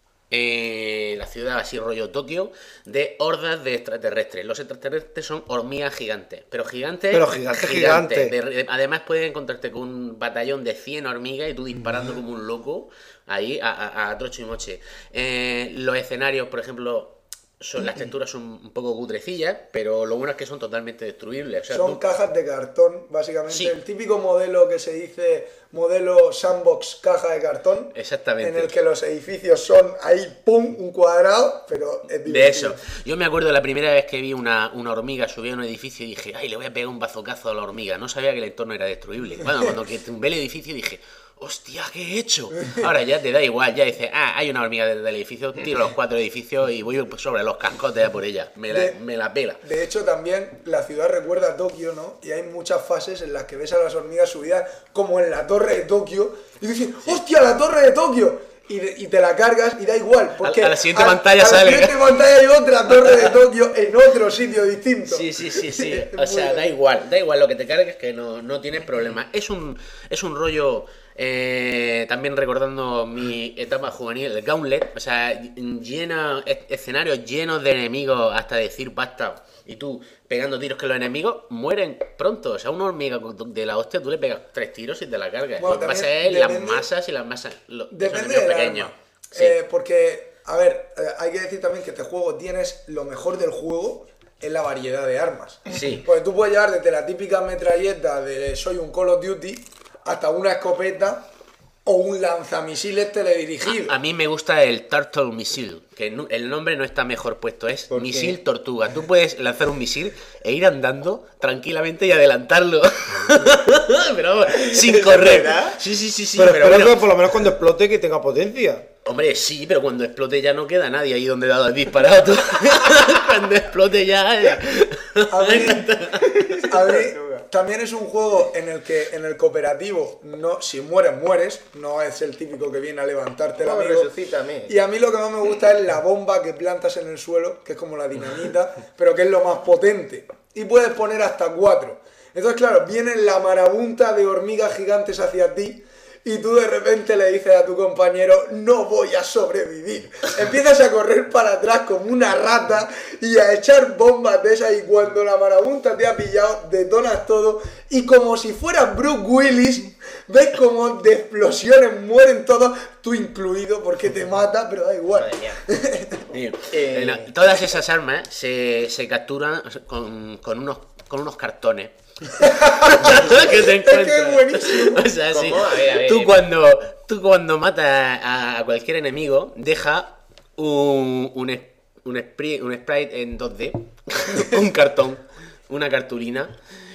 así rollo Tokio, de hordas de extraterrestres. Los extraterrestres son hormigas gigantes, pero gigantes. gigantes. Además puedes encontrarte con un batallón de 100 hormigas y tú disparando como un loco ahí a trocho y moche. Los escenarios, por ejemplo, las texturas son un poco cutrecillas, pero lo bueno es que son totalmente destruibles. O sea, Son tú- cajas de cartón, básicamente. Sí. El típico modelo que se dice modelo sandbox caja de cartón. Exactamente. En el que los edificios son ahí, pum, un cuadrado, pero es divertido. De eso. Yo me acuerdo la primera vez que vi una hormiga subir a un edificio y dije, ay, le voy a pegar un bazocazo a la hormiga. No sabía que el entorno era destruible. Bueno, cuando que tumbé el edificio dije, hostia, ¿qué he hecho? Ahora ya te da igual, ya dices, hay una hormiga del edificio, tiro los 4 edificios y voy sobre los cascotes a por ella. Me la pela. De hecho, también la ciudad recuerda a Tokio, ¿no? Y hay muchas fases en las que ves a las hormigas subidas como en la torre de Tokio y dices, ¡hostia, la torre de Tokio! Y te la cargas y da igual. Porque A la siguiente pantalla sale. A la siguiente pantalla hay otra torre de Tokio en otro sitio distinto. Sí. Es O sea, muy- da igual lo que te cargues, que no tienes problema. Es un rollo, también recordando mi etapa juvenil, el Gauntlet, o sea, escenarios llenos de enemigos hasta decir basta. Y tú pegando tiros que los enemigos mueren pronto. O sea, una hormiga de la hostia, tú le pegas 3 tiros y te la cargas. Bueno, Lo que pasa también es las depende- masas y las masas. Esos Depende enemigos del pequeños. arma. Sí. Porque, a ver, hay que decir también que este juego tienes lo mejor del juego es la variedad de armas. Sí. Porque tú puedes llevar desde la típica metralleta de soy un Call of Duty hasta una escopeta o un lanzamisiles teledirigido. A mí me gusta el Turtle Missile, que el nombre no está mejor puesto, es ¿Por qué? misil tortuga. Tú puedes lanzar un misil e ir andando tranquilamente y adelantarlo. Pero vamos, sin correr. ¿Verdad? Sí, Pero pero espero bueno. que por lo menos cuando explote que tenga potencia. Hombre, sí, pero cuando explote ya no queda nadie ahí donde has disparado tú. Cuando explote ya... A mí, también es un juego en el que en el cooperativo, no, si mueres, mueres. No es el típico que viene a levantarte el Oh, amigo. resucítame. Y a mí lo que más me gusta es la bomba que plantas en el suelo, que es como la dinamita, pero que es lo más potente. Y puedes poner hasta 4. Entonces, claro, viene la marabunta de hormigas gigantes hacia ti y tú de repente le dices a tu compañero, no voy a sobrevivir. Empiezas a correr para atrás como una rata y a echar bombas de esas, y cuando la marabunta te ha pillado, detonas todo y como si fueras Bruce Willis, ves como de explosiones mueren todos, tú incluido, porque te mata, pero da igual. Tío, todas esas armas se capturan con unos cartones. Que te Es que es buenísimo. O sea, sí. ¿Cómo? A ver. Tú cuando matas a cualquier enemigo, deja un sprite en 2D, un cartón, una cartulina.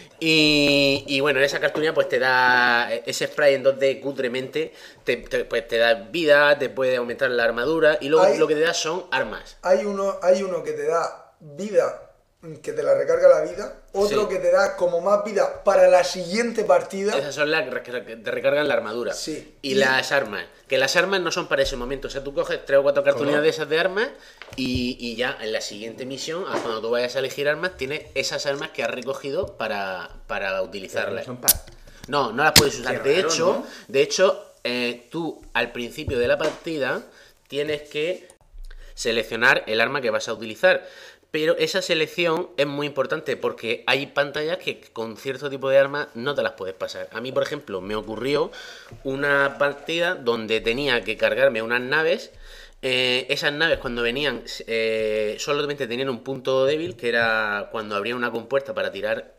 Y bueno, en esa cartulina pues te da ese spray en 2D cutremente, pues te da vida, te puede aumentar la armadura y luego lo que te da son armas. Hay uno que te da vida, que te la recarga la vida, otro Sí. que te da como más vida para la siguiente partida. Esas son las que te recargan la armadura. Sí. Y las armas. Que las armas no son para ese momento. O sea, tú coges 3 o 4 cartulinas de esas de armas y ya en la siguiente misión, cuando tú vayas a elegir armas, tienes esas armas que has recogido para utilizarlas. No las puedes usar. Qué raro, De hecho, tú al principio de la partida tienes que seleccionar el arma que vas a utilizar. Pero esa selección es muy importante porque hay pantallas que con cierto tipo de armas no te las puedes pasar. A mí, por ejemplo, me ocurrió una partida donde tenía que cargarme unas naves. Esas naves cuando venían solamente tenían un punto débil, que era cuando abría una compuerta para tirar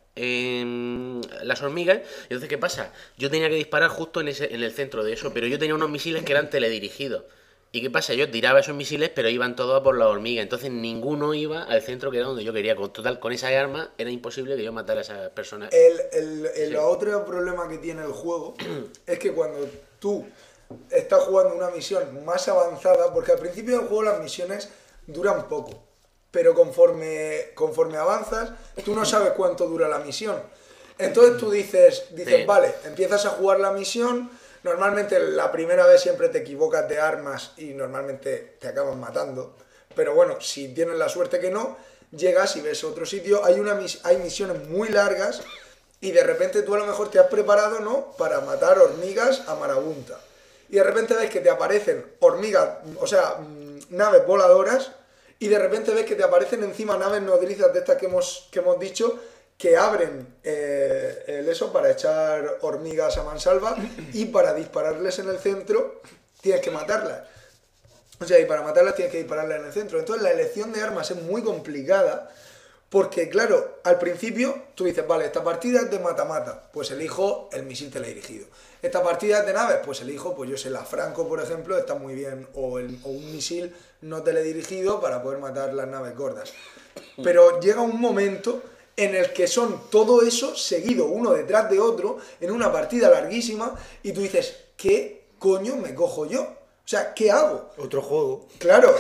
las hormigas. Y entonces, ¿qué pasa? Yo tenía que disparar justo en el centro de eso, pero yo tenía unos misiles que eran teledirigidos. ¿Y qué pasa? Yo tiraba esos misiles, pero iban todos a por la hormiga. Entonces ninguno iba al centro que era donde yo quería. Con esa arma era imposible que yo matara a esas personas. El otro problema que tiene el juego es que cuando tú estás jugando una misión más avanzada, porque al principio del juego las misiones duran poco, pero conforme avanzas, tú no sabes cuánto dura la misión. Entonces tú dices, Sí. vale, empiezas a jugar la misión. Normalmente la primera vez siempre te equivocas de armas y normalmente te acaban matando. Pero bueno, si tienes la suerte que no, llegas y ves otro sitio. Hay misiones muy largas y de repente tú a lo mejor te has preparado, ¿no?, para matar hormigas a marabunta. Y de repente ves que te aparecen hormigas, o sea, naves voladoras, y de repente ves que te aparecen encima naves nodrizas de estas que hemos dicho, que abren eso para echar hormigas a mansalva, y para dispararles en el centro tienes que matarlas. O sea, y para matarlas tienes que dispararlas en el centro. Entonces la elección de armas es muy complicada porque, claro, al principio tú dices, vale, esta partida es de mata-mata, pues elijo el misil teledirigido. Esta partida es de naves, pues elijo, pues yo sé, la Franco, por ejemplo, está muy bien, o un misil no teledirigido para poder matar las naves gordas. Pero llega un momento en el que son todo eso seguido uno detrás de otro en una partida larguísima y tú dices, ¿qué coño me cojo yo? O sea, ¿qué hago? Otro juego. Claro,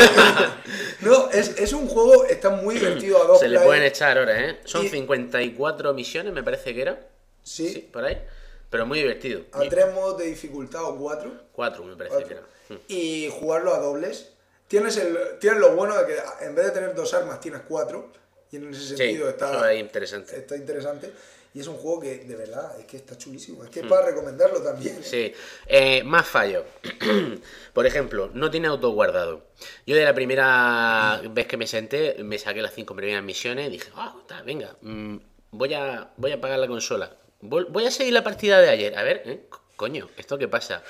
no, es un juego, está muy divertido a dos Se le players. pueden echar horas, ¿eh? Son Y- 54 misiones, me parece que era. Sí, Por ahí. Pero muy divertido. a 3 modos de dificultad o 4. 4 me parece que era. Y jugarlo a dobles. Tienes lo bueno de que en vez de tener 2 armas tienes 4. Y en ese Sí, sentido eso es interesante. está interesante. Y es un juego que, de verdad, es que está chulísimo. Es que es para recomendarlo también. Sí, más fallos. Por ejemplo, no tiene autoguardado. Yo de la primera vez que me senté, me saqué las 5 primeras misiones y dije, venga, voy a apagar la consola. Voy a seguir la partida de ayer. A ver, coño, ¿esto qué pasa?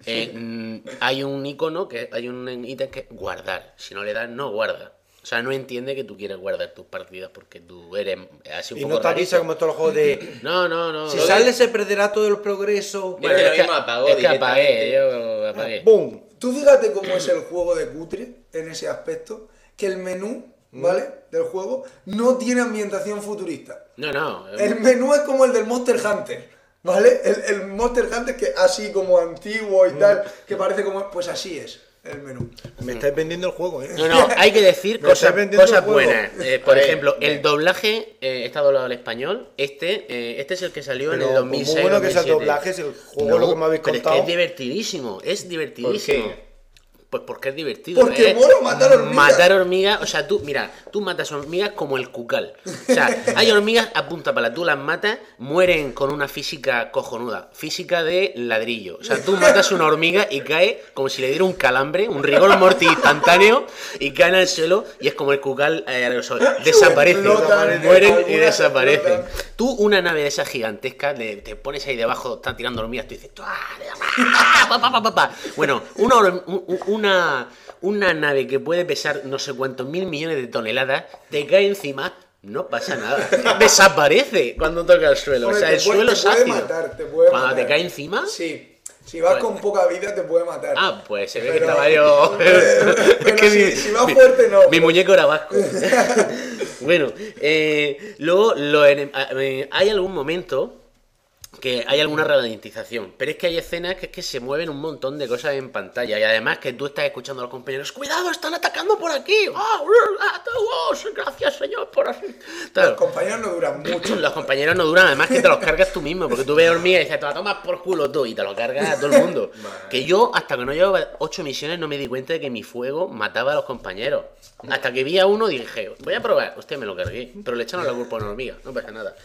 Hay un icono, hay un ítem que guardar. Si no le das, no guarda. O sea, no entiende que tú quieres guardar tus partidas porque tú eres así un Y poco no te avisa rarito. como todos los juegos de... No. Si sale se perderá todo el progreso. Bueno, es lo que, mismo apagó es que apagué, directamente. yo apagué. ¡Bum! Tú fíjate cómo es el juego de cutre en ese aspecto, que el menú, ¿vale?, del juego no tiene ambientación futurista. No. El menú es como el del Monster Hunter, ¿vale? El Monster Hunter que así como antiguo y tal, que parece como... Pues así es. el menú. Me estáis vendiendo el juego, ¿eh? No, hay que decir Me estáis vendiendo cosas el juego. buenas. Por A ver, ejemplo, bien. el doblaje está doblado al español. Este es el que salió en el Pero 2006. muy bueno que sea el 2007. doblaje, es el juego lo que me habéis pero contado. es que es divertidísimo, es divertidísimo. ¿Por qué? Pues porque es divertido. Porque mola matar hormigas. Matar hormigas, o sea, tú matas hormigas como el cucal. O sea, hay hormigas a punta pala, tú las matas, mueren con una física cojonuda, física de ladrillo. O sea, tú matas una hormiga y cae como si le diera un calambre, un rigor mortis instantáneo, y cae en el suelo y es como el cucal aerosol. Desaparecen, Explotan, mueren y algunas desaparecen. explotan. Tú, una nave de esas gigantescas, te pones ahí debajo, están tirando hormigas, tú dices, ¡ah! Bueno, una nave que puede pesar no sé cuántos mil millones de toneladas, te cae encima, no pasa nada. Desaparece cuando toca el suelo. Hombre, o sea, el te puede- suelo te es puede ácido. matar, te puede Cuando matar. te cae encima, Sí. Si vas con poca vida te puede matar. ah, pues se ve que Pero- estaba yo. pero si vas fuerte, no. Mi muñeco era vasco. Bueno, luego hay algún momento que hay alguna ralentización, pero es que hay escenas que se mueven un montón de cosas en pantalla y además que tú estás escuchando a los compañeros, cuidado, están atacando por aquí. Gracias, señor, por así. Claro. Los compañeros no duran mucho. Los compañeros no duran, además que te los cargas tú mismo, porque tú ves hormigas y dices, te la tomas por culo tú, y te lo cargas a todo el mundo. Que yo, hasta que no llevaba 8 misiones, no me di cuenta de que mi fuego mataba a los compañeros. Hasta que vi a uno y dije, voy a probar. Hostia, me lo cargué, pero le echaron la culpa a una hormiga, no pasa nada.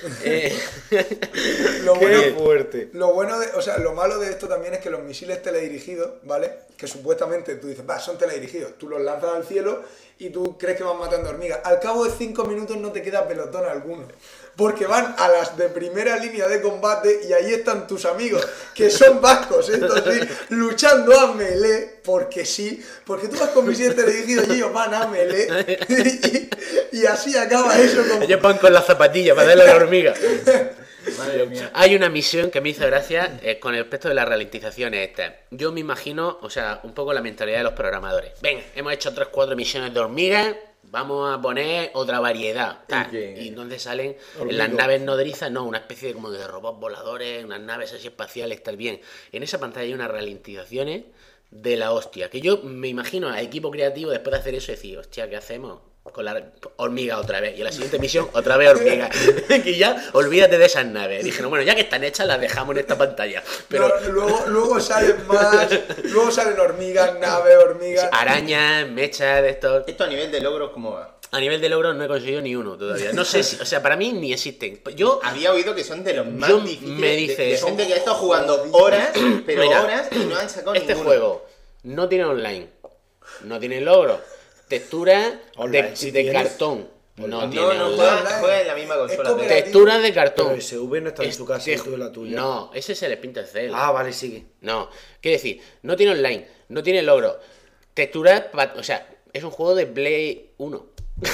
Lo Qué bueno, fuerte. lo bueno de, o sea, lo malo de esto también es que los misiles teledirigidos, ¿vale? Que supuestamente tú dices, va, son teledirigidos, tú los lanzas al cielo y tú crees que van matando hormigas. Al cabo de 5 minutos no te queda pelotón alguno, porque van a las de primera línea de combate y ahí están tus amigos, que son vascos, estos sí, luchando a melee, porque sí, porque tú vas con misiles teledirigidos y ellos van a melee, y así acaba eso como... Ellos van con las zapatillas para darle a la hormiga. Madre mía. Hay una misión que me hizo gracia con el aspecto de las ralentizaciones estas. Yo me imagino, o sea, un poco la mentalidad de los programadores. Venga, hemos hecho 3-4 misiones de hormigas, vamos a poner otra variedad. Tal. Y entonces salen en las naves nodrizas, no, una especie de, como de robots voladores, unas naves así espaciales, tal bien. En esa pantalla hay unas ralentizaciones de la hostia. Que yo me imagino al equipo creativo después de hacer eso decir, hostia, ¿qué hacemos? Con la hormiga otra vez. Y en la siguiente misión, otra vez hormiga. Que ya, olvídate de esas naves. Dijeron, bueno, ya que están hechas, las dejamos en esta pantalla. Pero No, luego salen más, luego salen hormigas, naves, hormigas. arañas, mechas de estos. Esto a nivel de logros, ¿cómo va? A nivel de logros no he conseguido ni uno todavía. No sé si, o sea, para mí ni existen. Yo Había oído que son de los más Yo difíciles. me de dices- gente que ha estado jugando horas, pero Mira, horas y no han sacado este ninguno. juego no tiene online, no tiene logros, texturas Online, de, sí de tienes. cartón. No No, tiene no, online. juega en la misma consola. cooperativo. Texturas de cartón. Pero SV no está en su casa y tú en la tuya. No, ese es el Splinter Cell. Ah, vale, sigue. No, quiero decir, no tiene online, no tiene logros. Texturas, o sea, es un juego de Play 1.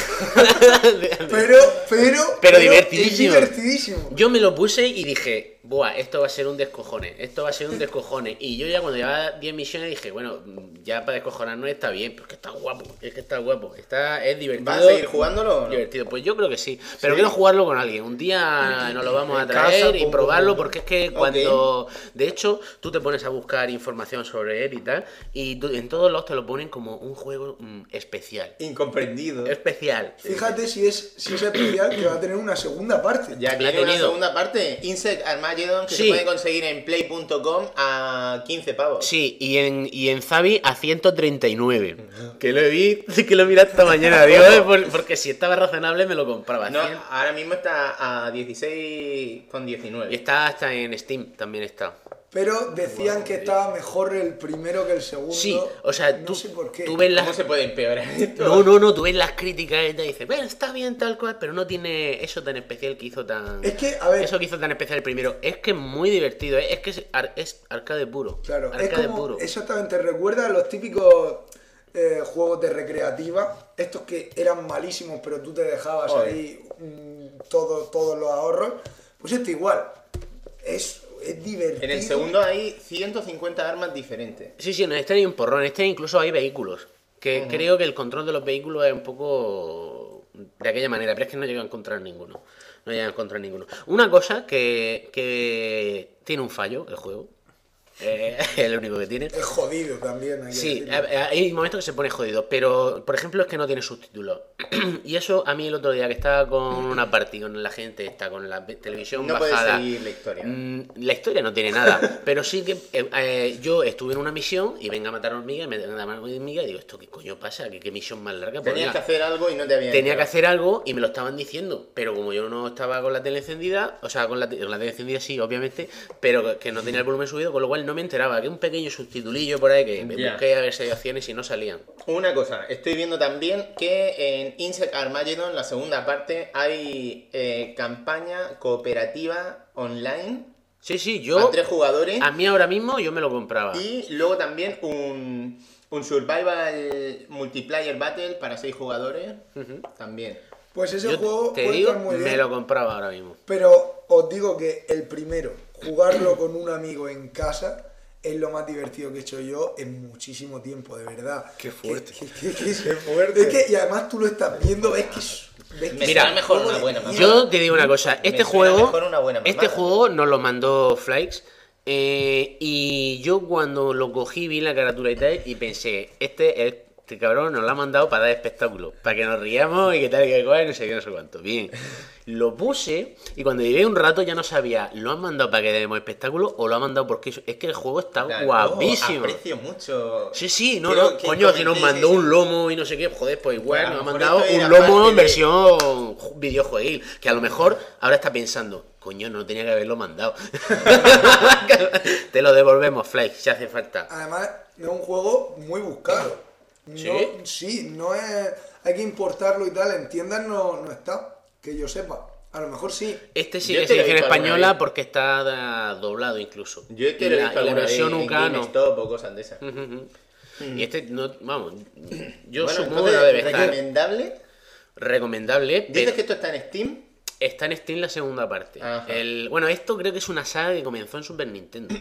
Pero divertidísimo. es divertidísimo. Yo me lo puse y dije, buah, esto va a ser un descojone, esto va a ser un descojone. Y yo ya cuando llevaba 10 misiones dije, bueno, ya para descojonarnos está bien, pero es que está guapo, es que está guapo, es divertido. ¿Vas a seguir jugándolo o no? Divertido, pues yo creo que sí, pero quiero jugarlo con alguien. Un día nos lo vamos a En traer casa, y pum, probarlo, pum, pum. porque es que cuando, de hecho, tú te pones a buscar información sobre él y tal, y en todos lados te lo ponen como un juego especial. Incomprendido. Especial. Fíjate si es especial que va a tener una segunda parte. Ya La ha tiene una tenido. segunda parte, Insect Armageddon, que Sí. se puede conseguir en play.com a 15 pavos. Sí, y en Zabi a 139. Que lo vi esta mañana, digo, porque si estaba razonable me lo compraba. No, 100. ahora mismo está a 16,19. Y está hasta en Steam, también está. Pero decían que estaba mejor el primero que el segundo. Sí, o sea, no tú, sé por qué. tú ves ¿Cómo las... se puede empeorar esto? No, tú ves las críticas y te dices, bueno, está bien tal cual, pero no tiene eso tan especial que hizo tan... Es que, a ver. Eso que hizo tan especial el primero. Es que es muy divertido, es que es arcade puro. Claro, es Arcade como, puro. exactamente, recuerda a los típicos juegos de recreativa, estos que eran malísimos, pero tú te dejabas Joder. ahí todos los ahorros. Pues esto igual, es divertido. En el segundo hay 150 armas diferentes. Sí, en este hay un porrón, en este incluso hay vehículos. Que creo que el control de los vehículos es un poco de aquella manera, pero es que no llega a encontrar ninguno. No llega a encontrar ninguno. Una cosa que tiene un fallo, el juego. Es el único que tiene. Es jodido también. Hay que Sí, decirlo. hay momentos que se pone jodido, pero por ejemplo es que no tiene subtítulos. Y eso a mí el otro día que estaba con una party, con la gente, está con la televisión No puedes bajada. seguir la historia. La historia no tiene nada, pero sí que yo estuve en una misión y venga a matar hormigas, me venga a matar hormigas y digo, ¿esto qué coño pasa? ¿Qué misión más larga? Pues Tenías venga, que hacer algo y no te habían tenía que enterado. hacer algo y me lo estaban diciendo, pero como yo no estaba con la tele encendida, o sea, con la tele encendida sí, obviamente, pero que no tenía el volumen subido, con lo cual no me enteraba, que un pequeño subtitulillo por ahí que me Ya. busqué a ver si hay opciones y no salían. Una cosa, estoy viendo también que en Insect Armageddon, la segunda parte, hay campaña cooperativa online Sí, a yo, 3 jugadores a mí ahora mismo yo me lo compraba. y luego también un survival multiplayer battle para 6 jugadores también. Pues ese Yo juego te puede digo, estar muy me bien. lo compraba ahora mismo. Pero os digo que el primero, jugarlo con un amigo en casa, es lo más divertido que he hecho yo en muchísimo tiempo, de verdad. Qué fuerte. Qué fuerte. Es que, y además tú lo estás viendo, ves que Me Mira, será mejor juego una de buena mierda. mamada. Yo te digo una cosa, Me este suena juego, mejor una buena este mamada. juego nos lo mandó Flykes y yo cuando lo cogí vi la carátula y tal y pensé, este cabrón nos lo ha mandado para dar espectáculo, para que nos riamos y que tal y que cual, no sé qué, no sé cuánto. Bien, lo puse y cuando llevé un rato ya no sabía, ¿lo han mandado para que demos espectáculo o lo han mandado porque es que el juego está Claro, guapísimo? aprecio mucho. Sí, no, Quiero no, que coño, si nos comentéis mandó eso. un lomo y no sé qué, joder, pues igual Pues a nos lo ha mejor mandado esto era un lomo parte en de- versión videojueguil, que a lo mejor ahora está pensando, coño, no tenía que haberlo mandado. Te lo devolvemos, Fly, si hace falta. Además, es un juego muy buscado. ¿Sí? No, sí, no es. Hay que importarlo y tal. En tiendas no está, que yo sepa. A lo mejor sí. Este sí Yo que es te lo he edición visto alguna española vez. porque está doblado incluso. Yo te Y lo he la, visto y la alguna vez versión en UK no. GameStop o cosas de esas. Ujú. Y este, no, vamos, yo Bueno, supongo que entonces, no debe estar. recomendable. Recomendable, Dices pero que esto está en Steam. está en Steam la segunda parte. Ajá. Bueno, esto creo que es una saga que comenzó en Super Nintendo.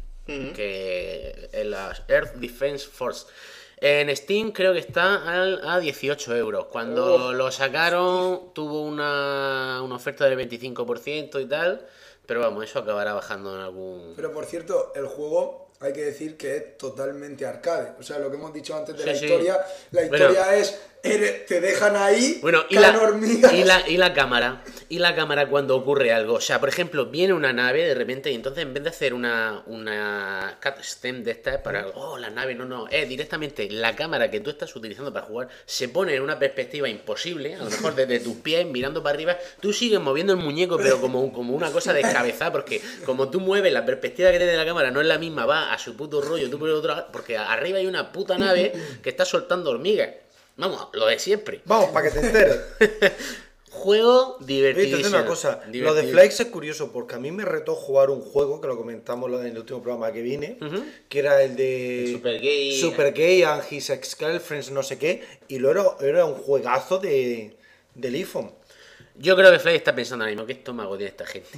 Que en las Earth Defense Force. En Steam creo que está a 18 euros. Cuando lo sacaron tuvo una oferta del 25% y tal. Pero vamos, eso acabará bajando en algún... Pero por cierto, el juego hay que decir que es totalmente arcade. O sea, lo que hemos dicho antes de Sí, la sí. historia, la Bueno. historia es, te dejan ahí, Bueno, caen hormigas. y la cámara. Y la cámara cuando ocurre algo. O sea, por ejemplo, viene una nave de repente y entonces en vez de hacer una cutscene de estas para, la nave, no, es directamente la cámara que tú estás utilizando para jugar se pone en una perspectiva imposible, a lo mejor desde tus pies mirando para arriba, tú sigues moviendo el muñeco pero como una cosa descabezada, porque como tú mueves la perspectiva que tiene la cámara no es la misma, va a su puto rollo, tú por el otro lado, porque arriba hay una puta nave que está soltando hormigas. Vamos, lo de siempre. Vamos, para que te enteres. Juego Oye, te divertidísimo. digo una cosa, lo de Flakes es curioso porque a mí me retó jugar un juego que lo comentamos en el último programa que vine, que era el de El Super Gay. Super Gay and His Ex-Girlfriends, no sé qué, y lo era un juegazo del iPhone. Yo creo que Fly está pensando ahora mismo, ¿qué estómago tiene esta gente?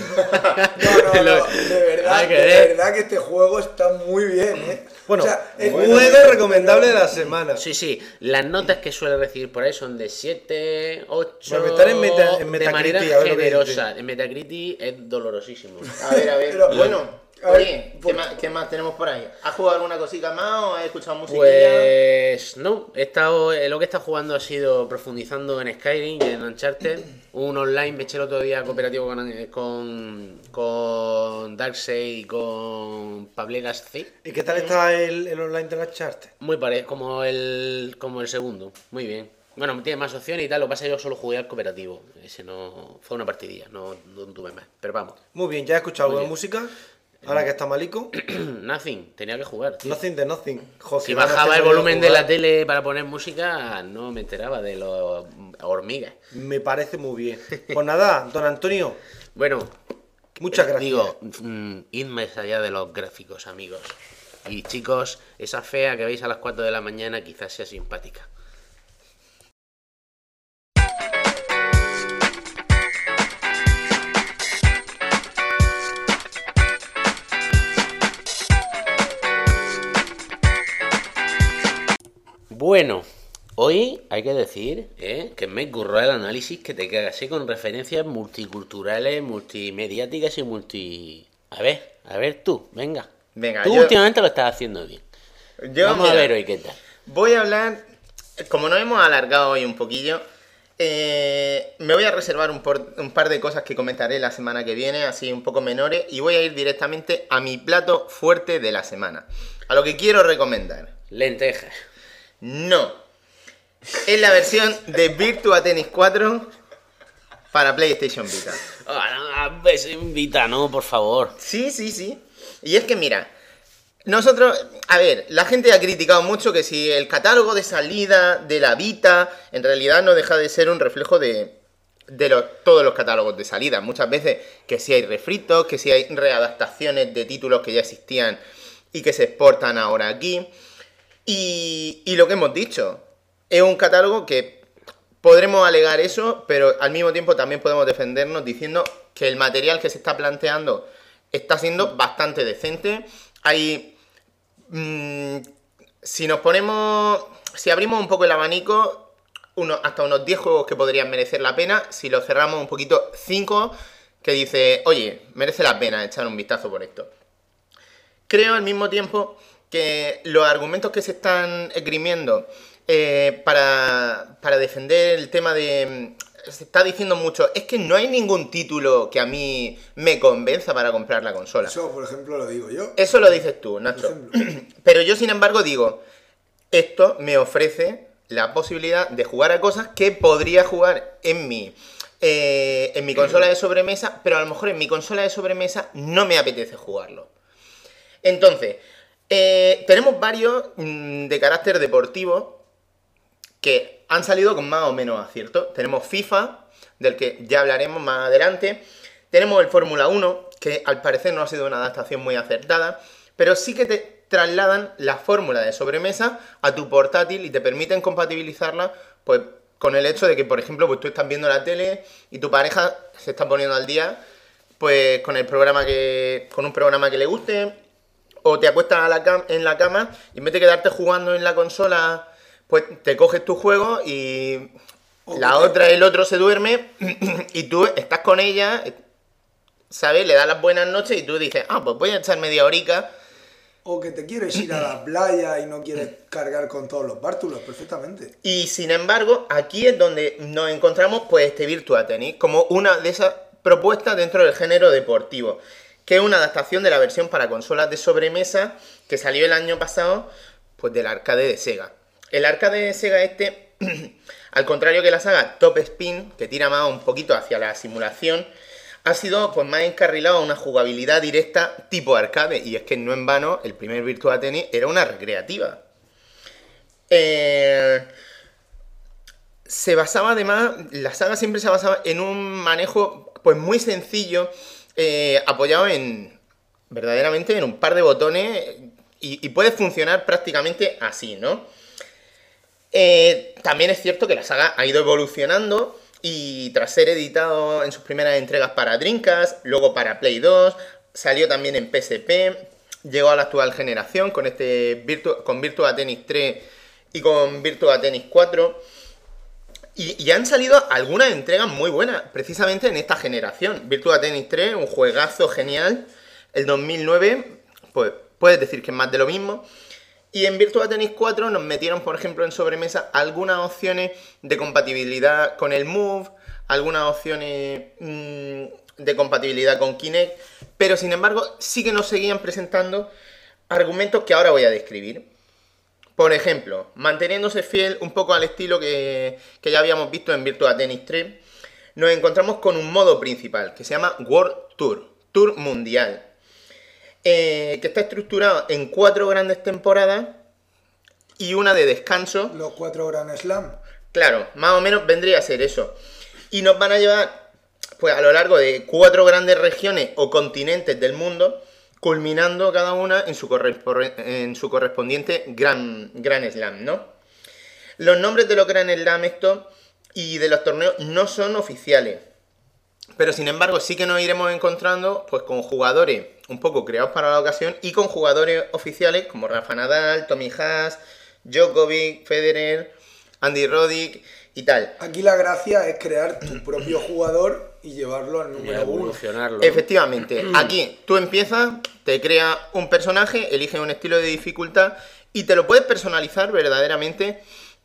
No, Hay que de ver. verdad que este juego está muy bien, ¿eh? Bueno, O sea, es juego recomendable de la semana. Sí, las notas que suele recibir por ahí son de 7, 8, Bueno, están en de Metacritic, manera a ver lo que generosa. dice. En Metacritic es dolorosísimo. A ver, Pero, bueno. a ver, Oye, ¿qué más tenemos por ahí? ¿Has jugado alguna cosita más o has escuchado música? Pues no, he estado, lo que he estado jugando ha sido profundizando en Skyrim y en Uncharted. Un online, me eché el otro día cooperativo con Darkseid y con Pablegas C. ¿Y qué tal está el online de la Uncharted? Muy parecido, como el segundo, muy bien. Bueno, tiene más opciones y tal, lo que pasa es que yo solo jugué al cooperativo. Ese no fue una partidilla, no tuve más. Pero vamos, Muy bien, ¿ya has escuchado algo Muy de bien. música? Ahora que está malico. nothing, tenía que jugar. tío. Nothing de nothing. Joder, Si qué ganas bajaba el tengo de volumen de jugar. la tele para poner música, no me enteraba de los hormigas. Me parece muy bien. Pues nada, don Antonio, Bueno, muchas gracias. digo, id más allá de los gráficos, amigos. Y chicos, esa fea que veis a las 4 de la mañana quizás sea simpática. Bueno, hoy hay que decir que me curró el análisis que te cagas con referencias multiculturales, multimediáticas y multi... A ver tú, venga. Venga, Tú últimamente lo estás haciendo bien. Vamos a ver hoy qué tal. Voy a hablar, como nos hemos alargado hoy un poquillo, me voy a reservar un par de cosas que comentaré la semana que viene, así un poco menores, y voy a ir directamente a mi plato fuerte de la semana. A lo que quiero recomendar. Lentejas. No. Es la versión de Virtua Tennis 4 para PlayStation Vita. Vita, no, por favor. Sí. Y es que mira, nosotros, a ver, la gente ha criticado mucho que si el catálogo de salida de la Vita en realidad no deja de ser un reflejo de todos los catálogos de salida. Muchas veces que si hay refritos, que si hay readaptaciones de títulos que ya existían y que se exportan ahora aquí. Y lo que hemos dicho, es un catálogo que podremos alegar eso, pero al mismo tiempo también podemos defendernos diciendo que el material que se está planteando está siendo bastante decente. Hay... si abrimos un poco el abanico, hasta unos 10 juegos que podrían merecer la pena. Si lo cerramos un poquito, 5 que dice, oye, merece la pena echar un vistazo por esto. Creo al mismo tiempo que los argumentos que se están esgrimiendo para defender el tema de... Se está diciendo mucho, es que no hay ningún título que a mí me convenza para comprar la consola. Eso, por ejemplo, lo digo yo. Eso lo dices tú, Nacho. Pero yo, sin embargo, digo, esto me ofrece la posibilidad de jugar a cosas que podría jugar en mi consola de sobremesa, pero a lo mejor en mi consola de sobremesa no me apetece jugarlo. Entonces, tenemos varios de carácter deportivo que han salido con más o menos acierto. Tenemos FIFA, del que ya hablaremos más adelante. Tenemos el Fórmula 1, que al parecer no ha sido una adaptación muy acertada, pero sí que te trasladan la fórmula de sobremesa a tu portátil y te permiten compatibilizarla pues con el hecho de que, por ejemplo, pues tú estás viendo la tele y tu pareja se está poniendo al día pues con un programa que le guste, o te acuestas en la cama y en vez de quedarte jugando en la consola, pues te coges tu juego y el otro se duerme y tú estás con ella, ¿sabes? Le das las buenas noches y tú dices, pues voy a echar media horica. O que te quieres ir a la playa y no quieres cargar con todos los bártulos, perfectamente. Y sin embargo, aquí es donde nos encontramos pues este Virtua Tennis, como una de esas propuestas dentro del género deportivo, que es una adaptación de la versión para consolas de sobremesa que salió el año pasado, pues del arcade de Sega. El arcade de Sega al contrario que la saga Top Spin, que tira más un poquito hacia la simulación, ha sido pues más encarrilado a una jugabilidad directa tipo arcade. Y es que no en vano, el primer Virtua Tennis era una recreativa. La saga siempre se basaba en un manejo pues muy sencillo, apoyado verdaderamente en un par de botones, y puede funcionar prácticamente así, ¿no? También es cierto que la saga ha ido evolucionando y tras ser editado en sus primeras entregas para Dreamcast, luego para Play 2, salió también en PSP, llegó a la actual generación con con Virtua Tennis 3 y con Virtua Tennis 4, y han salido algunas entregas muy buenas precisamente en esta generación. Virtua Tennis 3, un juegazo genial, el 2009, pues puedes decir que es más de lo mismo. Y en Virtua Tennis 4 nos metieron, por ejemplo, en sobremesa algunas opciones de compatibilidad con el Move, algunas opciones de compatibilidad con Kinect, pero sin embargo sí que nos seguían presentando argumentos que ahora voy a describir. Por ejemplo, manteniéndose fiel un poco al estilo que ya habíamos visto en Virtua Tennis 3, nos encontramos con un modo principal que se llama World Tour, Tour Mundial. Que está estructurado en 4 grandes temporadas y una de descanso. Los 4 Grand Slam. Claro, más o menos vendría a ser eso. Y nos van a llevar pues a lo largo de 4 grandes regiones o continentes del mundo, culminando cada una en su correspondiente Grand Slam, ¿no? Los nombres de los Grand Slam y de los torneos no son oficiales, pero sin embargo sí que nos iremos encontrando pues con jugadores un poco creados para la ocasión y con jugadores oficiales como Rafa Nadal, Tommy Haas, Djokovic, Federer, Andy Roddick y tal. Aquí la gracia es crear tu propio jugador y llevarlo al Y número 1. evolucionarlo. ¿no? Efectivamente, aquí tú empiezas, te creas un personaje, eliges un estilo de dificultad y te lo puedes personalizar verdaderamente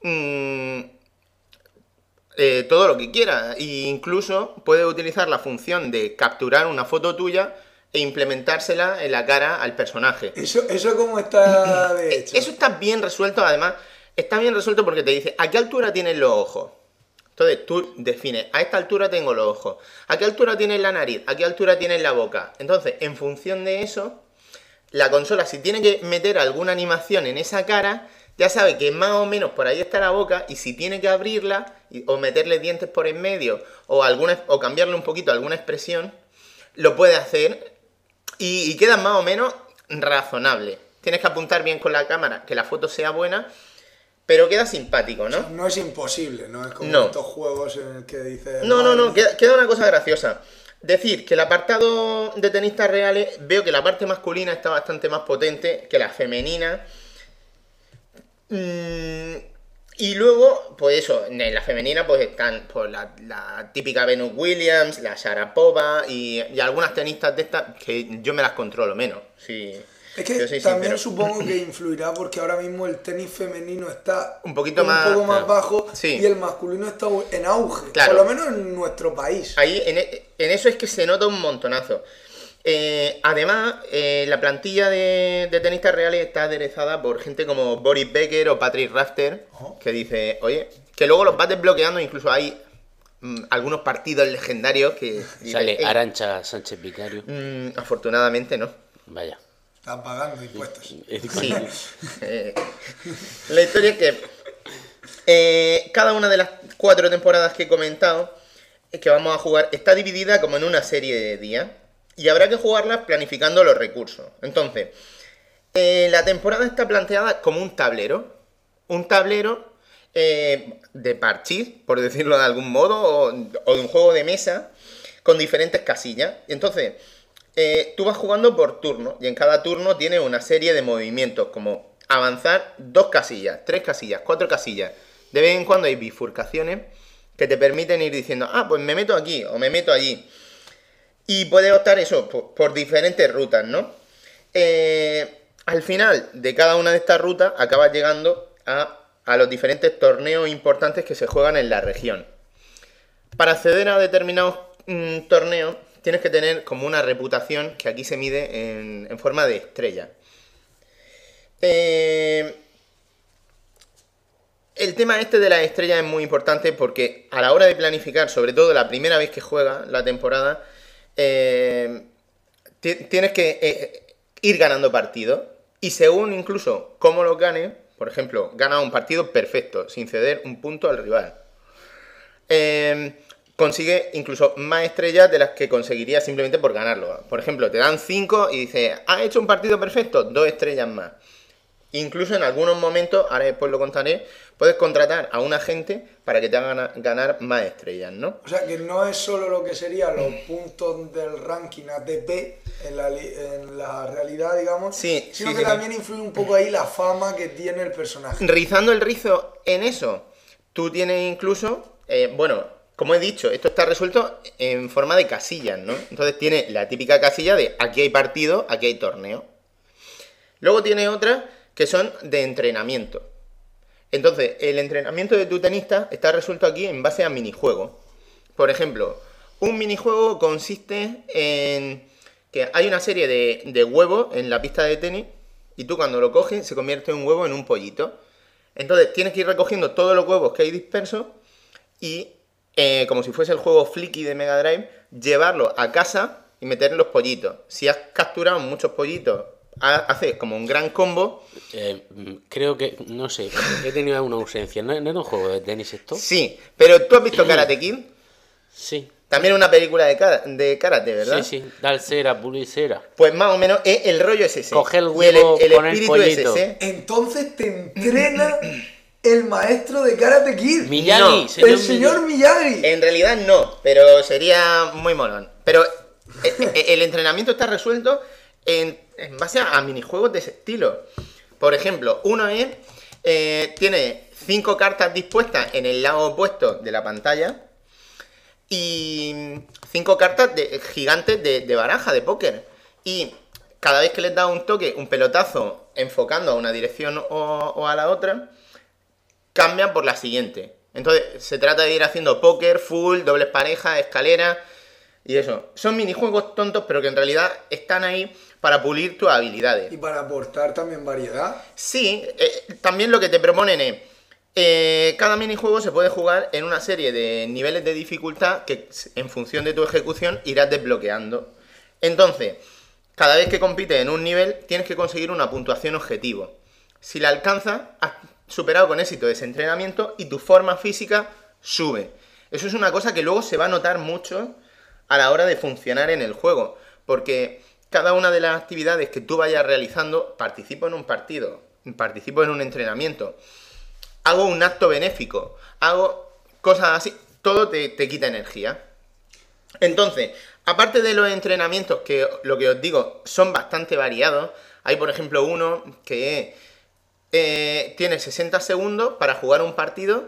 todo lo que quieras. E incluso puedes utilizar la función de capturar una foto tuya e implementársela en la cara al personaje. Eso como está de hecho. Eso está bien resuelto, además, está bien resuelto porque te dice a qué altura tienes los ojos. Entonces tú defines, a esta altura tengo los ojos, a qué altura tienes la nariz, a qué altura tienes la boca. Entonces, en función de eso, la consola, si tiene que meter alguna animación en esa cara, ya sabe que más o menos por ahí está la boca, y si tiene que abrirla o meterle dientes por en medio o cambiarle un poquito alguna expresión, lo puede hacer y queda más o menos razonable. Tienes que apuntar bien con la cámara, que la foto sea buena, pero queda simpático, ¿no? No es imposible, ¿no? Es como No. estos juegos en el que dices... No, queda una cosa graciosa. Decir que el apartado de tenistas reales, veo que la parte masculina está bastante más potente que la femenina. Y luego, pues eso, en la femenina pues están pues, la típica Venus Williams, la Sharapova y algunas tenistas de estas que yo me las controlo menos. Sí, Es yo que soy también sincero. supongo que influirá porque ahora mismo el tenis femenino está Un poco más bajo sí. y el masculino está en auge, Claro. por lo menos en nuestro país. Ahí, en eso es que se nota un montonazo. Además, la plantilla de tenistas reales está aderezada por gente como Boris Becker o Patrick Rafter, que dice, oye, que luego los vas desbloqueando, incluso hay algunos partidos legendarios que... dices, Sale "Ey, Arantxa Sánchez Vicario. afortunadamente no. Vaya. Están pagando impuestos. Sí. La historia es que cada una de las 4 temporadas que he comentado que vamos a jugar está dividida como en una serie de días y habrá que jugarlas planificando los recursos. Entonces, la temporada está planteada como un tablero de parchís, por decirlo de algún modo, o de un juego de mesa con diferentes casillas. Entonces, tú vas jugando por turno y en cada turno tienes una serie de movimientos como avanzar 2 casillas, 3 casillas, 4 casillas. De vez en cuando hay bifurcaciones que te permiten ir diciendo, pues me meto aquí o me meto allí. Y puedes optar eso por diferentes rutas, ¿no? Al final de cada una de estas rutas acabas llegando a los diferentes torneos importantes que se juegan en la región. Para acceder a determinados torneos tienes que tener como una reputación que aquí se mide en forma de estrella. El tema este de las estrellas es muy importante porque a la hora de planificar, sobre todo la primera vez que juegas la temporada, tienes que ir ganando partidos y según incluso cómo lo ganes, por ejemplo, ganas un partido perfecto, sin ceder un punto al rival. Consigue incluso más estrellas de las que conseguirías simplemente por ganarlo. Por ejemplo, te dan 5 y dices, ¿has hecho un partido perfecto? 2 estrellas más. Incluso en algunos momentos, ahora después lo contaré, puedes contratar a un agente para que te hagan ganar más estrellas, ¿no? O sea, que no es solo lo que serían los puntos del ranking ATP en la realidad, digamos, Sí, sino sí, que sí, también influye un poco ahí la fama que tiene el personaje. Rizando el rizo en eso, tú tienes incluso, como he dicho, esto está resuelto en forma de casillas, ¿no? Entonces tiene la típica casilla de aquí hay partido, aquí hay torneo. Luego tiene otras que son de entrenamiento. Entonces, el entrenamiento de tu tenista está resuelto aquí en base a minijuegos. Por ejemplo, un minijuego consiste en que hay una serie de huevos en la pista de tenis y tú cuando lo coges se convierte un huevo en un pollito. Entonces tienes que ir recogiendo todos los huevos que hay dispersos y, como si fuese el juego Flicky de Mega Drive, llevarlo a casa y meter los pollitos. Si has capturado muchos pollitos, haces como un gran combo. Creo que, no sé, he tenido una ausencia. ¿No era un juego de tenis esto? Sí, pero tú has visto Karate Kid. Sí. También una película de karate, ¿verdad? Sí, dar cera, pulir cera. Pues más o menos el rollo es ese. Coger el Y huevo, el poner espíritu es pollito. ese. Entonces te entrena el maestro de Karate Kid. Miyagi, No, El señor Miyagi. En realidad no, pero sería muy molón. Pero el entrenamiento está resuelto en base a minijuegos de ese estilo. Por ejemplo, uno es Tiene 5 cartas dispuestas en el lado opuesto de la pantalla y 5 cartas gigantes de baraja, de póker. Y cada vez que les da un toque, un pelotazo enfocando a una dirección o a la otra, cambian por la siguiente. Entonces se trata de ir haciendo póker, full, dobles parejas, escaleras y eso. Son minijuegos tontos, pero que en realidad están ahí para pulir tus habilidades. Y para aportar también variedad. Sí, también lo que te proponen es... cada minijuego se puede jugar en una serie de niveles de dificultad que en función de tu ejecución irás desbloqueando. Entonces, cada vez que compites en un nivel tienes que conseguir una puntuación objetivo. Si la alcanzas, has superado con éxito ese entrenamiento y tu forma física sube. Eso es una cosa que luego se va a notar mucho a la hora de funcionar en el juego, porque cada una de las actividades que tú vayas realizando, participo en un partido, participo en un entrenamiento, hago un acto benéfico, hago cosas así, todo te quita energía. Entonces, aparte de los entrenamientos, que lo que os digo, son bastante variados, hay por ejemplo uno que tiene 60 segundos para jugar un partido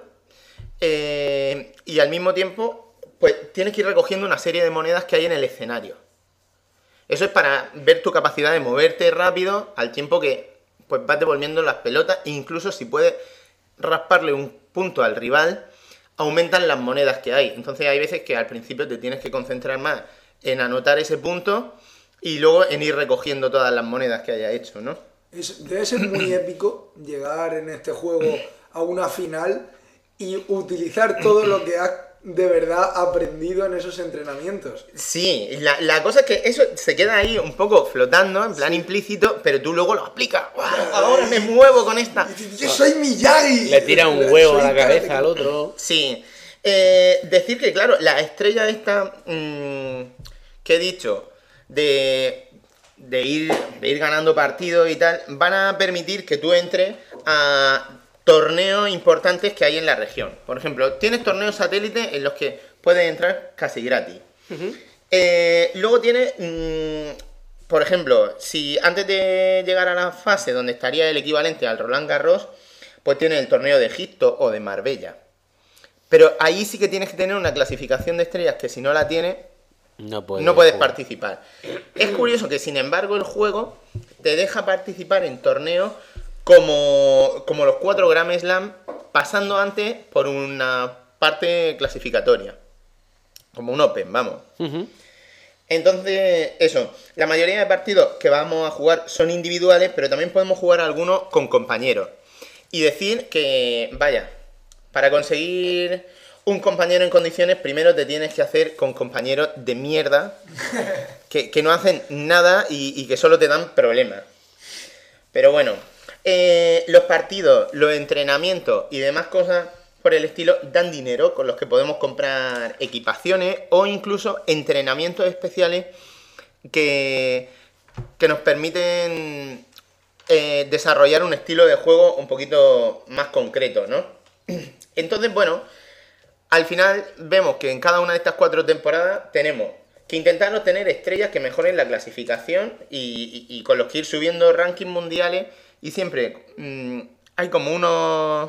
y al mismo tiempo pues tienes que ir recogiendo una serie de monedas que hay en el escenario. Eso es para ver tu capacidad de moverte rápido al tiempo que pues vas devolviendo las pelotas, e incluso si puedes rasparle un punto al rival, aumentan las monedas que hay. Entonces hay veces que al principio te tienes que concentrar más en anotar ese punto y luego en ir recogiendo todas las monedas que haya hecho, ¿no? Debe ser muy épico llegar en este juego a una final y utilizar todo lo que has de verdad aprendido en esos entrenamientos. Sí, la cosa es que eso se queda ahí un poco flotando, en plan implícito, pero tú luego lo aplicas. Ahora me muevo con esta. ¡Yo soy Miyagi! Le tira un huevo a la cabeza al otro. Sí. Decir que, claro, la estrella esta que he dicho de ir ganando partidos y tal, van a permitir que tú entres a torneos importantes que hay en la región. Por ejemplo, tienes torneos satélites en los que puedes entrar casi gratis. Uh-huh. Luego tienes, por ejemplo, si antes de llegar a la fase donde estaría el equivalente al Roland Garros, pues tienes el torneo de Egipto o de Marbella. Pero ahí sí que tienes que tener una clasificación de estrellas que si no la tienes, no puedes participar. Es curioso que, sin embargo, el juego te deja participar en torneos como los 4 Grand Slam, pasando antes por una parte clasificatoria. Como un Open, vamos. Uh-huh. Entonces, eso. La mayoría de partidos que vamos a jugar son individuales, pero también podemos jugar algunos con compañeros. Y decir que, vaya, para conseguir un compañero en condiciones, primero te tienes que hacer con compañeros de mierda que no hacen nada y que solo te dan problemas. Pero bueno, los partidos, los entrenamientos y demás cosas por el estilo dan dinero con los que podemos comprar equipaciones o incluso entrenamientos especiales que nos permiten desarrollar un estilo de juego un poquito más concreto, ¿no? Entonces, bueno, al final vemos que en cada una de estas 4 temporadas tenemos que intentar obtener estrellas que mejoren la clasificación y con los que ir subiendo rankings mundiales, y siempre hay como unos...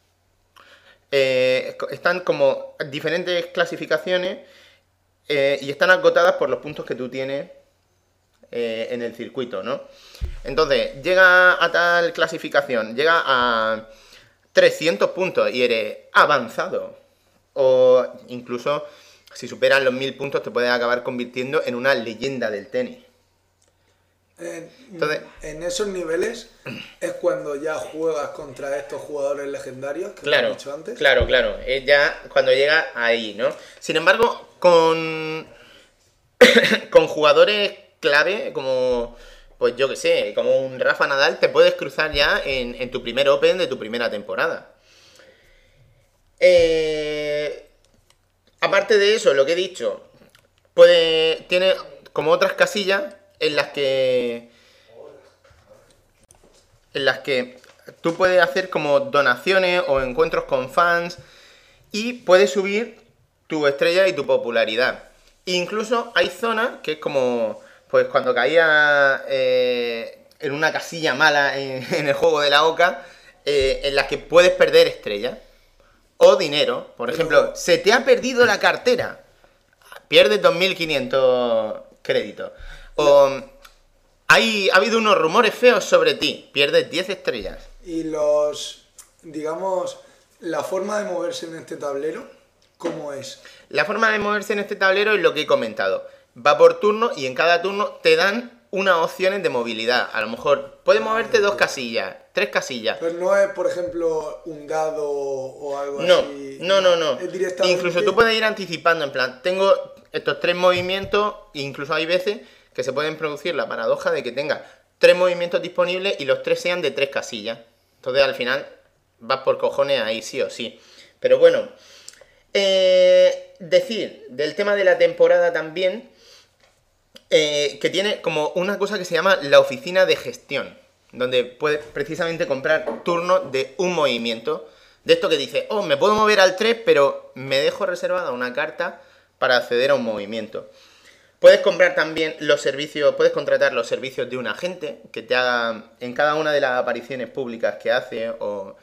están como diferentes clasificaciones y están acotadas por los puntos que tú tienes en el circuito, ¿no? Entonces, llega a tal clasificación, llega a 300 puntos y eres avanzado. O incluso, si superas los 1000 puntos, te puedes acabar convirtiendo en una leyenda del tenis. Entonces, en esos niveles es cuando ya juegas contra estos jugadores legendarios que claro, hemos dicho antes. Claro. Es ya cuando llega ahí, ¿no? Sin embargo, con jugadores clave, como, pues yo que sé, como un Rafa Nadal, te puedes cruzar ya en tu primer Open de tu primera temporada. Aparte de eso, lo que he dicho, tiene como otras casillas en las que tú puedes hacer como donaciones o encuentros con fans y puedes subir tu estrella y tu popularidad. Incluso hay zonas que es como, pues cuando caía en una casilla mala en el juego de la Oca, en las que puedes perder estrellas o dinero. Por ejemplo, se te ha perdido la cartera, pierdes 2.500 créditos. O ha habido unos rumores feos sobre ti, pierdes 10 estrellas. Y digamos, la forma de moverse en este tablero, ¿cómo es? La forma de moverse en este tablero es lo que he comentado. Va por turno y en cada turno te dan unas opciones de movilidad. A lo mejor puedes moverte 2 casillas, 3 casillas. Pero no es, por ejemplo, un dado o algo No, así. no. Es directamente... Incluso tú puedes ir anticipando, en plan, tengo estos 3 movimientos, e incluso hay veces que se pueden producir la paradoja de que tenga 3 movimientos disponibles y los 3 sean de 3 casillas. Entonces al final vas por cojones ahí sí o sí. Pero bueno, decir del tema de la temporada también, que tiene como una cosa que se llama la oficina de gestión, donde puedes precisamente comprar turnos de un movimiento. De esto que dice, me puedo mover al 3, pero me dejo reservada una carta para acceder a un movimiento. Puedes comprar también los servicios, puedes contratar los servicios de un agente que te haga en cada una de las apariciones públicas que hace o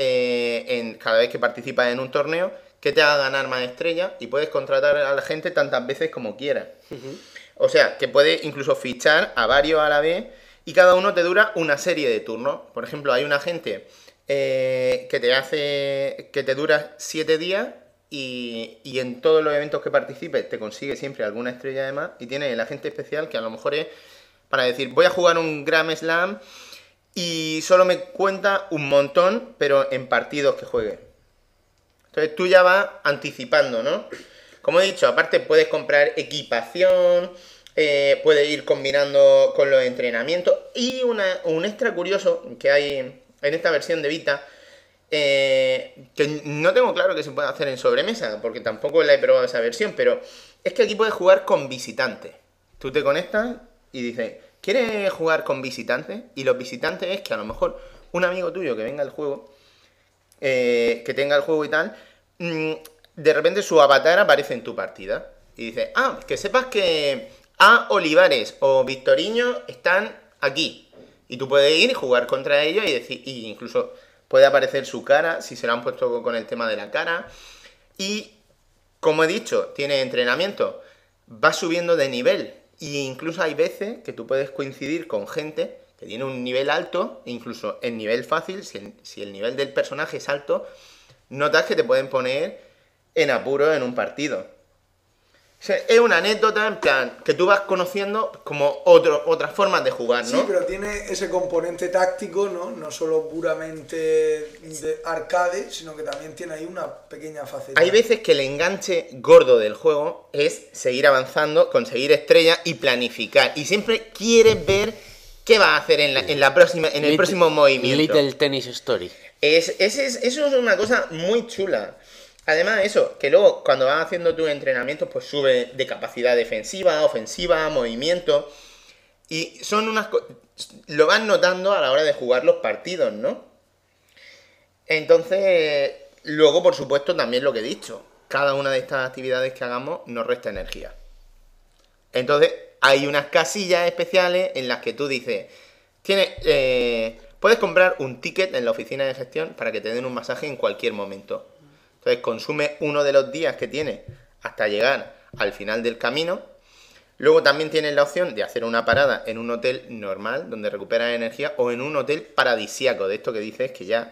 cada vez que participas en un torneo, que te haga ganar más estrellas, y puedes contratar a la gente tantas veces como quieras. O sea, que puedes incluso fichar a varios a la vez y cada uno te dura una serie de turnos. Por ejemplo, hay un agente que te dura 7 días y en todos los eventos que participes te consigue siempre alguna estrella de más, y tiene el agente especial que a lo mejor es para decir, voy a jugar un Grand Slam y solo me cuenta un montón, pero en partidos que juegue. Entonces tú ya vas anticipando, ¿no? Como he dicho, aparte puedes comprar equipación, puedes ir combinando con los entrenamientos, y un extra curioso que hay en esta versión de Vita, que no tengo claro que se pueda hacer en sobremesa, porque tampoco la he probado esa versión, pero es que aquí puedes jugar con visitantes. Tú te conectas y dices, ¿quieres jugar con visitantes? Y los visitantes es que a lo mejor un amigo tuyo que venga al juego, que tenga el juego y tal, de repente su avatar aparece en tu partida y dice, que sepas que A. Olivares o Victoriño están aquí, y tú puedes ir y jugar contra ellos y decir, y incluso puede aparecer su cara, si se lo han puesto con el tema de la cara. Y, como he dicho, tiene entrenamiento, va subiendo de nivel, y incluso hay veces que tú puedes coincidir con gente que tiene un nivel alto, incluso en nivel fácil, si el nivel del personaje es alto, notas que te pueden poner en apuro en un partido. O sea, es una anécdota, en plan, que tú vas conociendo como otras formas de jugar, ¿no? Sí, pero tiene ese componente táctico, ¿no? No solo puramente de arcade, sino que también tiene ahí una pequeña faceta. Hay veces que el enganche gordo del juego es seguir avanzando, conseguir estrellas y planificar. Y siempre quieres ver qué va a hacer en el próximo movimiento. Little Tennis Story. Eso es una cosa muy chula. Además de eso, que luego cuando vas haciendo tus entrenamientos, pues sube de capacidad defensiva, ofensiva, movimiento. Y son lo vas notando a la hora de jugar los partidos, ¿no? Entonces, luego, por supuesto, también lo que he dicho. Cada una de estas actividades que hagamos nos resta energía. Entonces, hay unas casillas especiales en las que tú dices, puedes comprar un ticket en la oficina de gestión para que te den un masaje en cualquier momento. Entonces consume uno de los días que tienes hasta llegar al final del camino. Luego también tienes la opción de hacer una parada en un hotel normal, donde recuperas energía, o en un hotel paradisíaco, de esto que dices que ya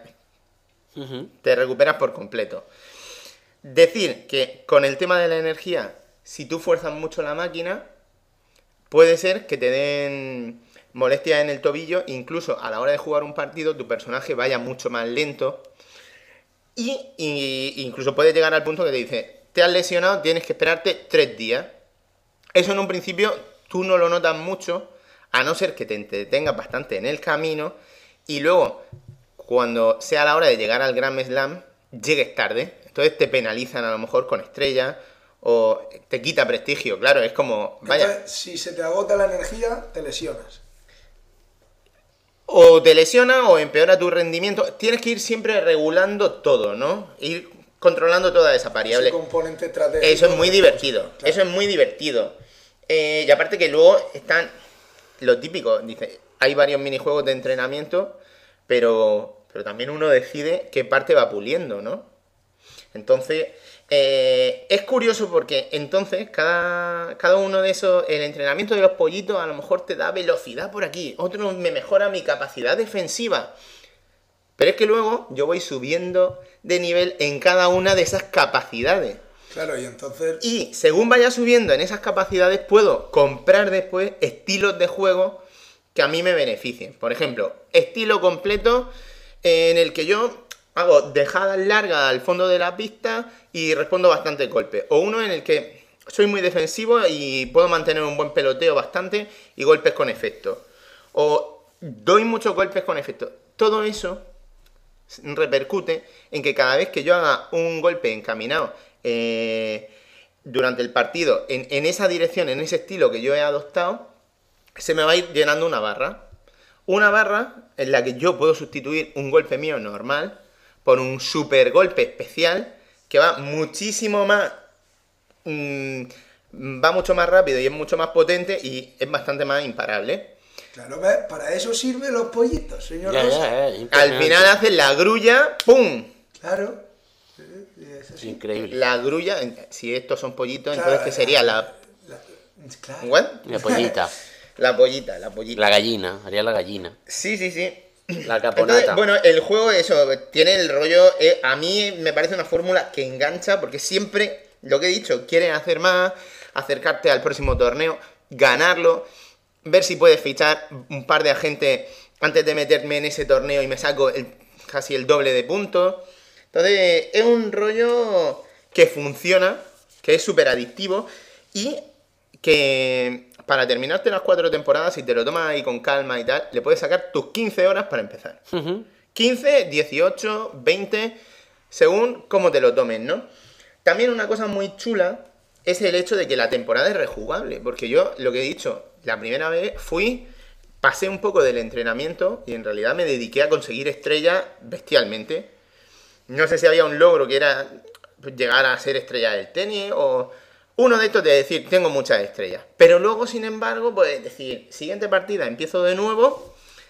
te recuperas por completo. Decir que con el tema de la energía, si tú fuerzas mucho la máquina, puede ser que te den molestias en el tobillo, incluso a la hora de jugar un partido tu personaje vaya mucho más lento, y incluso puede llegar al punto que te dice, te has lesionado, tienes que esperarte 3 días. Eso en un principio tú no lo notas mucho, a no ser que te entretengas bastante en el camino, y luego, cuando sea la hora de llegar al Grand Slam, llegues tarde. Entonces te penalizan a lo mejor con estrellas, o te quita prestigio, claro, es como, vaya. Entonces, si se te agota la energía, te lesionas. O te lesiona o empeora tu rendimiento. Tienes que ir siempre regulando todo, ¿no? Ir controlando toda esa variable. Ese componente estratégico. Eso es muy divertido. Claro. Eso es muy divertido. Y aparte que luego están lo típico. Dice, hay varios minijuegos de entrenamiento, pero pero también uno decide qué parte va puliendo, ¿no? Entonces, es curioso porque entonces cada uno de esos, el entrenamiento de los pollitos a lo mejor te da velocidad por aquí, otro me mejora mi capacidad defensiva. Pero es que luego yo voy subiendo de nivel en cada una de esas capacidades. Claro, y entonces... Y según vaya subiendo en esas capacidades, puedo comprar después estilos de juego que a mí me beneficien. Por ejemplo, estilo completo en el que yo hago dejadas largas al fondo de la pista y respondo bastante golpes. O uno en el que soy muy defensivo y puedo mantener un buen peloteo bastante y golpes con efecto. O doy muchos golpes con efecto. Todo eso repercute en que cada vez que yo haga un golpe encaminado durante el partido en esa dirección, en ese estilo que yo he adoptado, se me va a ir llenando una barra. Una barra en la que yo puedo sustituir un golpe mío normal por un super golpe especial que va muchísimo más... va mucho más rápido y es mucho más potente y es bastante más imparable. Claro, ¿ves? Para eso sirven los pollitos, señor Rosa. Al final hacen la grulla, ¡pum! Claro. Es así. Increíble. La grulla, si estos son pollitos, Claro, entonces ¿qué sería? Claro. ¿What? La pollita. La pollita. La gallina. Haría la gallina. Sí. La caponata. Entonces, bueno, el juego, eso, tiene el rollo... a mí me parece una fórmula que engancha porque siempre, lo que he dicho, quieres hacer más, acercarte al próximo torneo, ganarlo, ver si puedes fichar un par de agentes antes de meterme en ese torneo y me saco casi el doble de puntos. Entonces, es un rollo que funciona, que es súper adictivo y que para terminarte las 4 temporadas, si te lo tomas ahí con calma y tal, le puedes sacar tus 15 horas para empezar. 15, 18, 20, según cómo te lo tomes, ¿no? También una cosa muy chula es el hecho de que la temporada es rejugable, porque yo, lo que he dicho, la primera vez pasé un poco del entrenamiento y en realidad me dediqué a conseguir estrellas bestialmente. No sé si había un logro que era llegar a ser estrella del tenis o uno de estos de decir, tengo muchas estrellas. Pero luego, sin embargo, pues decir, siguiente partida, empiezo de nuevo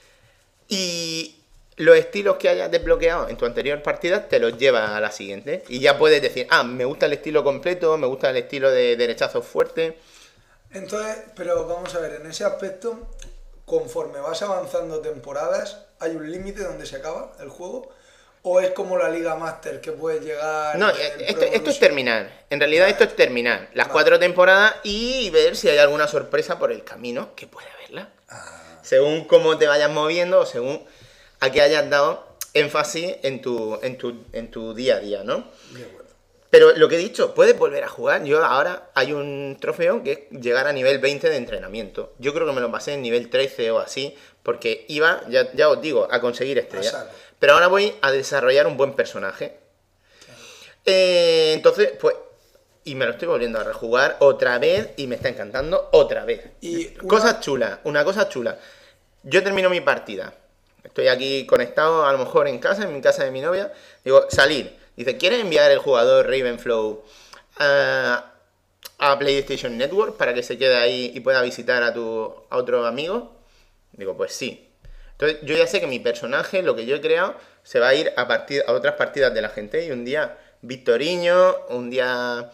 y los estilos que hayas desbloqueado en tu anterior partida te los llevas a la siguiente. Y ya puedes decir, me gusta el estilo completo, me gusta el estilo de derechazo fuerte. Entonces, pero vamos a ver, en ese aspecto, conforme vas avanzando temporadas, ¿hay un límite donde se acaba el juego? ¿O es como la Liga Master, que puedes llegar... No, esto es terminar. En realidad esto es terminar las 4 temporadas y ver si hay alguna sorpresa por el camino, que puede haberla. Según cómo te vayas moviendo o según a qué hayas dado énfasis en tu día a día, ¿no? De acuerdo. Pero lo que he dicho, puedes volver a jugar. Yo ahora hay un trofeo que es llegar a nivel 20 de entrenamiento. Yo creo que me lo pasé en nivel 13 o así, porque iba, ya os digo, a conseguir estrellas. Pero ahora voy a desarrollar un buen personaje. Claro. Entonces, pues, y me lo estoy volviendo a rejugar otra vez y me está encantando otra vez. Y cosas chulas, una cosa chula. Yo termino mi partida. Estoy aquí conectado, a lo mejor en mi casa de mi novia. Digo, salir. Dice, ¿quieres enviar el jugador Ravenflow a PlayStation Network para que se quede ahí y pueda visitar a otro amigo? Digo, pues sí. Entonces yo ya sé que mi personaje, lo que yo he creado, se va a ir a otras partidas de la gente. Y un día Victoriño, un día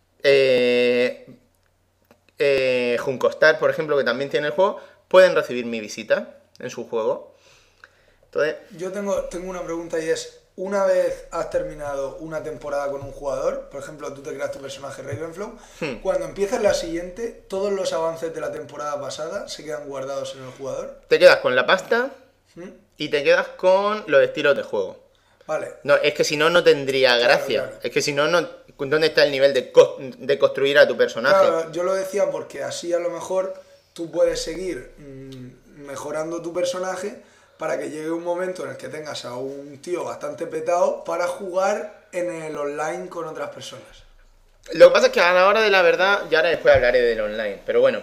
Juncostar, por ejemplo, que también tiene el juego, pueden recibir mi visita en su juego. Entonces, yo tengo una pregunta y es, una vez has terminado una temporada con un jugador, por ejemplo, tú te creas tu personaje Ravenflow, cuando empiezas la siguiente, todos los avances de la temporada pasada se quedan guardados en el jugador. Te quedas con la pasta y te quedas con los estilos de juego. Vale. No, es que si no, no tendría gracia. Claro. Es que si no, ¿dónde está el nivel de construir a tu personaje? Claro, yo lo decía porque así a lo mejor tú puedes seguir mejorando tu personaje para que llegue un momento en el que tengas a un tío bastante petado para jugar en el online con otras personas. Lo que pasa es que a la hora de la verdad, ya ahora después hablaré del online, pero bueno.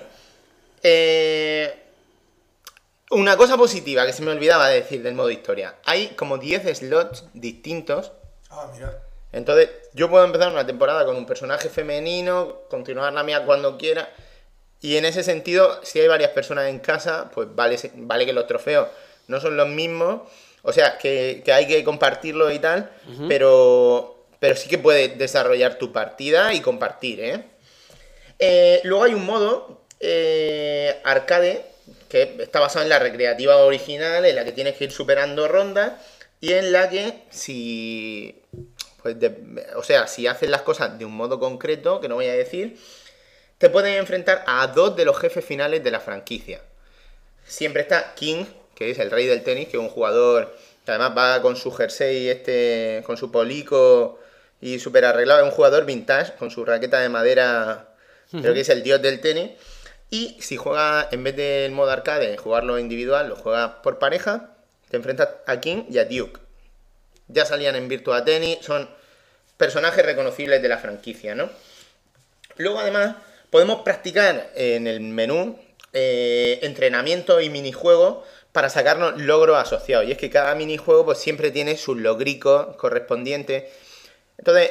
Una cosa positiva que se me olvidaba de decir del modo historia. Hay como 10 slots distintos. Mira. Entonces, yo puedo empezar una temporada con un personaje femenino, continuar la mía cuando quiera. Y en ese sentido, si hay varias personas en casa, pues vale que los trofeos no son los mismos O sea, que hay que compartirlo y tal, pero sí que puedes desarrollar tu partida y compartir, ¿eh? Luego hay un modo arcade que está basado en la recreativa original, en la que tienes que ir superando rondas y en la que si haces las cosas de un modo concreto, que no voy a decir, te puedes enfrentar a 2 de los jefes finales de la franquicia. Siempre está King, que es el rey del tenis, que es un jugador que además va con su jersey con su polico y súper arreglado, es un jugador vintage con su raqueta de madera, creo que es el dios del tenis. Y si juegas, en vez del modo arcade, jugarlo individual, lo juegas por pareja, te enfrentas a King y a Duke. Ya salían en Virtua Tennis, son personajes reconocibles de la franquicia, ¿no? Luego, además, podemos practicar en el menú entrenamiento y minijuegos para sacarnos logros asociados. Y es que cada minijuego pues siempre tiene sus logricos correspondientes. Entonces,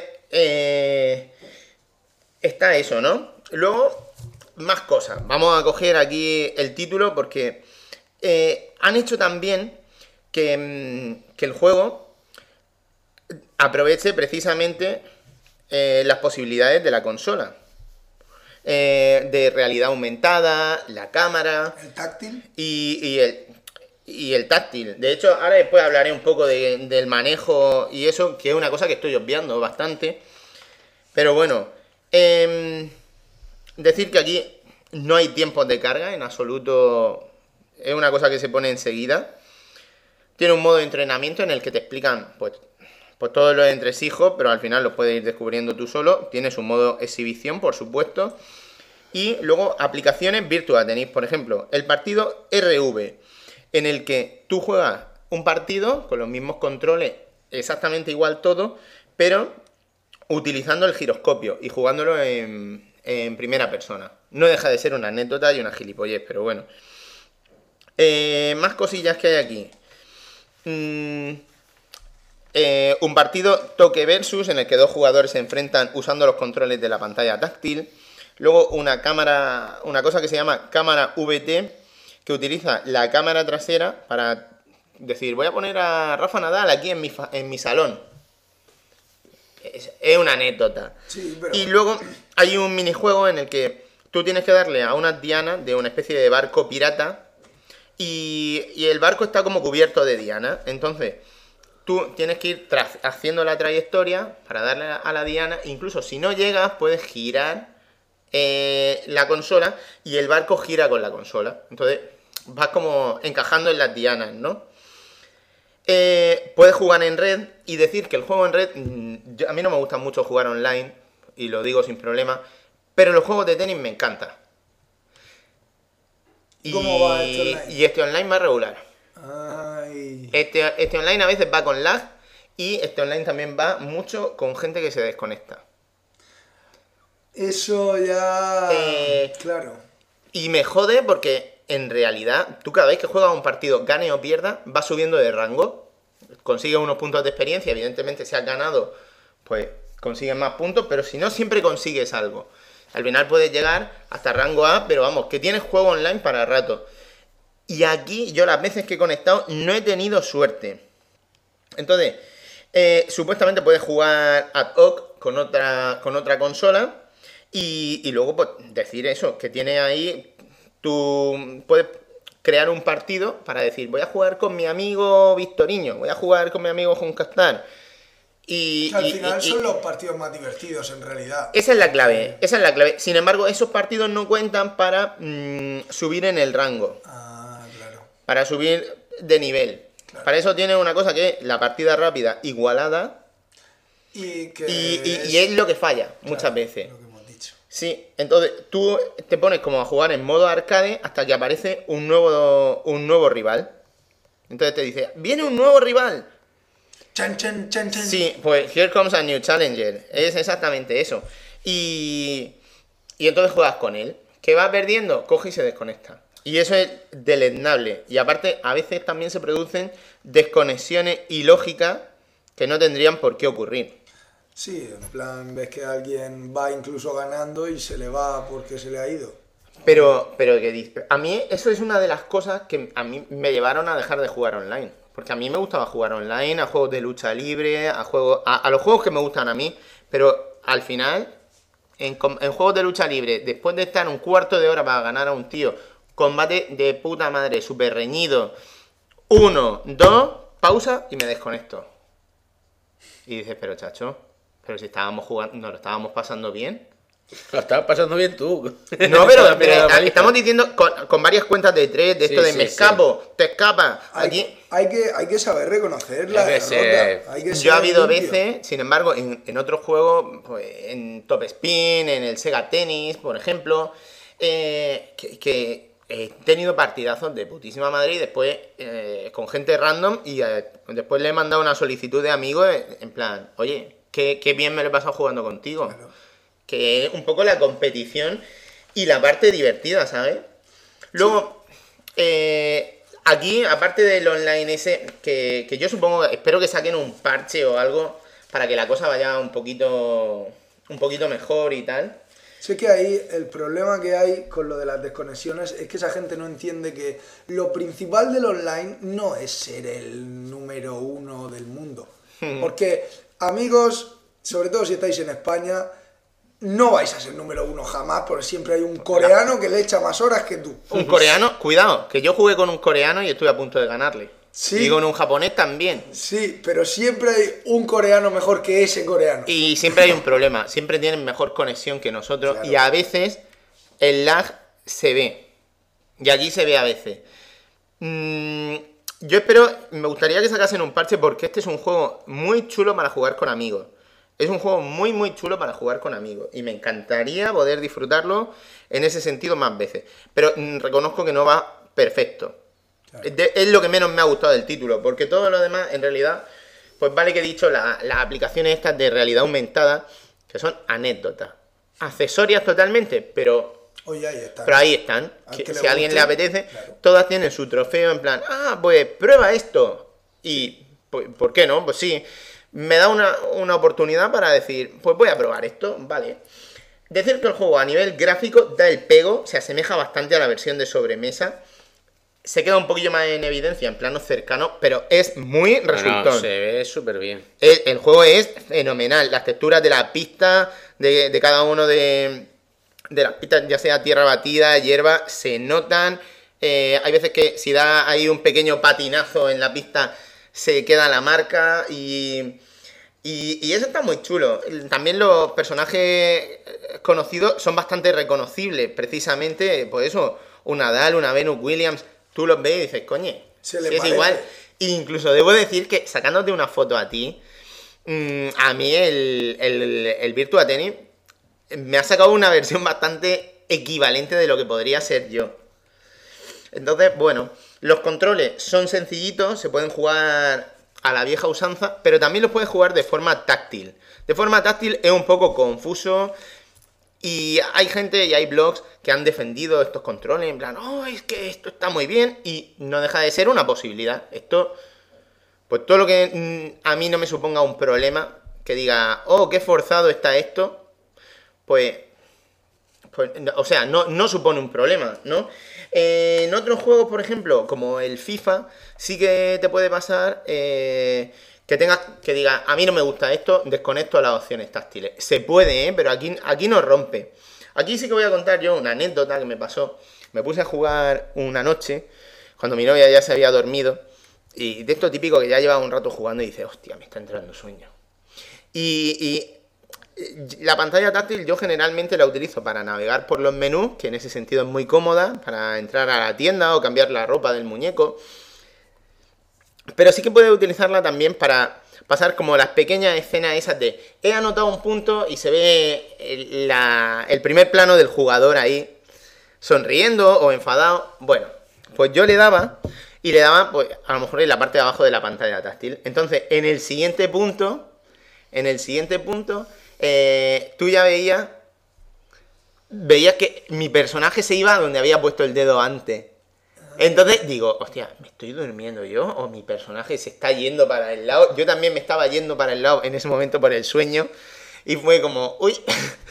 está eso, ¿no? Luego, más cosas. Vamos a coger aquí el título porque han hecho también que el juego aproveche precisamente las posibilidades de la consola. De realidad aumentada, la cámara... ¿El táctil? Y el táctil. De hecho, ahora después hablaré un poco del manejo y eso, que es una cosa que estoy obviando bastante. Pero bueno, decir que aquí no hay tiempos de carga en absoluto. Es una cosa que se pone enseguida. Tiene un modo de entrenamiento en el que te explican pues todos los entresijos, pero al final los puedes ir descubriendo tú solo. Tienes un modo exhibición, por supuesto. Y luego aplicaciones Virtua Tennis. Por ejemplo, el partido RV, en el que tú juegas un partido con los mismos controles, exactamente igual todo, pero utilizando el giroscopio y jugándolo en primera persona. No deja de ser una anécdota y una gilipollez, pero bueno. Más cosillas que hay aquí. Un partido toque versus en el que 2 jugadores se enfrentan usando los controles de la pantalla táctil. Luego una cosa que se llama cámara VT, que utiliza la cámara trasera para decir, voy a poner a Rafa Nadal aquí en mi salón. Es una anécdota. Sí, pero... Y luego hay un minijuego en el que tú tienes que darle a unas dianas de una especie de barco pirata y el barco está como cubierto de dianas. Entonces tú tienes que ir haciendo la trayectoria para darle a la diana. Incluso si no llegas, puedes girar la consola y el barco gira con la consola. Entonces vas como encajando en las dianas, ¿no? Puedes jugar en red y decir que el juego en red... a mí no me gusta mucho jugar online, y lo digo sin problema, pero los juegos de tenis me encantan. ¿Cómo va este online? Y este online va regular. Ay. Este online a veces va con lag y este online también va mucho con gente que se desconecta. Eso ya... claro. Y me jode porque en realidad tú cada vez que juegas un partido, gane o pierda, vas subiendo de rango. Consigues unos puntos de experiencia, evidentemente si has ganado, pues consigues más puntos, pero si no, siempre consigues algo. Al final puedes llegar hasta rango A, pero vamos, que tienes juego online para rato. Y aquí yo las veces que he conectado no he tenido suerte. Entonces, supuestamente puedes jugar ad hoc con otra consola y luego pues, decir eso, que tiene ahí, tú puedes crear un partido para decir, voy a jugar con mi amigo Victoriño, voy a jugar con mi amigo Juncastar. Que al final son los partidos más divertidos en realidad. Esa es la clave, esa es la clave. Sin embargo, esos partidos no cuentan para subir en el rango. Ah, claro. Para subir de nivel. Claro. Para eso tiene una cosa que es la partida rápida igualada. Y es lo que falla muchas veces. Lo que hemos dicho. Sí, entonces tú te pones como a jugar en modo arcade hasta que aparece un nuevo rival. Entonces te dice, viene un nuevo rival. Chan, chan, chan, chan. Sí, pues here comes a new challenger. Es exactamente eso. Y entonces juegas con él. ¿Qué va perdiendo? Coge y se desconecta. Y eso es deleznable. Y aparte, a veces también se producen desconexiones ilógicas que no tendrían por qué ocurrir. Sí, en plan, ves que alguien va incluso ganando y se le va porque se le ha ido. Pero que a mí eso es una de las cosas que a mí me llevaron a dejar de jugar online. Porque a mí me gustaba jugar online, a juegos de lucha libre, a los juegos que me gustan a mí, pero al final, en juegos de lucha libre, después de estar un cuarto de hora para ganar a un tío, combate de puta madre, súper reñido, 1, 2, pausa y me desconecto. Y dices, pero chacho, pero si estábamos jugando, nos lo estábamos pasando bien. Lo estabas pasando bien tú. No, pero estamos diciendo con varias cuentas de 3, de esto de sí, me escapo, te escapas. Aquí Hay que saber reconocer la Hay que derrota. Hay que yo ha ser habido limpio. veces, sin embargo, en otros juegos, pues, en Top Spin, en el Sega Tennis, por ejemplo, que he tenido partidazos de putísima madre y después con gente random y después le he mandado una solicitud de amigo en plan, oye, qué bien me lo he pasado jugando contigo. Claro. Que es un poco la competición y la parte divertida, ¿sabes? Luego, aquí, aparte del online ese, que yo supongo, espero que saquen un parche o algo para que la cosa vaya un poquito mejor y tal. Sé que ahí el problema que hay con lo de las desconexiones es que esa gente no entiende que lo principal del online no es ser el número 1 del mundo. Porque, amigos, sobre todo si estáis en España, no vais a ser número 1 jamás, porque siempre hay un coreano que le echa más horas que tú. Un coreano, cuidado, que yo jugué con un coreano y estuve a punto de ganarle. Sí. Y con un japonés también. Sí, pero siempre hay un coreano mejor que ese coreano. Y siempre hay un problema, siempre tienen mejor conexión que nosotros Claro. y a veces el lag se ve. Y allí se ve a veces. Yo espero, me gustaría que sacasen un parche porque este es un juego muy chulo para jugar con amigos. Es un juego muy muy chulo para jugar con amigos y me encantaría poder disfrutarlo en ese sentido más veces. Pero reconozco que no va perfecto. Claro. Es lo que menos me ha gustado del título, porque todo lo demás, en realidad, pues vale que he dicho, las aplicaciones estas de realidad aumentada, que son anécdotas, accesorias totalmente, pero Oye, ahí está. ahí están. Al que le Si a alguien guste, le apetece, claro. todas tienen su trofeo en plan, pues prueba esto. Y, pues, ¿por qué no? Pues sí, me da una oportunidad para decir, pues voy a probar esto, vale. Decir que el juego a nivel gráfico da el pego, se asemeja bastante a la versión de sobremesa. Se queda un poquillo más en evidencia en plano cercano, pero es muy resultón. Bueno, se ve súper bien. El juego es fenomenal. Las texturas de la pista, de cada uno de las pistas, ya sea tierra batida, hierba, se notan. Hay veces que si da ahí un pequeño patinazo en la pista, se queda la marca y eso está muy chulo. También los personajes conocidos son bastante reconocibles. Precisamente, pues eso, un Nadal, una Venus Williams, tú los ves y dices, coño, Se le si es parece. igual. E incluso debo decir que sacándote una foto a ti, a mí el Virtua Tennis me ha sacado una versión bastante equivalente de lo que podría ser yo. Entonces, bueno, los controles son sencillitos, se pueden jugar a la vieja usanza, pero también los puedes jugar de forma táctil. De forma táctil es un poco confuso y hay gente y hay blogs que han defendido estos controles en plan, es que esto está muy bien y no deja de ser una posibilidad. Esto, pues todo lo que a mí no me suponga un problema, que diga, qué forzado está esto, pues o sea, no supone un problema, ¿no? En otros juegos, por ejemplo, como el FIFA, sí que te puede pasar que tengas que diga, a mí no me gusta esto, desconecto las opciones táctiles. Se puede, pero aquí no rompe. Aquí sí que voy a contar yo una anécdota que me pasó. Me puse a jugar una noche, cuando mi novia ya se había dormido, y de esto típico que ya llevaba un rato jugando y dice, hostia, me está entrando sueño. Y la pantalla táctil yo generalmente la utilizo para navegar por los menús, que en ese sentido es muy cómoda, para entrar a la tienda o cambiar la ropa del muñeco. Pero sí que puedes utilizarla también para pasar como las pequeñas escenas esas de he anotado un punto y se ve el primer plano del jugador ahí sonriendo o enfadado. Bueno, pues yo le daba pues a lo mejor en la parte de abajo de la pantalla táctil. Entonces en el siguiente punto tú ya veías que mi personaje se iba donde había puesto el dedo antes. Entonces digo, hostia, ¿me estoy durmiendo yo? ¿O mi personaje se está yendo para el lado? Yo también me estaba yendo para el lado en ese momento por el sueño. Y fue como, uy,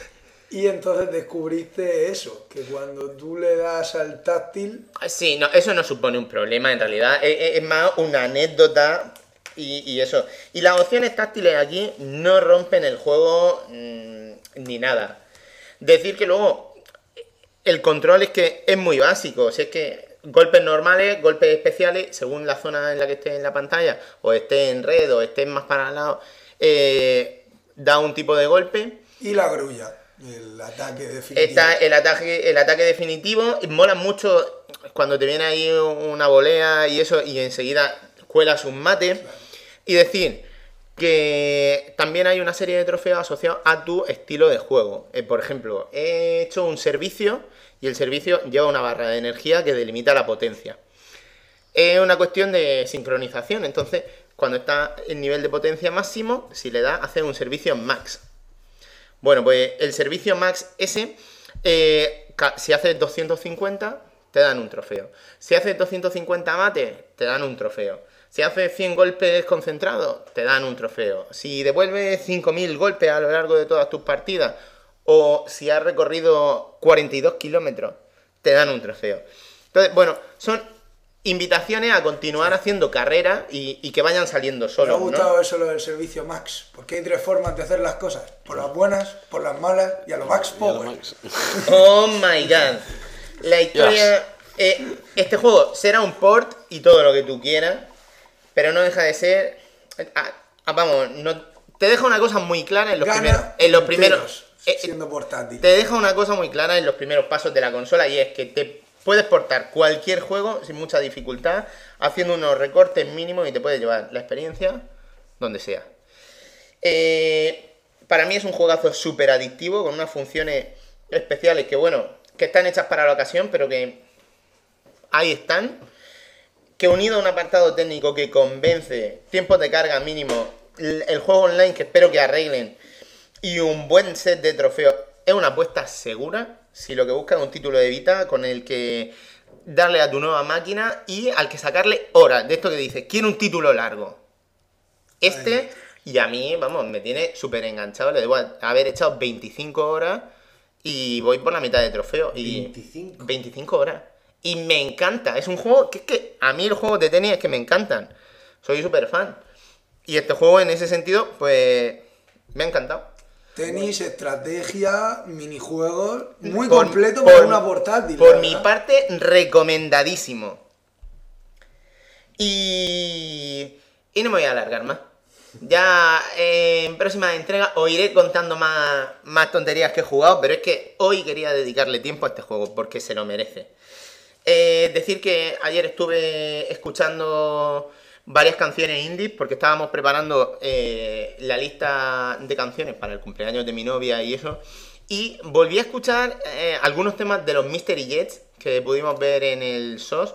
Y entonces descubriste eso, que cuando tú le das al táctil... Sí, no, eso no supone un problema en realidad, es más una anécdota y eso. Y las opciones táctiles aquí no rompen el juego ni nada. Decir que luego el control es que es muy básico, o sea, es que golpes normales, golpes especiales, según la zona en la que estés en la pantalla, o estés en red o estés más para el lado, da un tipo de golpe. Y la grulla, el ataque definitivo. Está el ataque definitivo. Y mola mucho cuando te viene ahí una volea y eso, y enseguida cuelas un mate. Y decir que también hay una serie de trofeos asociados a tu estilo de juego. Por ejemplo, he hecho un servicio y el servicio lleva una barra de energía que delimita la potencia. Es una cuestión de sincronización. Entonces, cuando está en nivel de potencia máximo, si le da, hace un servicio max. Bueno, pues el servicio max ese, si haces 250, te dan un trofeo. Si haces 250 mates, te dan un trofeo. Si haces 100 golpes concentrados, te dan un trofeo. Si devuelves 5000 golpes a lo largo de todas tus partidas, o si has recorrido 42 kilómetros, te dan un trofeo. Entonces, bueno, son invitaciones a continuar haciendo carreras y que vayan saliendo solos. Me ha gustado eso, lo del servicio Max, porque hay tres formas de hacer las cosas: por las buenas, por las malas y a lo Max Power. Oh my god. La historia... este juego será un port y todo lo que tú quieras, pero no deja de ser... vamos, no, te deja una cosa muy clara en los primeros... siendo portátil. Te deja una cosa muy clara en los primeros pasos de la consola, y es que te puedes portar cualquier juego sin mucha dificultad, haciendo unos recortes mínimos, y te puedes llevar la experiencia donde sea. Para mí es un juegazo súper adictivo, con unas funciones especiales que, bueno, que están hechas para la ocasión, pero que ahí están. Que unido a un apartado técnico que convence, tiempos de carga mínimo, el juego online que espero que arreglen, y un buen set de trofeos, es una apuesta segura si lo que buscas es un título de Vita con el que darle a tu nueva máquina y al que sacarle horas. De esto que dices, quiero un título largo. Y a mí, vamos, me tiene súper enganchado. Le debo haber echado 25 horas y voy por la mitad de trofeo. Y 25 horas. Y me encanta. Es un juego que a mí los juegos de tenis es que me encantan. Soy súper fan. Y este juego en ese sentido, pues, me ha encantado. Tenis, estrategia, minijuegos, muy completo para una portátil. Por mi parte, recomendadísimo. Y no me voy a alargar más. Ya en próximas entregas os iré contando más tonterías que he jugado, pero es que hoy quería dedicarle tiempo a este juego porque se lo merece. Decir que ayer estuve escuchando varias canciones indies porque estábamos preparando la lista de canciones para el cumpleaños de mi novia y eso, y volví a escuchar algunos temas de los Mystery Jets que pudimos ver en el SOS,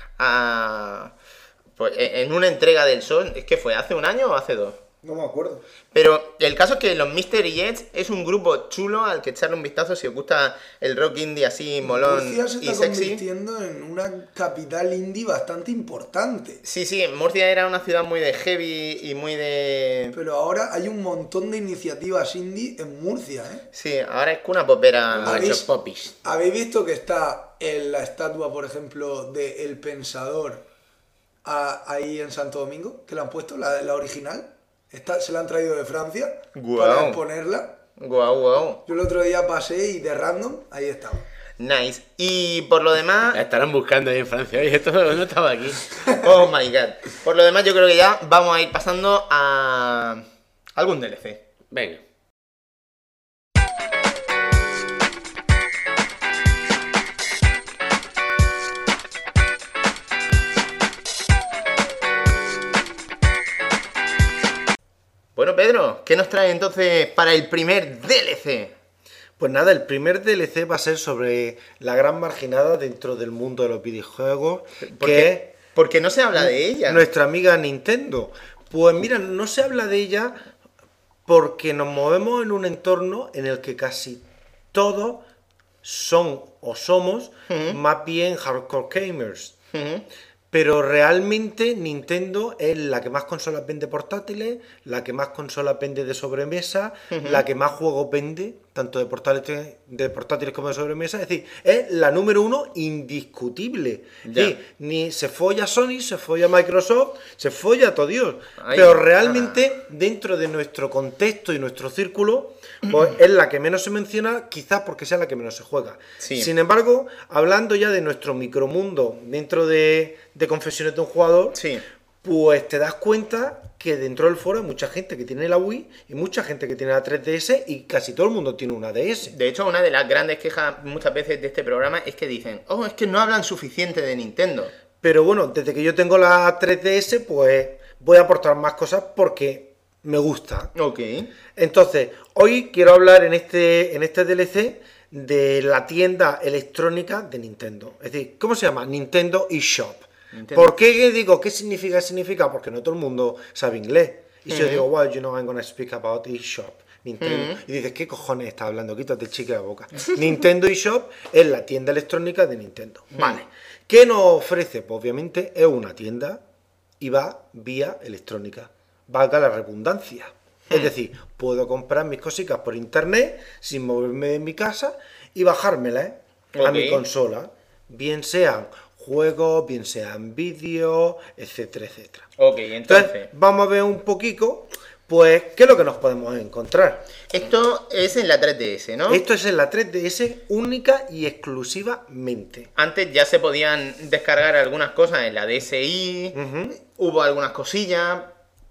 pues, en una entrega del SOS. ¿Es que fue hace un año o hace 2? No me acuerdo. Pero el caso es que los Mystery Jets es un grupo chulo al que echarle un vistazo si os gusta el rock indie así molón Murcia se y está sexy. convirtiendo en una capital indie bastante importante. Sí, Murcia era una ciudad muy de heavy y muy de... Pero ahora hay un montón de iniciativas indie en Murcia, ¿eh? Sí, ahora es cuna popera. ¿Habéis, popis. ¿Habéis visto que está en la estatua, por ejemplo, de El Pensador ahí en Santo Domingo? Que la han puesto, la original. Se la han traído de Francia para exponerla. Guau. Yo el otro día pasé y de random, ahí estaba. Nice. Y por lo demás... La estarán buscando ahí en Francia. Oye, esto no estaba aquí. Oh my god. Por lo demás yo creo que ya vamos a ir pasando a algún DLC. Venga. Bueno, Pedro, ¿qué nos trae entonces para el primer DLC? Pues nada, el primer DLC va a ser sobre la gran marginada dentro del mundo de los videojuegos, Porque no se habla de ella. Nuestra amiga Nintendo. Pues mira, no se habla de ella porque nos movemos en un entorno en el que casi todos son o somos más bien hardcore gamers. Pero realmente Nintendo es la que más consolas vende portátiles, la que más consolas vende de sobremesa, la que más juegos vende tanto de portátiles como de sobremesa. Es decir, es la número 1 indiscutible. Es decir, ni se folla Sony, se folla Microsoft, se folla todo Dios. Pero realmente, dentro de nuestro contexto y nuestro círculo, pues es la que menos se menciona, quizás porque sea la que menos se juega. Sí. Sin embargo, hablando ya de nuestro micromundo dentro de Confesiones de un Jugador, Sí. pues te das cuenta que dentro del foro hay mucha gente que tiene la Wii y mucha gente que tiene la 3DS y casi todo el mundo tiene una DS. De hecho, una de las grandes quejas muchas veces de este programa es que dicen, es que no hablan suficiente de Nintendo. Pero bueno, desde que yo tengo la 3DS, pues voy a aportar más cosas porque me gusta. Ok. Entonces, hoy quiero hablar en este DLC de la tienda electrónica de Nintendo. Es decir, ¿cómo se llama? Nintendo eShop. ¿Por qué digo qué significa? Significa porque no todo el mundo sabe inglés. Y si yo digo, well, I'm gonna speak about eShop. Nintendo. Y dices, ¿qué cojones está hablando? Quítate el chicle de la boca. Nintendo eShop es la tienda electrónica de Nintendo. Vale. ¿Qué nos ofrece? Pues obviamente es una tienda y va vía electrónica. Valga la redundancia. Es decir, puedo comprar mis cositas por internet sin moverme de mi casa y bajármelas a mi consola. Bien sean juegos, bien sean vídeos, etcétera, etcétera. Ok, entonces vamos a ver un poquito, pues, qué es lo que nos podemos encontrar. esto es en la 3DS, ¿no? Esto es en la 3DS única y exclusivamente. Antes ya se podían descargar algunas cosas en la DSi, hubo algunas cosillas,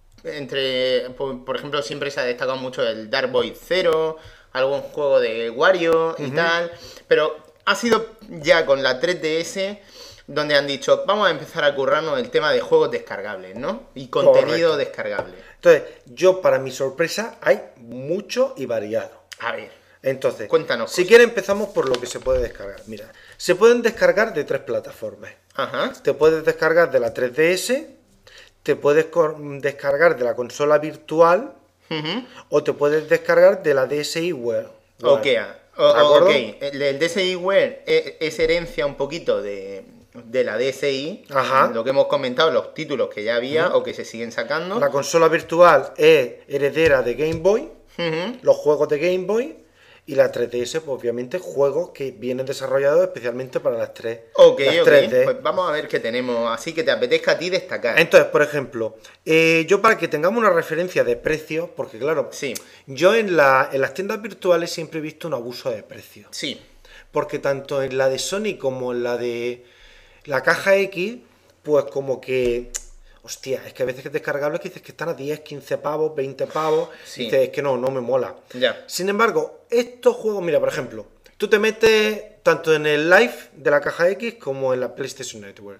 por ejemplo, siempre se ha destacado mucho el Dark Void 0, algún juego de Wario y tal, pero ha sido ya con la 3DS donde han dicho, vamos a empezar a currarnos el tema de juegos descargables, ¿no? Y contenido descargable. Entonces, yo, para mi sorpresa, hay mucho y variado. A ver, Entonces, cuéntanos si cosas. quieres empezamos por lo que se puede descargar. Mira, se pueden descargar de 3 plataformas. Ajá. Te puedes descargar de la 3DS, te puedes descargar de la consola virtual o te puedes descargar de la DSiWare. Ok, ¿De acuerdo? ok. El DSiWare es herencia un poquito de la DSi, Ajá. lo que hemos comentado, los títulos que ya había o que se siguen sacando. La consola virtual es heredera de Game Boy, los juegos de Game Boy, y la 3DS, pues obviamente juegos que vienen desarrollados especialmente para las 3. Ok, las ok. 3D. Pues vamos a ver qué tenemos, así que te apetezca a ti destacar. Entonces, por ejemplo, yo para que tengamos una referencia de precios, porque claro, Sí. yo en las tiendas virtuales siempre he visto un abuso de precios. Sí. Porque tanto en la de Sony como en la de la caja X, pues como que, hostia, es que a veces que es descargables que dices que están a 10, 15 pavos, 20 pavos, Sí. y dices, es que no me mola. Ya. Sin embargo, estos juegos, mira, por ejemplo, tú te metes tanto en el Live de la caja X como en la PlayStation Network.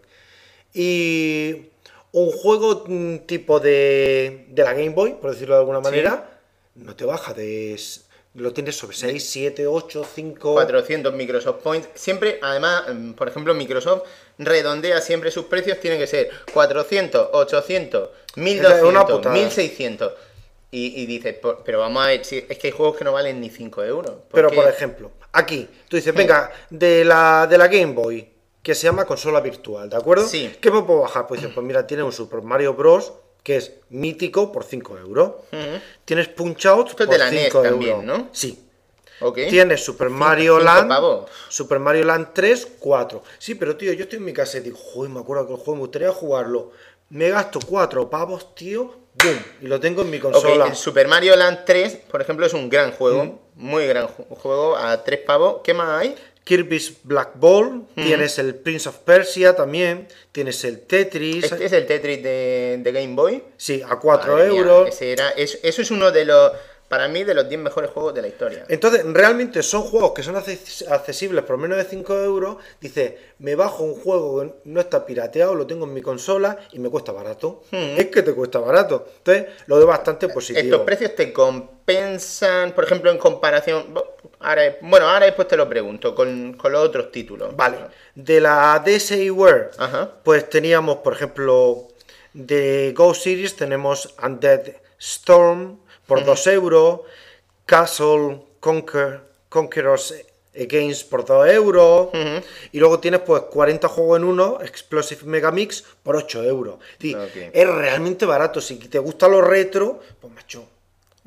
Y un juego tipo de la Game Boy, por decirlo de alguna manera, no te baja lo tienes sobre 6, 7, 8, 5... 400 Microsoft Points. Siempre, además, por ejemplo, Microsoft redondea siempre sus precios, tienen que ser 400, 800, una 1200, putada. 1600. Y dices, pero vamos a ver, es que hay juegos que no valen ni 5 euros. Pero, porque- por ejemplo, aquí, tú dices, venga, de la Game Boy, que se llama consola virtual, ¿de acuerdo? Sí. ¿Qué me puedo bajar? Pues dices, pues mira, tienes un Super Mario Bros., que es mítico, por 5 euros. Tienes Punch-Out Esto es por de la 5 NES euros. también, ¿no? Sí. Ok. Tienes Super Mario 5 Land, pavos. Super Mario Land 3, 4. Sí, pero tío, yo estoy en mi casa y digo, joder, me acuerdo que el juego me gustaría jugarlo. Me gasto 4 pavos, tío, ¡boom! Y lo tengo en mi Ok, consola. el Super Mario Land 3, por ejemplo, es un gran juego. Muy gran juego, a 3 pavos. ¿Qué más hay? Kirby's Black Ball, tienes el Prince of Persia también, tienes el Tetris, Este es el Tetris de Game Boy. sí, a 4 Madre mía, euros. eso es uno de los, para mí, de los 10 mejores juegos de la historia. Entonces, realmente son juegos que son accesibles por menos de 5 euros. Dice, me bajo un juego que no está pirateado, lo tengo en mi consola y me cuesta barato. Es que te cuesta barato. Entonces, lo veo bastante positivo. ¿Estos precios te compensan, por ejemplo, en comparación? Ahora después te lo pregunto, con los otros títulos. Vale, de la DSiWare, Ajá. pues teníamos, por ejemplo, de Go Series tenemos Undead Storm por 2 euros, Castle Conquerors Against por 2 euros, y luego tienes pues 40 juegos en uno, Explosive Megamix por 8 euros. Es decir, Ok. es realmente barato. Si te gustan los retro, pues macho,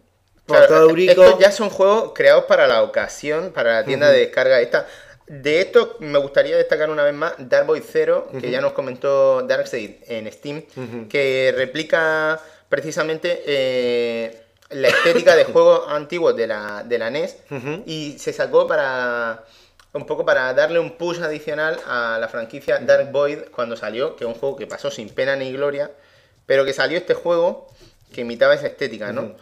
Para todo Eurico. Estos ya son juegos creados para la ocasión, para la tienda de descarga esta. De esto me gustaría destacar una vez más Dark Void Zero, que ya nos comentó Darkseid en Steam, que replica precisamente la estética de juegos antiguos de la NES y se sacó para un poco para darle un push adicional a la franquicia Dark Void cuando salió, que es un juego que pasó sin pena ni gloria, pero que salió este juego que imitaba esa estética, ¿no?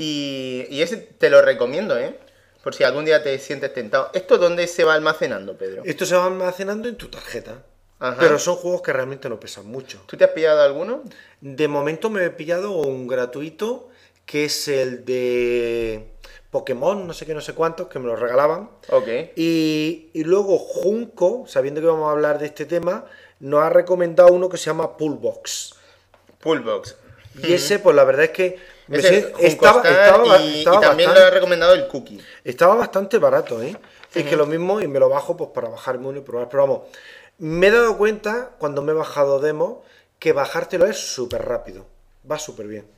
Y ese te lo recomiendo, ¿eh? Por si algún día te sientes tentado. ¿Esto dónde se va almacenando, Pedro? Esto se va almacenando en tu tarjeta. Ajá. Pero son juegos que realmente no pesan mucho. ¿Tú te has pillado alguno? De momento me he pillado un gratuito, que es el de Pokémon, no sé qué, no sé cuántos, que me lo regalaban. Ok. Y luego Junko, sabiendo que vamos a hablar de este tema, nos ha recomendado uno que se llama Poolbox. Poolbox. Y ese, pues la verdad es que estaba y también lo ha recomendado el Cookie. Estaba bastante barato, ¿eh? Es que lo mismo, y me lo bajo pues para bajarme uno y probar. Pero vamos, me he dado cuenta, cuando me he bajado demo, que bajártelo es súper rápido. Va súper bien.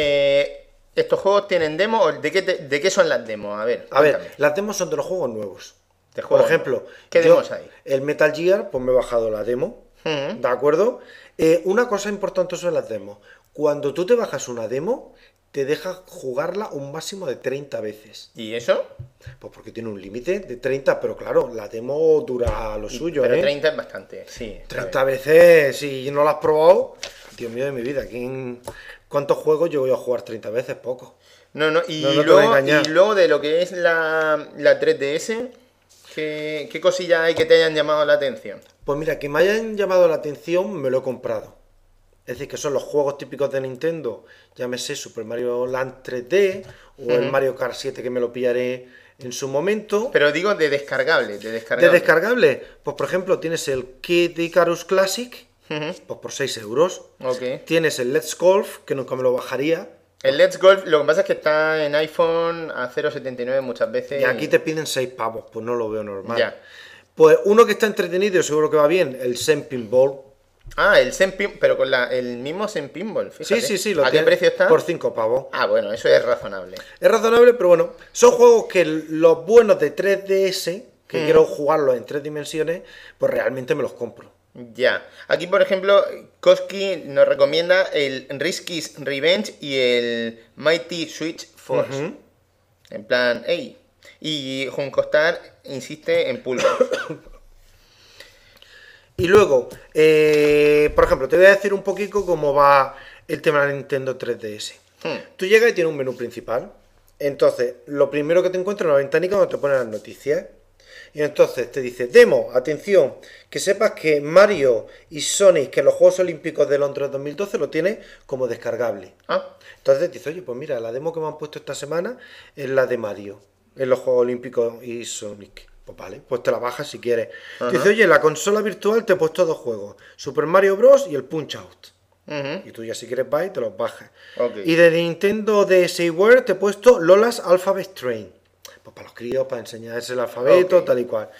¿Estos juegos tienen demos? ¿De qué son las demos? A ver, las demos son de los juegos nuevos. De Por juegos ejemplo, ¿qué demos hay? El Metal Gear, pues me he bajado la demo. ¿De acuerdo? Una cosa importante son las demos. Cuando tú te bajas una demo, te deja jugarla un máximo de 30 veces. ¿Y eso? Pues porque tiene un límite de 30, pero claro, la demo dura lo suyo, pero ¿eh? 30 es bastante, sí. 30 veces, si no lo has probado, Dios mío de mi vida, ¿cuántos juegos yo voy a jugar 30 veces? Poco. No, te voy a engañar. y luego de lo que es la 3DS, ¿qué cosillas hay que te hayan llamado la atención? Pues mira, que me hayan llamado la atención, me lo he comprado. Es decir, que son los juegos típicos de Nintendo, llámese Super Mario Land 3D o el Mario Kart 7, que me lo pillaré en su momento. Pero digo de descargable, ¿De descargable? Pues por ejemplo, tienes el Kid Icarus Classic, pues por 6 euros. Ok. Tienes el Let's Golf, que nunca me lo bajaría. El Let's Golf, lo que pasa es que está en iPhone a 0,79 muchas veces. Y aquí te piden 6 pavos, pues no lo veo normal. Ya. Pues uno que está entretenido y seguro que va bien, el Zen Pinball. Ah, el Zen Pinball, pero con el mismo Zen Pinball, fíjate. Sí, ¿A qué precio está? Por 5 pavos. Ah, bueno, eso es razonable. Es razonable, pero bueno, son juegos que los buenos de 3DS, que quiero jugarlos en 3 dimensiones, pues realmente me los compro. Ya. Aquí, por ejemplo, Koski nos recomienda el Risky's Revenge y el Mighty Switch Force. En plan, ey. Y Junkostar insiste en Pulver. Y luego, por ejemplo, te voy a decir un poquito cómo va el tema de la Nintendo 3DS. Tú llegas y tienes un menú principal. Entonces, lo primero que te encuentras es una ventanita donde te ponen las noticias. Y entonces te dice, demo, atención, que sepas que Mario y Sonic, que los Juegos Olímpicos de Londres 2012 lo tiene como descargable. Entonces te dice, oye, pues mira, la demo que me han puesto esta semana es la de Mario, en los Juegos Olímpicos y Sonic. Pues vale, pues te la bajas si quieres. Te dice, oye, la consola virtual te he puesto 2 juegos, Super Mario Bros. Y el Punch Out. Y tú ya si quieres vas y te los bajas. Y de Nintendo DSiWare te he puesto Lola's Alphabet Train. Pues para los críos, para enseñarse el alfabeto, tal y cual.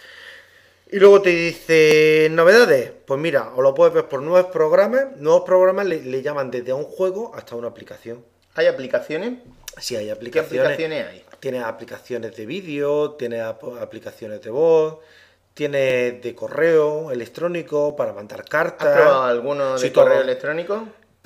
Y luego te dice, novedades. Pues mira, o lo puedes ver por nuevos programas le llaman desde a un juego hasta una aplicación. ¿Hay aplicaciones? Sí, hay ¿Qué aplicaciones. aplicaciones hay? Tienes aplicaciones de vídeo, tienes aplicaciones de voz, tienes de correo electrónico para mandar cartas. ¿Has probado alguno de correo electrónico?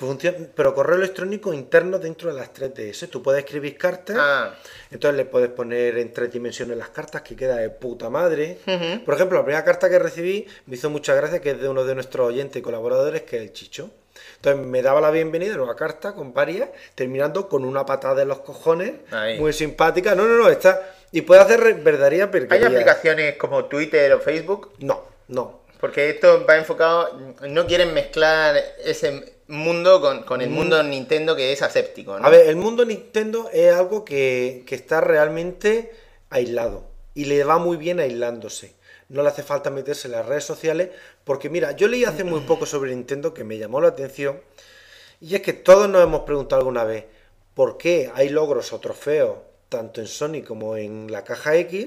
Pero correo electrónico interno dentro de las 3DS. Tú puedes escribir cartas, entonces le puedes poner en 3 dimensiones las cartas, que queda de puta madre. Por ejemplo, la primera carta que recibí me hizo mucha gracia, que es de uno de nuestros oyentes y colaboradores, que es el Chicho. Entonces me daba la bienvenida en una carta con varias, terminando con una patada en los cojones, muy simpática. No, está... Y puede hacer verdadería perquería. ¿Hay aplicaciones como Twitter o Facebook? No. Porque esto va enfocado... No quieren mezclar ese mundo con el mundo Nintendo, que es aséptico, ¿no? A ver, el mundo Nintendo es algo que está realmente aislado. Y le va muy bien aislándose. No le hace falta meterse en las redes sociales, porque mira, yo leí hace muy poco sobre Nintendo que me llamó la atención, y es que todos nos hemos preguntado alguna vez por qué hay logros o trofeos tanto en Sony como en la caja X,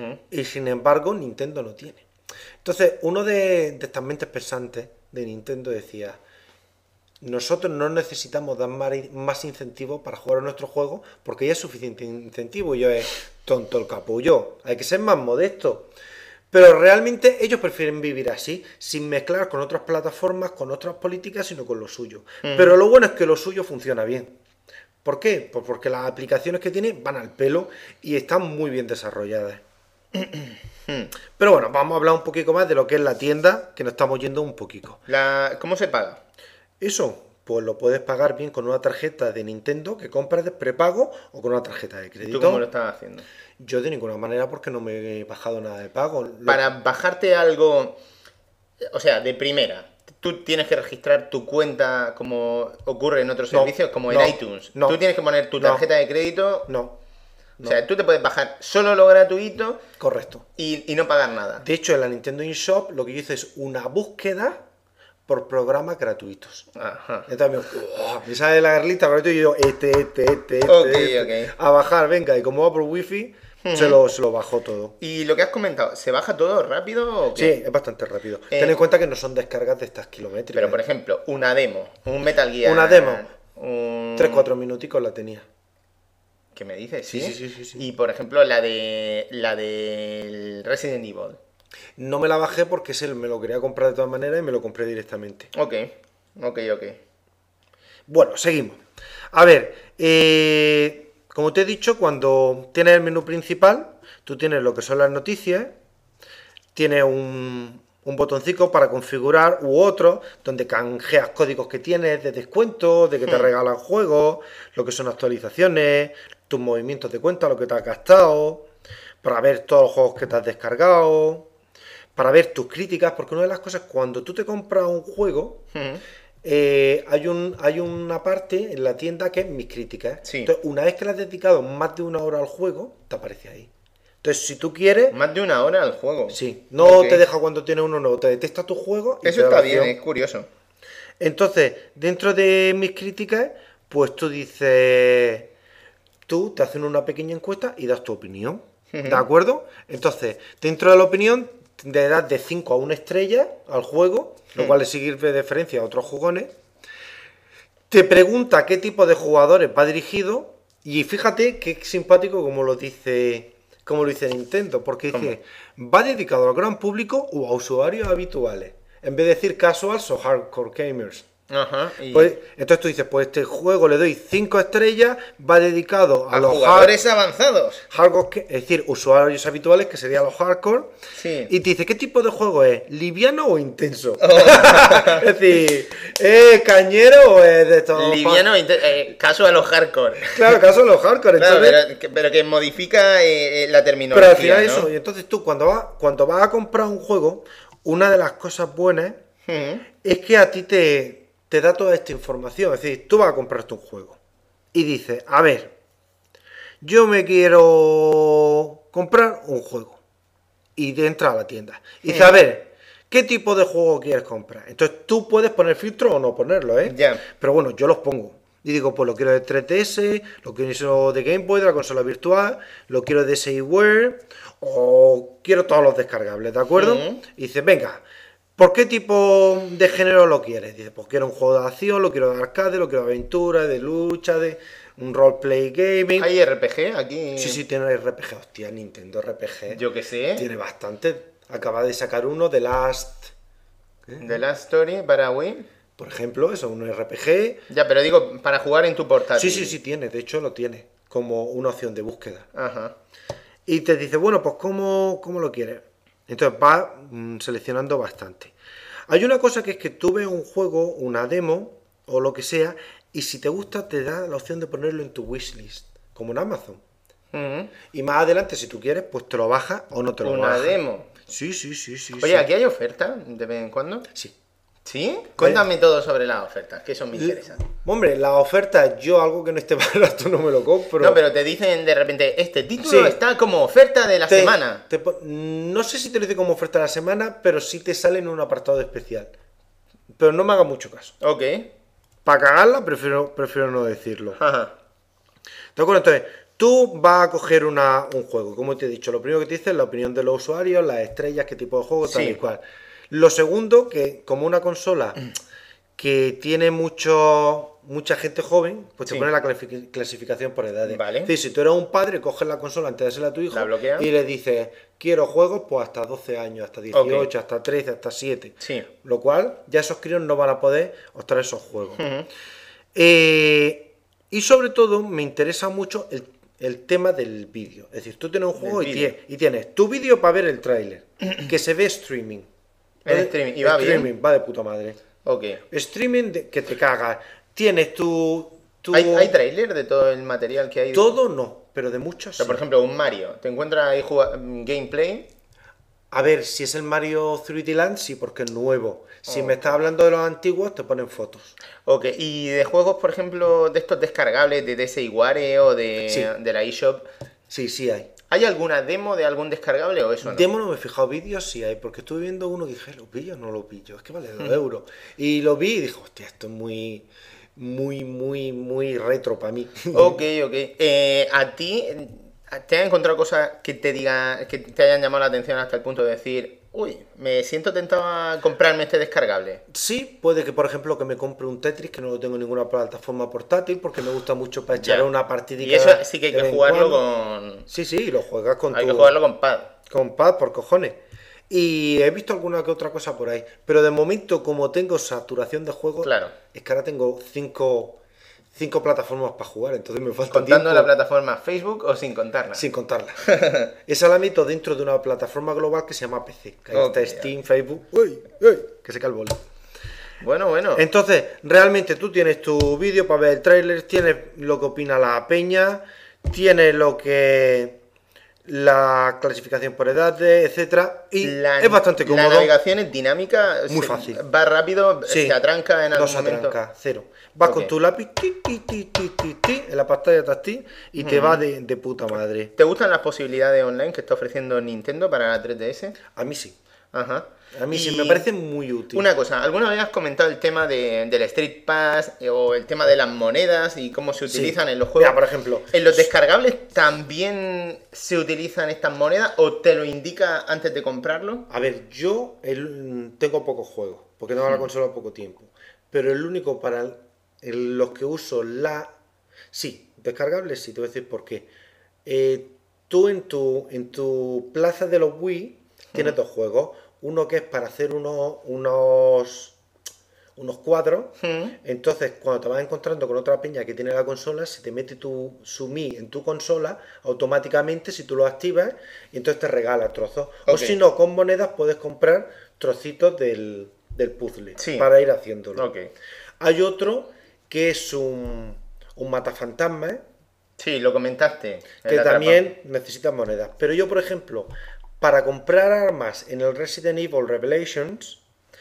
y sin embargo Nintendo no tiene. Entonces, uno de estas mentes pensantes de Nintendo decía, nosotros no necesitamos dar más incentivos para jugar a nuestro juego porque ya es suficiente incentivo. Yo es tonto el capullo. Hay que ser más modesto. Pero realmente ellos prefieren vivir así, sin mezclar con otras plataformas, con otras políticas, sino con lo suyo. Pero lo bueno es que lo suyo funciona bien. ¿Por qué? Pues porque las aplicaciones que tiene van al pelo y están muy bien desarrolladas. Pero bueno, vamos a hablar un poquito más de lo que es la tienda, que nos estamos yendo un poquito. ¿Cómo se paga? Eso, pues lo puedes pagar bien con una tarjeta de Nintendo que compras de prepago o con una tarjeta de crédito. ¿Tú cómo lo estás haciendo? Yo de ninguna manera porque no me he bajado nada de pago. Para bajarte algo, o sea, de primera, tú tienes que registrar tu cuenta como ocurre en otros servicios, como en iTunes. Tú tienes que poner tu tarjeta de crédito. No. O sea, tú te puedes bajar solo lo gratuito. Correcto. Y no pagar nada. De hecho, en la Nintendo eShop lo que yo hice es una búsqueda por programas gratuitos. Ajá. Entonces me sale la garlita gratuito y yo, Ok. a bajar, venga, y como va por wifi, se lo bajó todo. Y lo que has comentado, ¿se baja todo rápido o qué? Sí, es bastante rápido. Ten en cuenta que no son descargas de estas kilométricas. Pero por ejemplo, una demo, un Metal Gear. Una demo. Un... 3-4 minuticos la tenía. ¿Qué me dices? Sí. Y por ejemplo, la del Resident Evil. No me la bajé porque ese me lo quería comprar de todas maneras y me lo compré directamente. Ok. Bueno, seguimos. A ver, como te he dicho, cuando tienes el menú principal, tú tienes lo que son las noticias, tienes un botoncito para configurar u otro, donde canjeas códigos que tienes de descuento, de que te regalan juegos, lo que son actualizaciones, tus movimientos de cuenta, lo que te has gastado, para ver todos los juegos que te has descargado, para ver tus críticas, porque una de las cosas, cuando tú te compras un juego, hay una parte en la tienda que es mis críticas. Sí. Entonces, una vez que le has dedicado más de 1 hora al juego, te aparece ahí. Entonces, si tú quieres... Más de 1 hora al juego. Sí, no te deja cuando tienes uno nuevo, te detecta tu juego y Eso te da está la bien, opción. es curioso. Entonces, dentro de mis críticas, pues tú dices... Tú te hacen una pequeña encuesta y das tu opinión. ¿De acuerdo? Entonces, dentro de la opinión, le das de 5 a 1 estrella al juego, lo cual le sirve de diferencia a otros jugones. Te pregunta qué tipo de jugadores va dirigido. Y fíjate qué simpático como lo dice Nintendo, porque dice, va dedicado al gran público o a usuarios habituales, en vez de decir casuals o hardcore gamers. Ajá. Pues, entonces tú dices, pues este juego le doy 5 estrellas, va dedicado a los jugadores avanzados. hardcore, es decir, usuarios habituales, que serían los hardcore. Sí. Y te dice, ¿qué tipo de juego es? ¿Liviano o intenso? Es decir, ¿es cañero o es de todo? Liviano, caso a los hardcore. Claro, caso de los hardcore. Claro, Entonces, pero que modifica la terminología. pero al final ¿no? eso, y entonces tú cuando vas a comprar un juego, una de las cosas buenas es que a ti te da toda esta información. Es decir, tú vas a comprarte un juego y dices, a ver, yo me quiero comprar un juego. Y te entra a la tienda. Y dice, a ver, ¿qué tipo de juego quieres comprar? Entonces tú puedes poner filtro o no ponerlo, ¿eh? Ya. Pero bueno, yo los pongo. Y digo, pues lo quiero de 3DS, lo quiero de Game Boy, de la consola virtual, lo quiero de Seiware, o quiero todos los descargables, ¿de acuerdo? Y dice, venga, ¿por qué tipo de género lo quieres? Dice, pues quiero un juego de acción, lo quiero de arcade, lo quiero de aventura, de lucha, de un roleplay gaming. ¿Hay RPG aquí? Sí, tiene RPG. Hostia, Nintendo RPG. Yo qué sé. Tiene bastante. Acaba de sacar uno, The Last... The Last Story para Wii. Por ejemplo, eso, un RPG. Ya, pero digo, para jugar en tu portátil. Sí, tiene. De hecho, lo tiene. Como una opción de búsqueda. Ajá. Y te dice, bueno, pues ¿cómo lo quieres? Entonces va seleccionando bastante. Hay una cosa que es que tú ves un juego, una demo o lo que sea, y si te gusta te da la opción de ponerlo en tu wishlist, como en Amazon. Y más adelante, si tú quieres, pues te lo bajas o no te lo bajas. Una demo. Sí. Oye, ¿aquí hay oferta de vez en cuando? Sí. ¿Sí? Cuéntame todo sobre las ofertas, que eso me interesa. Hombre, las ofertas, yo algo que no esté barato no me lo compro. No, pero te dicen de repente, este título está como oferta de la semana. No sé si te lo dice como oferta de la semana, pero sí te sale en un apartado especial. Pero no me haga mucho caso. Ok. Para cagarla, prefiero no decirlo. Ajá. ¿De acuerdo? Entonces, tú vas a coger un juego. Como te he dicho, lo primero que te dice es la opinión de los usuarios, las estrellas, qué tipo de juego, tal y cual. Lo segundo, que como una consola que tiene mucha gente joven, pues te Sí. pone la clasificación por edades. Vale. Es decir, si tú eres un padre, coges la consola antes de dársela a tu hijo La bloqueas. y le dices, quiero juegos pues hasta 12 años, hasta 18, hasta 13, hasta 7. Sí. Lo cual, ya esos críos no van a poder obtener esos juegos. Ujú. Y sobre todo, me interesa mucho el tema del vídeo. Es decir, tú tienes un juego Del vídeo. y tienes tu vídeo para ver el tráiler, que se ve streaming. En streaming. ¿Y va bien? Streaming, va de puta madre. Ok. Streaming que te cagas. Tienes tu ¿Hay tráiler de todo el material que hay? todo no, pero de muchos O sea, sí. por ejemplo, un Mario. Te encuentras ahí gameplay. A ver, si es el Mario 3D Land, sí, porque es nuevo. Si Oh. me estás hablando de los antiguos, te ponen fotos. Ok. Y de juegos, por ejemplo, de estos descargables de DSiWare o de, Sí. de la eShop. Sí, sí hay. ¿Hay alguna demo de algún descargable o eso no? Demo no me he fijado, vídeos sí hay, porque estuve viendo uno y dije, ¿lo pillo o no lo pillo? Es que vale 2 euros. Y lo vi y dije, hostia, esto es muy retro para mí. Ok, ok. ¿A ti te has encontrado cosas que te digan, que te hayan llamado la atención hasta el punto de decir, uy, me siento tentado a comprarme este descargable? Sí, puede que, por ejemplo, que me compre un Tetris, que no lo tengo en ninguna plataforma portátil, porque me gusta mucho para echar Ya. una partidita. Y eso sí que hay de que vez en jugarlo cuando. con... Sí, sí, lo juegas con Hay tu... que jugarlo con pad. Con pad, por cojones. Y he visto alguna que otra cosa por ahí. Pero de momento, como tengo saturación de juegos, Claro. es que ahora tengo cinco plataformas para jugar, entonces me falta ¿Contando tiempo la plataforma Facebook o sin contarla? sin contarla. Esa la meto dentro de una plataforma global que se llama PC. Que ahí Ok, está Steam, Facebook. Uy, uy, que se cae el boli. Bueno, bueno. Entonces, realmente tú tienes tu vídeo para ver el tráiler, tienes lo que opina la peña, tienes lo que... la clasificación por edades, etcétera, y es bastante cómodo. La navegación es dinámica. Muy fácil. Va rápido, Sí, se atranca en algún no se momento. atranca, cero. Vas Ok. con tu lápiz en la pantalla táctil y te va de puta madre. ¿Te gustan las posibilidades online que está ofreciendo Nintendo para la 3DS? A mí sí. Ajá. A mí sí, Y me parece muy útil. Una cosa, ¿alguna vez has comentado el tema del Street Pass o el tema de las monedas y cómo se Sí. utilizan en los juegos? Mira, por ejemplo, ¿En los descargables también se utilizan estas monedas o te lo indica antes de comprarlo? a ver, yo tengo pocos juegos, porque tengo la consola poco tiempo. Pero el único para los que uso Sí, descargables sí, te voy a decir por qué. Tú en tu plaza de los Wii tienes dos juegos. Uno que es para hacer unos cuadros. Entonces, cuando te vas encontrando con otra peña que tiene la consola, se te mete su Mi en tu consola, automáticamente, si tú lo activas, y entonces te regala trozos. O Ok. si no, con monedas puedes comprar trocitos del puzzle Sí. para ir haciéndolo. Ok. Hay otro que es un matafantasmas, Sí, lo comentaste. en que la trapa. también necesita monedas. Pero yo, por ejemplo, para comprar armas en el Resident Evil Revelations,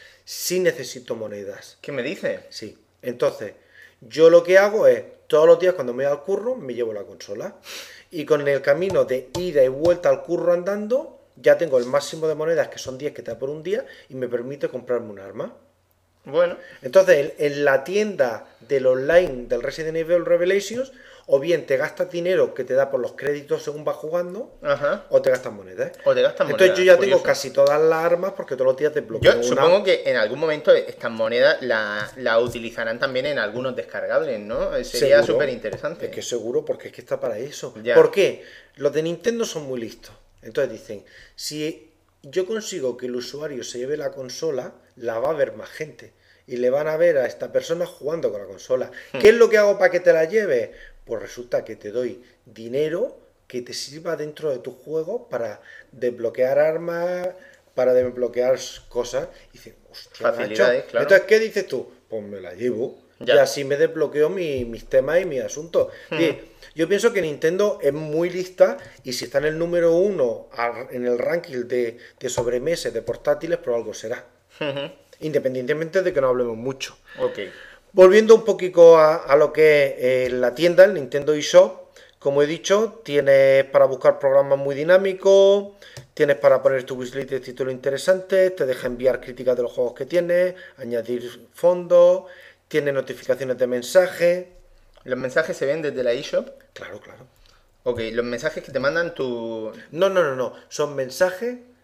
sí necesito monedas. ¿Qué me dices? Sí. Entonces, yo lo que hago es, todos los días cuando me voy al curro, me llevo la consola. Y con el camino de ida y vuelta al curro andando, ya tengo el máximo de monedas, que son 10 que te da por un día, y me permite comprarme un arma. Bueno, Entonces, en la tienda del online del Resident Evil Revelations, o bien te gastas dinero que te da por los créditos según vas jugando, ajá. o te gastas monedas. O te gastas Entonces monedas, yo ya curioso. tengo casi todas las armas porque todos los días desbloqueo Yo una. supongo que en algún momento estas monedas la utilizarán también en algunos descargables, ¿no? Sería Seguro. súper interesante. Es que seguro, porque es que está para eso. Ya. ¿Por qué? Los de Nintendo son muy listos. Entonces dicen, si yo consigo que el usuario se lleve la consola, la va a ver más gente. Y le van a ver a esta persona jugando con la consola. ¿Qué es lo que hago para que te la lleves? Pues resulta que te doy dinero que te sirva dentro de tu juego para desbloquear armas, para desbloquear cosas. Y dices, hostia, Facilidades, macho. claro. Entonces, ¿qué dices tú? Pues me la llevo. Ya. Y así me desbloqueo mis temas y mis asuntos. Y yo pienso que Nintendo es muy lista y si está en el número 1 en el ranking de sobremesas, de portátiles, por algo será. Ujú. Independientemente de que no hablemos mucho. Ok. Volviendo un poquito a lo que es la tienda, el Nintendo eShop, como he dicho, tienes para buscar programas muy dinámicos, tienes para poner tu wishlist de títulos interesantes, te deja enviar críticas de los juegos que tienes, añadir fondos, tiene notificaciones de mensajes. ¿Los mensajes se ven desde la eShop? Claro, claro. Ok, los mensajes que te mandan tu... No. Son mensajes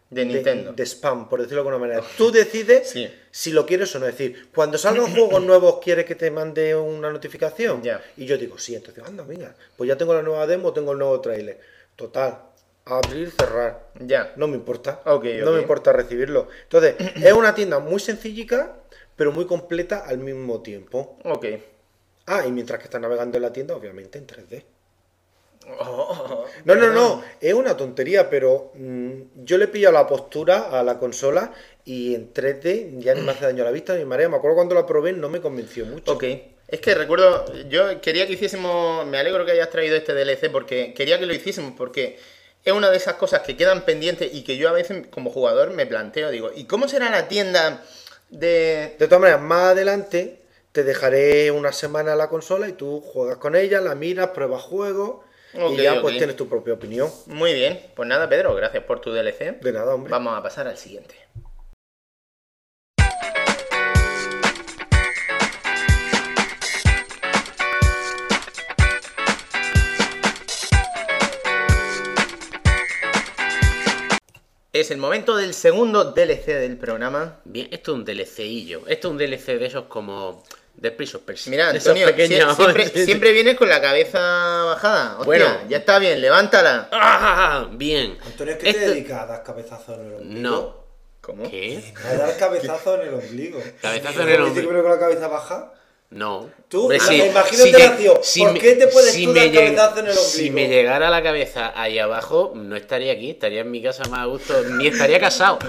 De Nintendo. de spam, por decirlo de alguna manera. Tú decides Sí. si lo quieres o no. Es decir, cuando salgan juegos nuevos, ¿quieres que te mande una notificación? Ya. Y yo digo, sí, entonces, anda, venga, pues ya tengo la nueva demo, tengo el nuevo tráiler. Total, abrir, cerrar. Ya. No me importa. Ok, No ok. me importa recibirlo. Entonces, es una tienda muy sencillica, pero muy completa al mismo tiempo. Ok. Ah, y mientras que estás navegando en la tienda, obviamente en 3D. Oh, No, es una tontería, pero yo le pillo la postura a la consola y en 3D ya ni me hace daño a la vista ni me marea. Me acuerdo cuando la probé, no me convenció mucho. Ok. Es que recuerdo, yo quería que hiciésemos, me alegro que hayas traído este DLC porque quería que lo hiciésemos porque es una de esas cosas que quedan pendientes y que yo a veces como jugador me planteo, digo, ¿y cómo será la tienda de... De todas maneras, más adelante te dejaré una semana la consola y tú juegas con ella, la miras, pruebas juegos Ok, y ya pues ok. tienes tu propia opinión. Muy bien, pues nada Pedro, gracias por tu DLC. De nada, hombre. Vamos a pasar al siguiente. Es el momento del segundo DLC del programa. Bien, esto es un DLCillo. Esto es un DLC de esos como de Prince of Persia. Mira, De esos Antonio, pequeños. siempre vienes con la cabeza bajada. Hostia, Bueno. ya está bien, levántala. ¡Ah! Bien. Antonio, ¿es que te dedicas a dar cabezazos en el ombligo? No. ¿Cómo? ¿Qué? A dar cabezazos en el ombligo. Cabezazo en el ombligo. ¿Pero con la cabeza baja? No. Tú, Hombre, me imagino que nació. ¿Por qué te puedes tú dar cabezazo en el Si ombligo? me llegara la cabeza ahí abajo, no estaría aquí, estaría en mi casa más a gusto, ni estaría casado.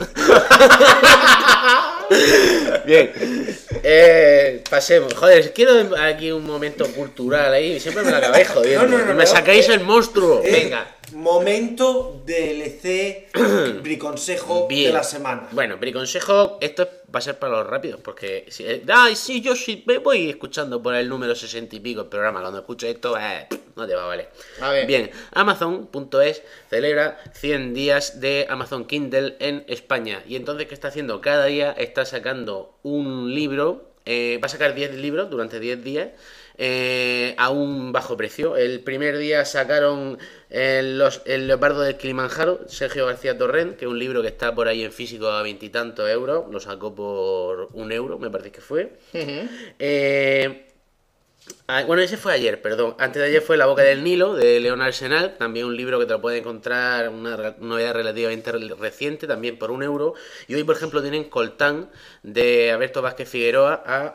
Bien. Pasemos. Joder, quiero aquí un momento cultural ahí, siempre me la acabáis jodiendo. No, me sacáis el monstruo. Venga. Momento DLC briconsejo Bien. de la semana. Bueno, briconsejo, esto va a ser para los rápidos, porque ay, sí, yo sí me voy escuchando por el número 60 y pico el programa, cuando escucho esto, no te va a valer. A ver. Bien, Amazon.es celebra 100 días de Amazon Kindle en España, y entonces, ¿qué está haciendo? Cada día está sacando un libro, va a sacar 10 libros durante 10 días, a un bajo precio. El primer día sacaron el Leopardo del Kilimanjaro, Sergio García Torrent, que es un libro que está por ahí en físico a 20 y tantos euros, lo sacó por €1, me parece que fue. Bueno, ese fue ayer, perdón. Antes de ayer fue La Boca del Nilo, de León Arsenal, también un libro que te lo puedes encontrar, una novedad relativamente reciente, también por €1. Y hoy, por ejemplo, tienen Coltán, de Alberto Vázquez Figueroa, a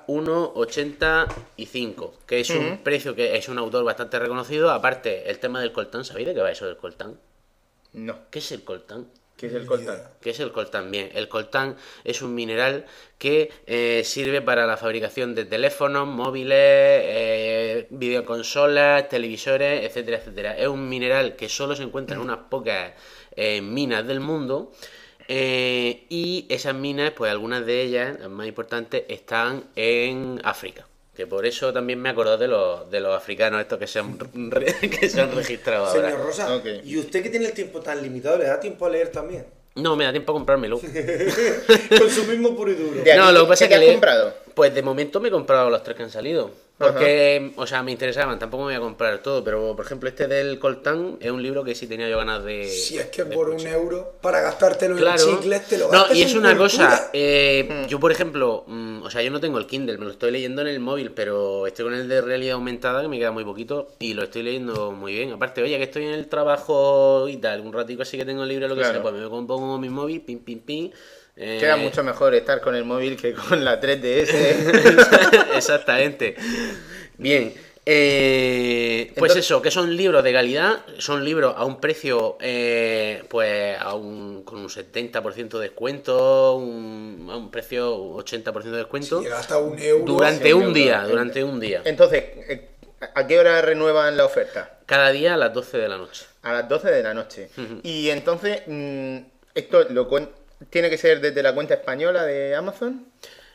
1,85, que es un precio que es un autor bastante reconocido. Aparte, el tema del coltán, ¿sabéis de qué va eso del coltán? No. ¿Qué es el coltán? ¿Qué es el coltán? ¿Qué es el coltán? Bien, el coltán es un mineral que sirve para la fabricación de teléfonos, móviles, videoconsolas, televisores, etcétera, etcétera. Es un mineral que solo se encuentra en unas pocas minas del mundo. Y esas minas, pues algunas de ellas, las más importantes, están en África. Que por eso también me acuerdo de los africanos estos que se han registrado ahora. Señor Rosa, Ok. ¿y usted que tiene el tiempo tan limitado, le da tiempo a leer también? No, me da tiempo a comprármelo. Con su mismo puro y duro. De aquí, No, lo que pasa ¿qué es te que has comprado? Pues de momento me he comprado los 3 que han salido. Porque, o sea, me interesaban, tampoco me voy a comprar todo, pero por ejemplo este del Coltán es un libro que sí tenía yo ganas de... Si es que de por escuchar. €1, para gastártelo Claro. en chicles, te lo No, gastas y es en una cultura. cosa, yo por ejemplo, o sea, yo no tengo el Kindle, me lo estoy leyendo en el móvil, pero estoy con el de realidad aumentada, que me queda muy poquito, y lo estoy leyendo muy bien. Aparte, oye, que estoy en el trabajo y tal, un ratico así que tengo libre, lo que Claro. sea, pues me compongo mi móvil, pim, pim, pim. Queda mucho mejor estar con el móvil que con la 3DS. Exactamente. Bien. Pues Entonces- eso, que son libros de calidad, son libros a un precio, pues con un 70% de descuento, a un precio 80% de descuento, Si llega hasta €1. durante un día, durante un día. Entonces, ¿a qué hora renuevan la oferta? Cada día a las 12 de la noche. A las 12 de la noche. Y entonces, ¿esto tiene que ser desde la cuenta española de Amazon?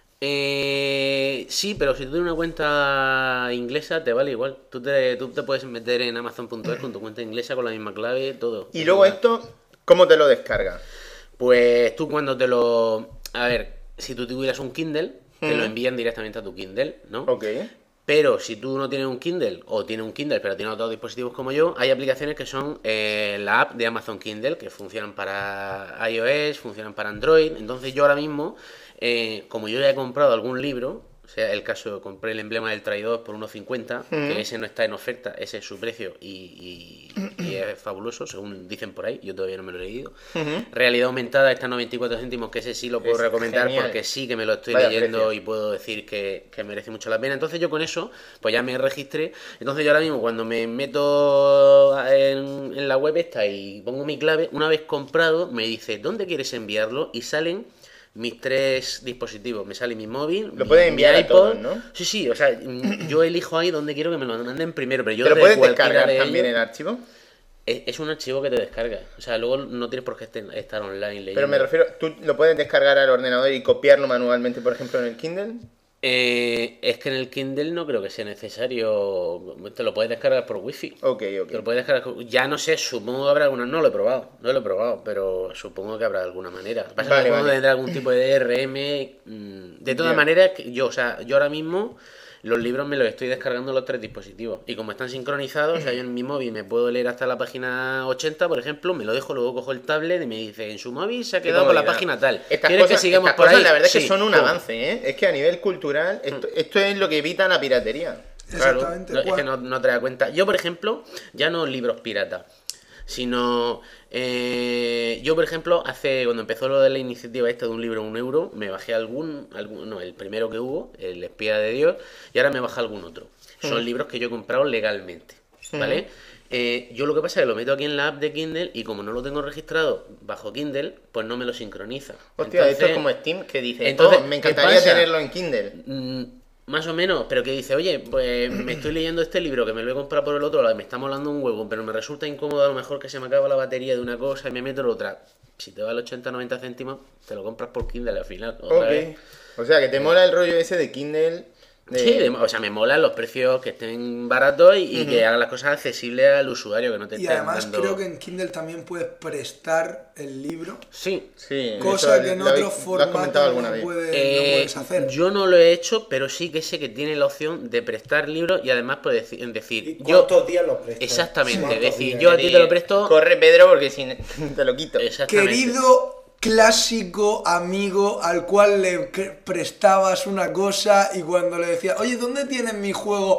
Sí, pero si tú tienes una cuenta inglesa te vale igual. Tú te puedes meter en Amazon.es con tu cuenta inglesa con la misma clave, todo. Y luego esto, ¿cómo te lo descargas? Pues tú cuando te lo... A ver, si tú tuvieras un Kindle, te lo envían directamente a tu Kindle, ¿no? Ok. Pero si tú no tienes un Kindle, o tienes un Kindle pero tienes otros dispositivos como yo, hay aplicaciones que son la app de Amazon Kindle, que funcionan para iOS, funcionan para Android. Entonces yo ahora mismo, como yo ya he comprado algún libro, o sea, el caso, compré el emblema del traidor por 1,50, que ese no está en oferta, ese es su precio y es fabuloso, según dicen por ahí, yo todavía no me lo he leído. Realidad aumentada está a 94 céntimos, que ese sí lo puedo recomendar genial. porque sí que me lo estoy Vaya leyendo precio. y puedo decir que merece mucho la pena. Entonces yo con eso, pues ya me registré. Entonces yo ahora mismo cuando me meto en la web esta y pongo mi clave, una vez comprado, me dice ¿dónde quieres enviarlo? Y salen mis 3 dispositivos. Me sale mi móvil, Lo puedes enviar a todos, ¿no? Sí, o sea, yo elijo ahí donde quiero que me lo manden primero, pero yo ¿Te lo desde puedes cualquiera descargar de también ellos- el archivo? Es un archivo que te descarga. O sea, luego no tienes por qué estar online leyendo. Pero me refiero, ¿tú lo puedes descargar al ordenador y copiarlo manualmente, por ejemplo, en el Kindle? Es que en el Kindle no creo que sea necesario. Te lo puedes descargar por wifi. Ok. Te lo puedes descargar. Ya no sé, supongo que habrá alguna. No lo he probado, pero supongo que habrá alguna manera. Pasa que Vale, supongo que vale. tendrá algún tipo de DRM. De todas Ya. maneras, yo ahora mismo los libros me los estoy descargando en los 3 dispositivos. Y como están sincronizados, o sea, yo en mi móvil me puedo leer hasta la página 80, por ejemplo, me lo dejo, luego cojo el tablet y me dice, en su móvil se ha quedado con la página tal. Estas ¿Quieres cosas, que sigamos estas por cosas ahí? la verdad es que Sí, son un pum. avance, ¿eh? Es que a nivel cultural, esto es lo que evita la piratería. Claro, Exactamente. es que no te das cuenta. Yo, por ejemplo, ya no libros pirata, sino yo, por ejemplo, cuando empezó lo de la iniciativa esta de un libro a €1, me bajé el primero que hubo, El espía de Dios, y ahora me bajé algún otro. Son libros que yo he comprado legalmente, ¿vale? Yo lo que pasa es que lo meto aquí en la app de Kindle y como no lo tengo registrado bajo Kindle, pues no me lo sincroniza. Hostia, esto es Entonces, como Steam que dice, entonces, me ¿qué encantaría pasa? tenerlo en Kindle. Más o menos, pero que dice, oye, pues me estoy leyendo este libro que me lo he comprado por el otro lado, me está molando un huevo, pero me resulta incómodo a lo mejor que se me acaba la batería de una cosa y me meto en otra. Si te vale 80-90 céntimos, te lo compras por Kindle al final. Otra vez. O sea, que te mola el rollo ese de Kindle. Sí, o sea, me molan los precios que estén baratos y que hagan las cosas accesibles al usuario, que no te Y estén además dando... creo que en Kindle también puedes prestar el libro, Sí. Sí, cosa eso que en lo otros lo has comentado formatos alguna no vez. puedes hacer. Yo no lo he hecho, pero sí que sé que tiene la opción de prestar libros y además puedes decir, ¿Y yo... cuántos días lo prestas? Exactamente, ¿Cuántos es decir, días? yo a ti te lo presto... Corre, Pedro, porque si te lo quito. Exactamente. Querido clásico amigo al cual le prestabas una cosa y cuando le decías, oye, ¿dónde tienes mi juego?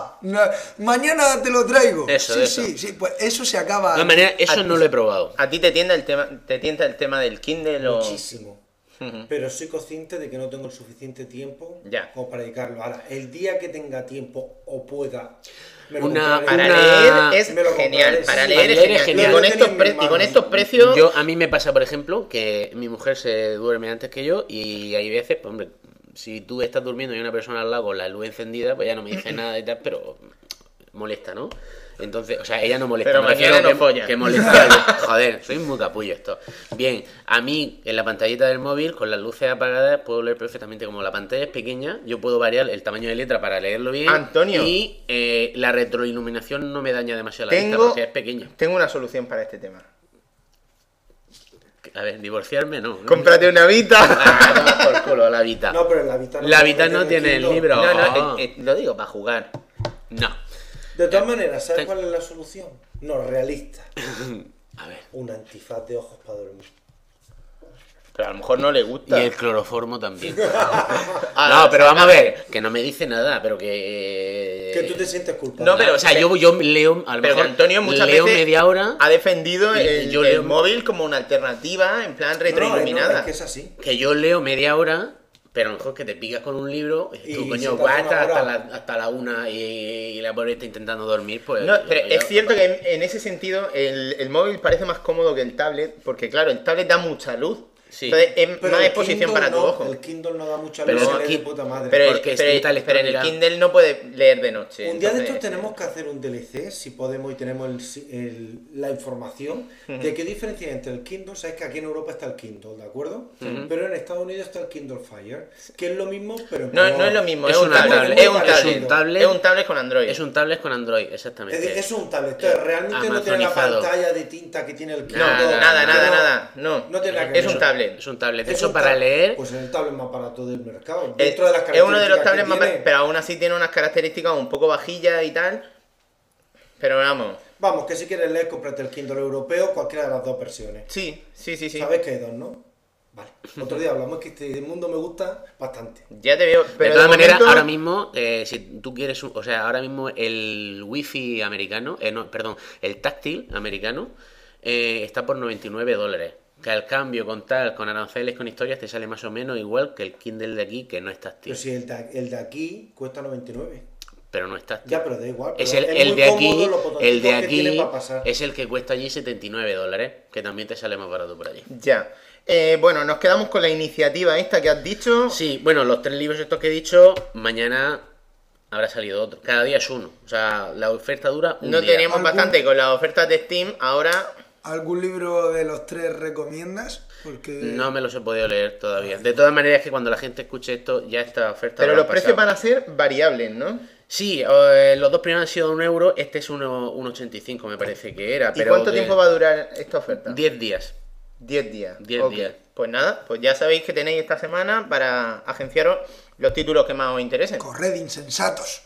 Mañana te lo traigo. Eso, sí, eso. sí, pues eso se acaba. De todas maneras, eso no lo he probado. ¿A ti te tienta el tema del Kindle o...? Muchísimo. Pero soy consciente de que no tengo el suficiente tiempo Ya. como para dedicarlo. Ahora, el día que tenga tiempo o pueda, me lo Una- compraré. Para Una- leer es me lo genial. compraré, Para sí. leer es Para leer es genial. genial. Y con Lo estos, tenía en mis y con manos. estos precios... A mí me pasa, por ejemplo, que mi mujer se duerme antes que yo y hay veces, pues hombre, si tú estás durmiendo y hay una persona al lado con la luz encendida, pues ya no me dice nada y tal, pero molesta, ¿no? Entonces, o sea, ella no molesta. Pero me refiero mañana no que, folla. que molesta. Joder, soy muy capullo esto. Bien, a mí en la pantallita del móvil, con las luces apagadas, puedo leer perfectamente. Como la pantalla es pequeña, yo puedo variar el tamaño de letra para leerlo bien. Antonio. Y la retroiluminación no me daña demasiado la vista Tengo, porque es pequeña. tengo una solución para este tema. A ver, divorciarme no. Cómprate una Vita. Ah, toma por culo, la Vita. No, pero en la Vita La se Vita puede no tener tiene el Kindle. libro. No, lo digo para jugar. No. De todas maneras, ¿sabes Ten- cuál es la solución? No, realista. A ver. Un antifaz de ojos para dormir. Pero a lo mejor no le Y gusta. el cloroformo también. Ah, No, pero vamos a ver, que no me dice nada, pero que... Que tú te sientes culpable. No, pero- o sea, yo leo, a lo Pero que mejor Antonio muchas leo veces media hora, ha defendido Y- el, yo el leo- móvil como una alternativa en plan No, retroiluminada. es que es así. que yo leo media hora, pero a lo mejor que te picas con un libro, y tú, Y coño, se te hace aguanta una hasta hora. hasta la una y la pobre está intentando dormir, pues... No, pero yo- es cierto que en ese sentido el móvil parece más cómodo que el tablet, porque claro, el tablet da mucha luz. Sí. Entonces es Pero más el exposición Kindle para tu no, ojo. El Kindle no da mucha Pero luz, el se lee de Ki- puta madre. Pero, porque pero está en el electrónica. Kindle no puede leer de noche. Un día de entonces- estos tenemos que hacer un DLC, si podemos y tenemos la información de qué diferencia hay entre el Kindle. Sabes que aquí en Europa está el Kindle, ¿de acuerdo? Pero en Estados Unidos está el Kindle Fire, que es lo mismo, pero en No, color. no es lo mismo, Es es un una tablet. tablet. Es un Es tablet. un tablet. Es un tablet con Android. Es un tablet con Android, Es exactamente. decir, es un tablet. Entonces, realmente no tiene la Amazonizado. pantalla de tinta que tiene el Kindle. No, nada. No No tiene nada que Es ver. un tablet. tablet. Es un tablet. De Es hecho, un para tab- leer... Pues es el tablet más barato del mercado. Es Dentro de las es uno de los características tablets que más tiene. baratos, pero aún así tiene unas características un poco vajillas y tal. Pero vamos. Vamos, que si quieres leer, cómprate el Kindle europeo, cualquiera de las dos versiones. Sí. ¿Sabes que hay dos, no? Vale. Otro día hablamos, que este mundo me gusta bastante. Ya te veo. Pero de todas maneras, momento- ahora mismo, si tú quieres, o sea, ahora mismo el wifi americano, no, perdón, el táctil americano está por $99. Que al cambio con aranceles, con historias, te sale más o menos igual que el Kindle de aquí, que no es táctil. Pero si el de aquí cuesta 99. Pero no es táctil. Ya, pero da igual. Es pero el muy de cómodo aquí, los botoncitos el de que tiene aquí para pasar. es el que cuesta allí $79, que también te sale más barato por allí. Ya. Bueno, nos quedamos con la iniciativa esta que has dicho. Sí, bueno, los 3 libros estos que he dicho, mañana habrá salido otro. Cada día es uno. O sea, la oferta dura un No día. teníamos ¿Algún- bastante con las ofertas de Steam, ahora... ¿Algún libro de los 3 recomiendas? Porque No me los he podido leer todavía. De todas maneras, que cuando la gente escuche esto, ya esta oferta Pero habrá los precios pasado. van a ser variables, ¿no? Sí, los dos primeros han sido €1, este es 1,85 me parece que era. ¿Y Pero cuánto tiempo va a durar esta oferta? 10 días. 10 días. 10 Ok. días. Pues nada, pues ya sabéis que tenéis esta semana para agenciaros los títulos que más os interesen. corred insensatos.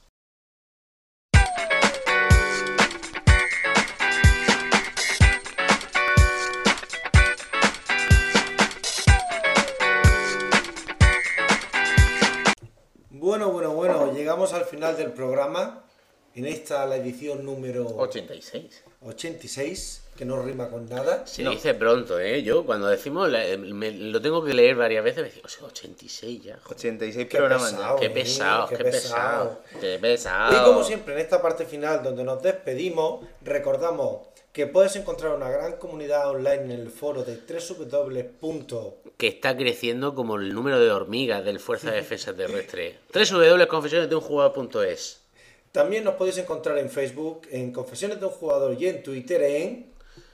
Bueno, llegamos al final del programa. En esta, la edición número 86. 86, que no rima con nada. Se No. dice pronto, ¿eh? Yo cuando decimos, lo tengo que leer varias veces, me digo, o sea, 86 ya. Joder, 86 Qué programas pesado. ya. qué Niño, pesado, qué qué pesado. Qué pesado. Y como siempre, en esta parte final donde nos despedimos, recordamos que puedes encontrar una gran comunidad online en el foro de www. Que está creciendo como el número de hormigas del Fuerza de Defensa Terrestre. www.confesionesdeunjugador.es. También nos podéis encontrar en Facebook, en Confesiones de un Jugador y en Twitter en...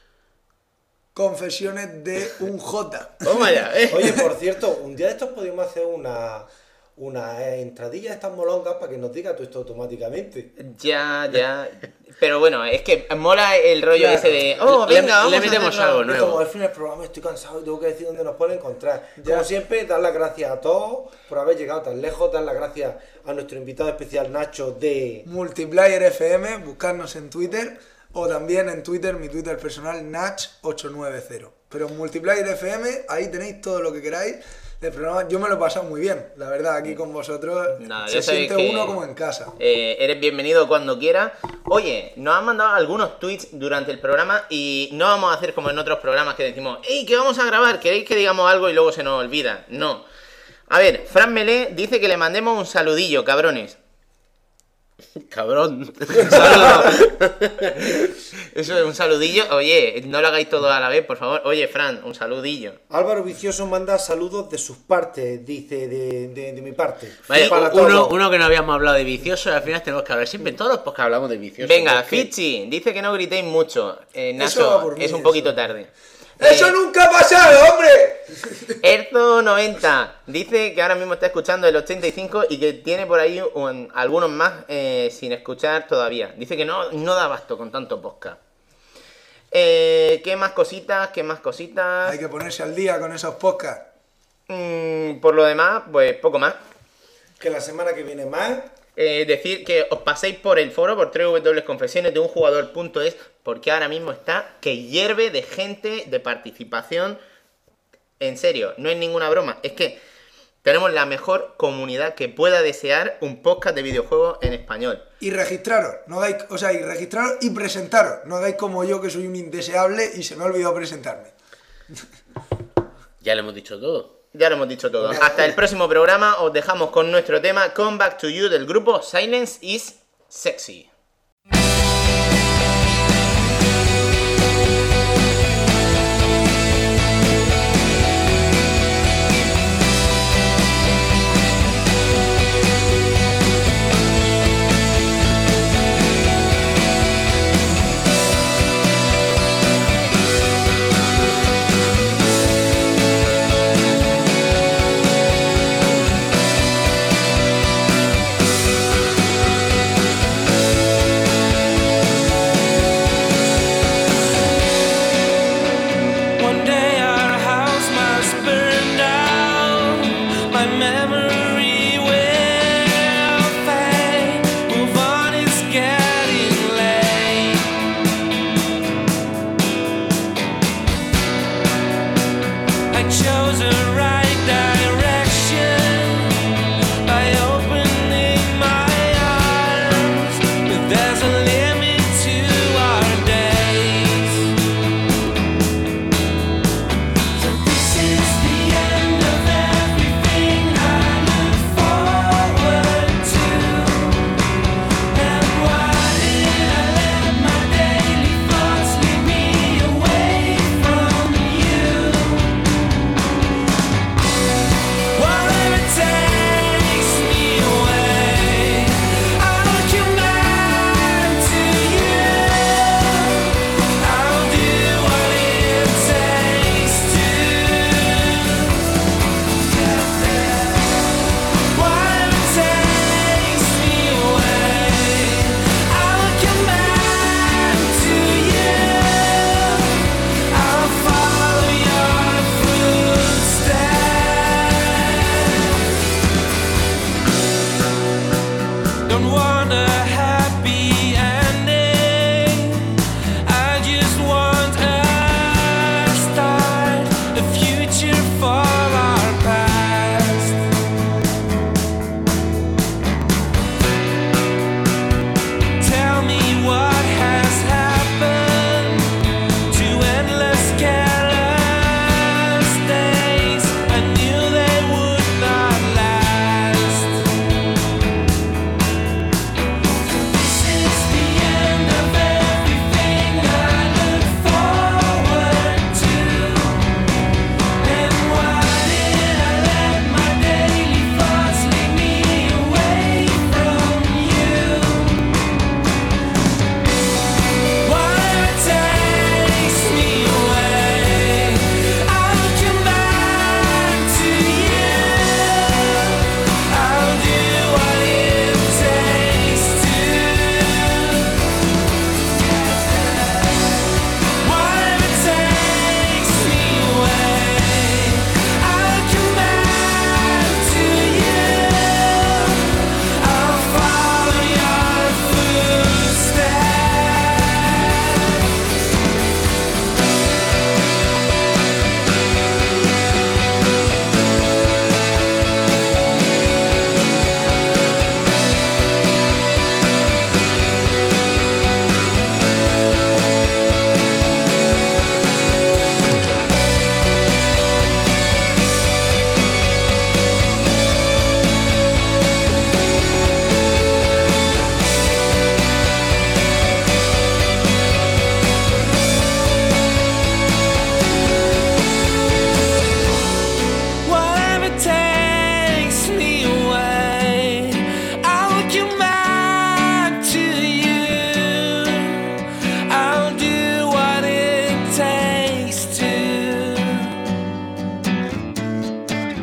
Confesiones de un J. Toma ya, Oye, por cierto, un día de estos podríamos hacer una entradilla de estas molongas para que nos diga todo esto automáticamente. Ya. Pero bueno, es que mola el rollo Claro. ese de... Oh, venga, vamos le a metemos hacerlo. algo Es nuevo. como al fin del programa estoy cansado y tengo que decir dónde nos pueden encontrar. Como siempre, dar las gracias a todos por haber llegado tan lejos, dar las gracias a nuestro invitado especial Nacho de... Multiplayer FM, buscarnos en Twitter o también en Twitter, mi Twitter personal, Nach890. Pero en Multiplayer FM, ahí tenéis todo lo que queráis del programa. Yo me lo he pasado muy bien, la verdad, aquí con vosotros. Nada, se ya sabéis siente que- uno como en casa. Eres bienvenido cuando quieras. Oye, nos han mandado algunos tweets durante el programa y no vamos a hacer como en otros programas que decimos, ¡Ey, que vamos a grabar! ¿Queréis que digamos algo y luego se nos olvida? No. A ver, Fran Melé dice que le mandemos un saludillo, cabrones. Cabrón. Saludos. Eso es un saludillo. Oye, no lo hagáis todo a la vez, por favor. Oye, Fran, un saludillo. Álvaro Vicioso manda saludos de sus partes, dice, de mi parte. Vaya, Para uno, todos. uno que no habíamos hablado de vicioso y al final tenemos que hablar. Siempre en todos los podcasts hablamos de vicioso. Venga, Es que- Fichi, dice que no gritéis mucho. Eso va Nacho, por mí, es un eso. poquito tarde. ¡Eso nunca ha pasado, hombre! Erzo90 dice que ahora mismo está escuchando el 85 y que tiene por ahí algunos más sin escuchar todavía. Dice que no da abasto con tanto podcast. ¿Qué más cositas? Hay que ponerse al día con esos podcasts. Por lo demás, pues poco más. Que la semana que viene más. Decir que os paséis por el foro, por www.confesionesdeunjugador.es, porque ahora mismo está que hierve de gente, de participación. En serio, no es ninguna broma. Es que tenemos la mejor comunidad que pueda desear un podcast de videojuegos en español. Y registraros, no hagáis, o sea, y registraros y presentaros. No hagáis como yo, que soy un indeseable y se me ha olvidado presentarme. Ya le hemos dicho todo. Ya lo hemos dicho todo. Hasta el próximo programa os dejamos con nuestro tema Come Back to You del grupo Silence is Sexy.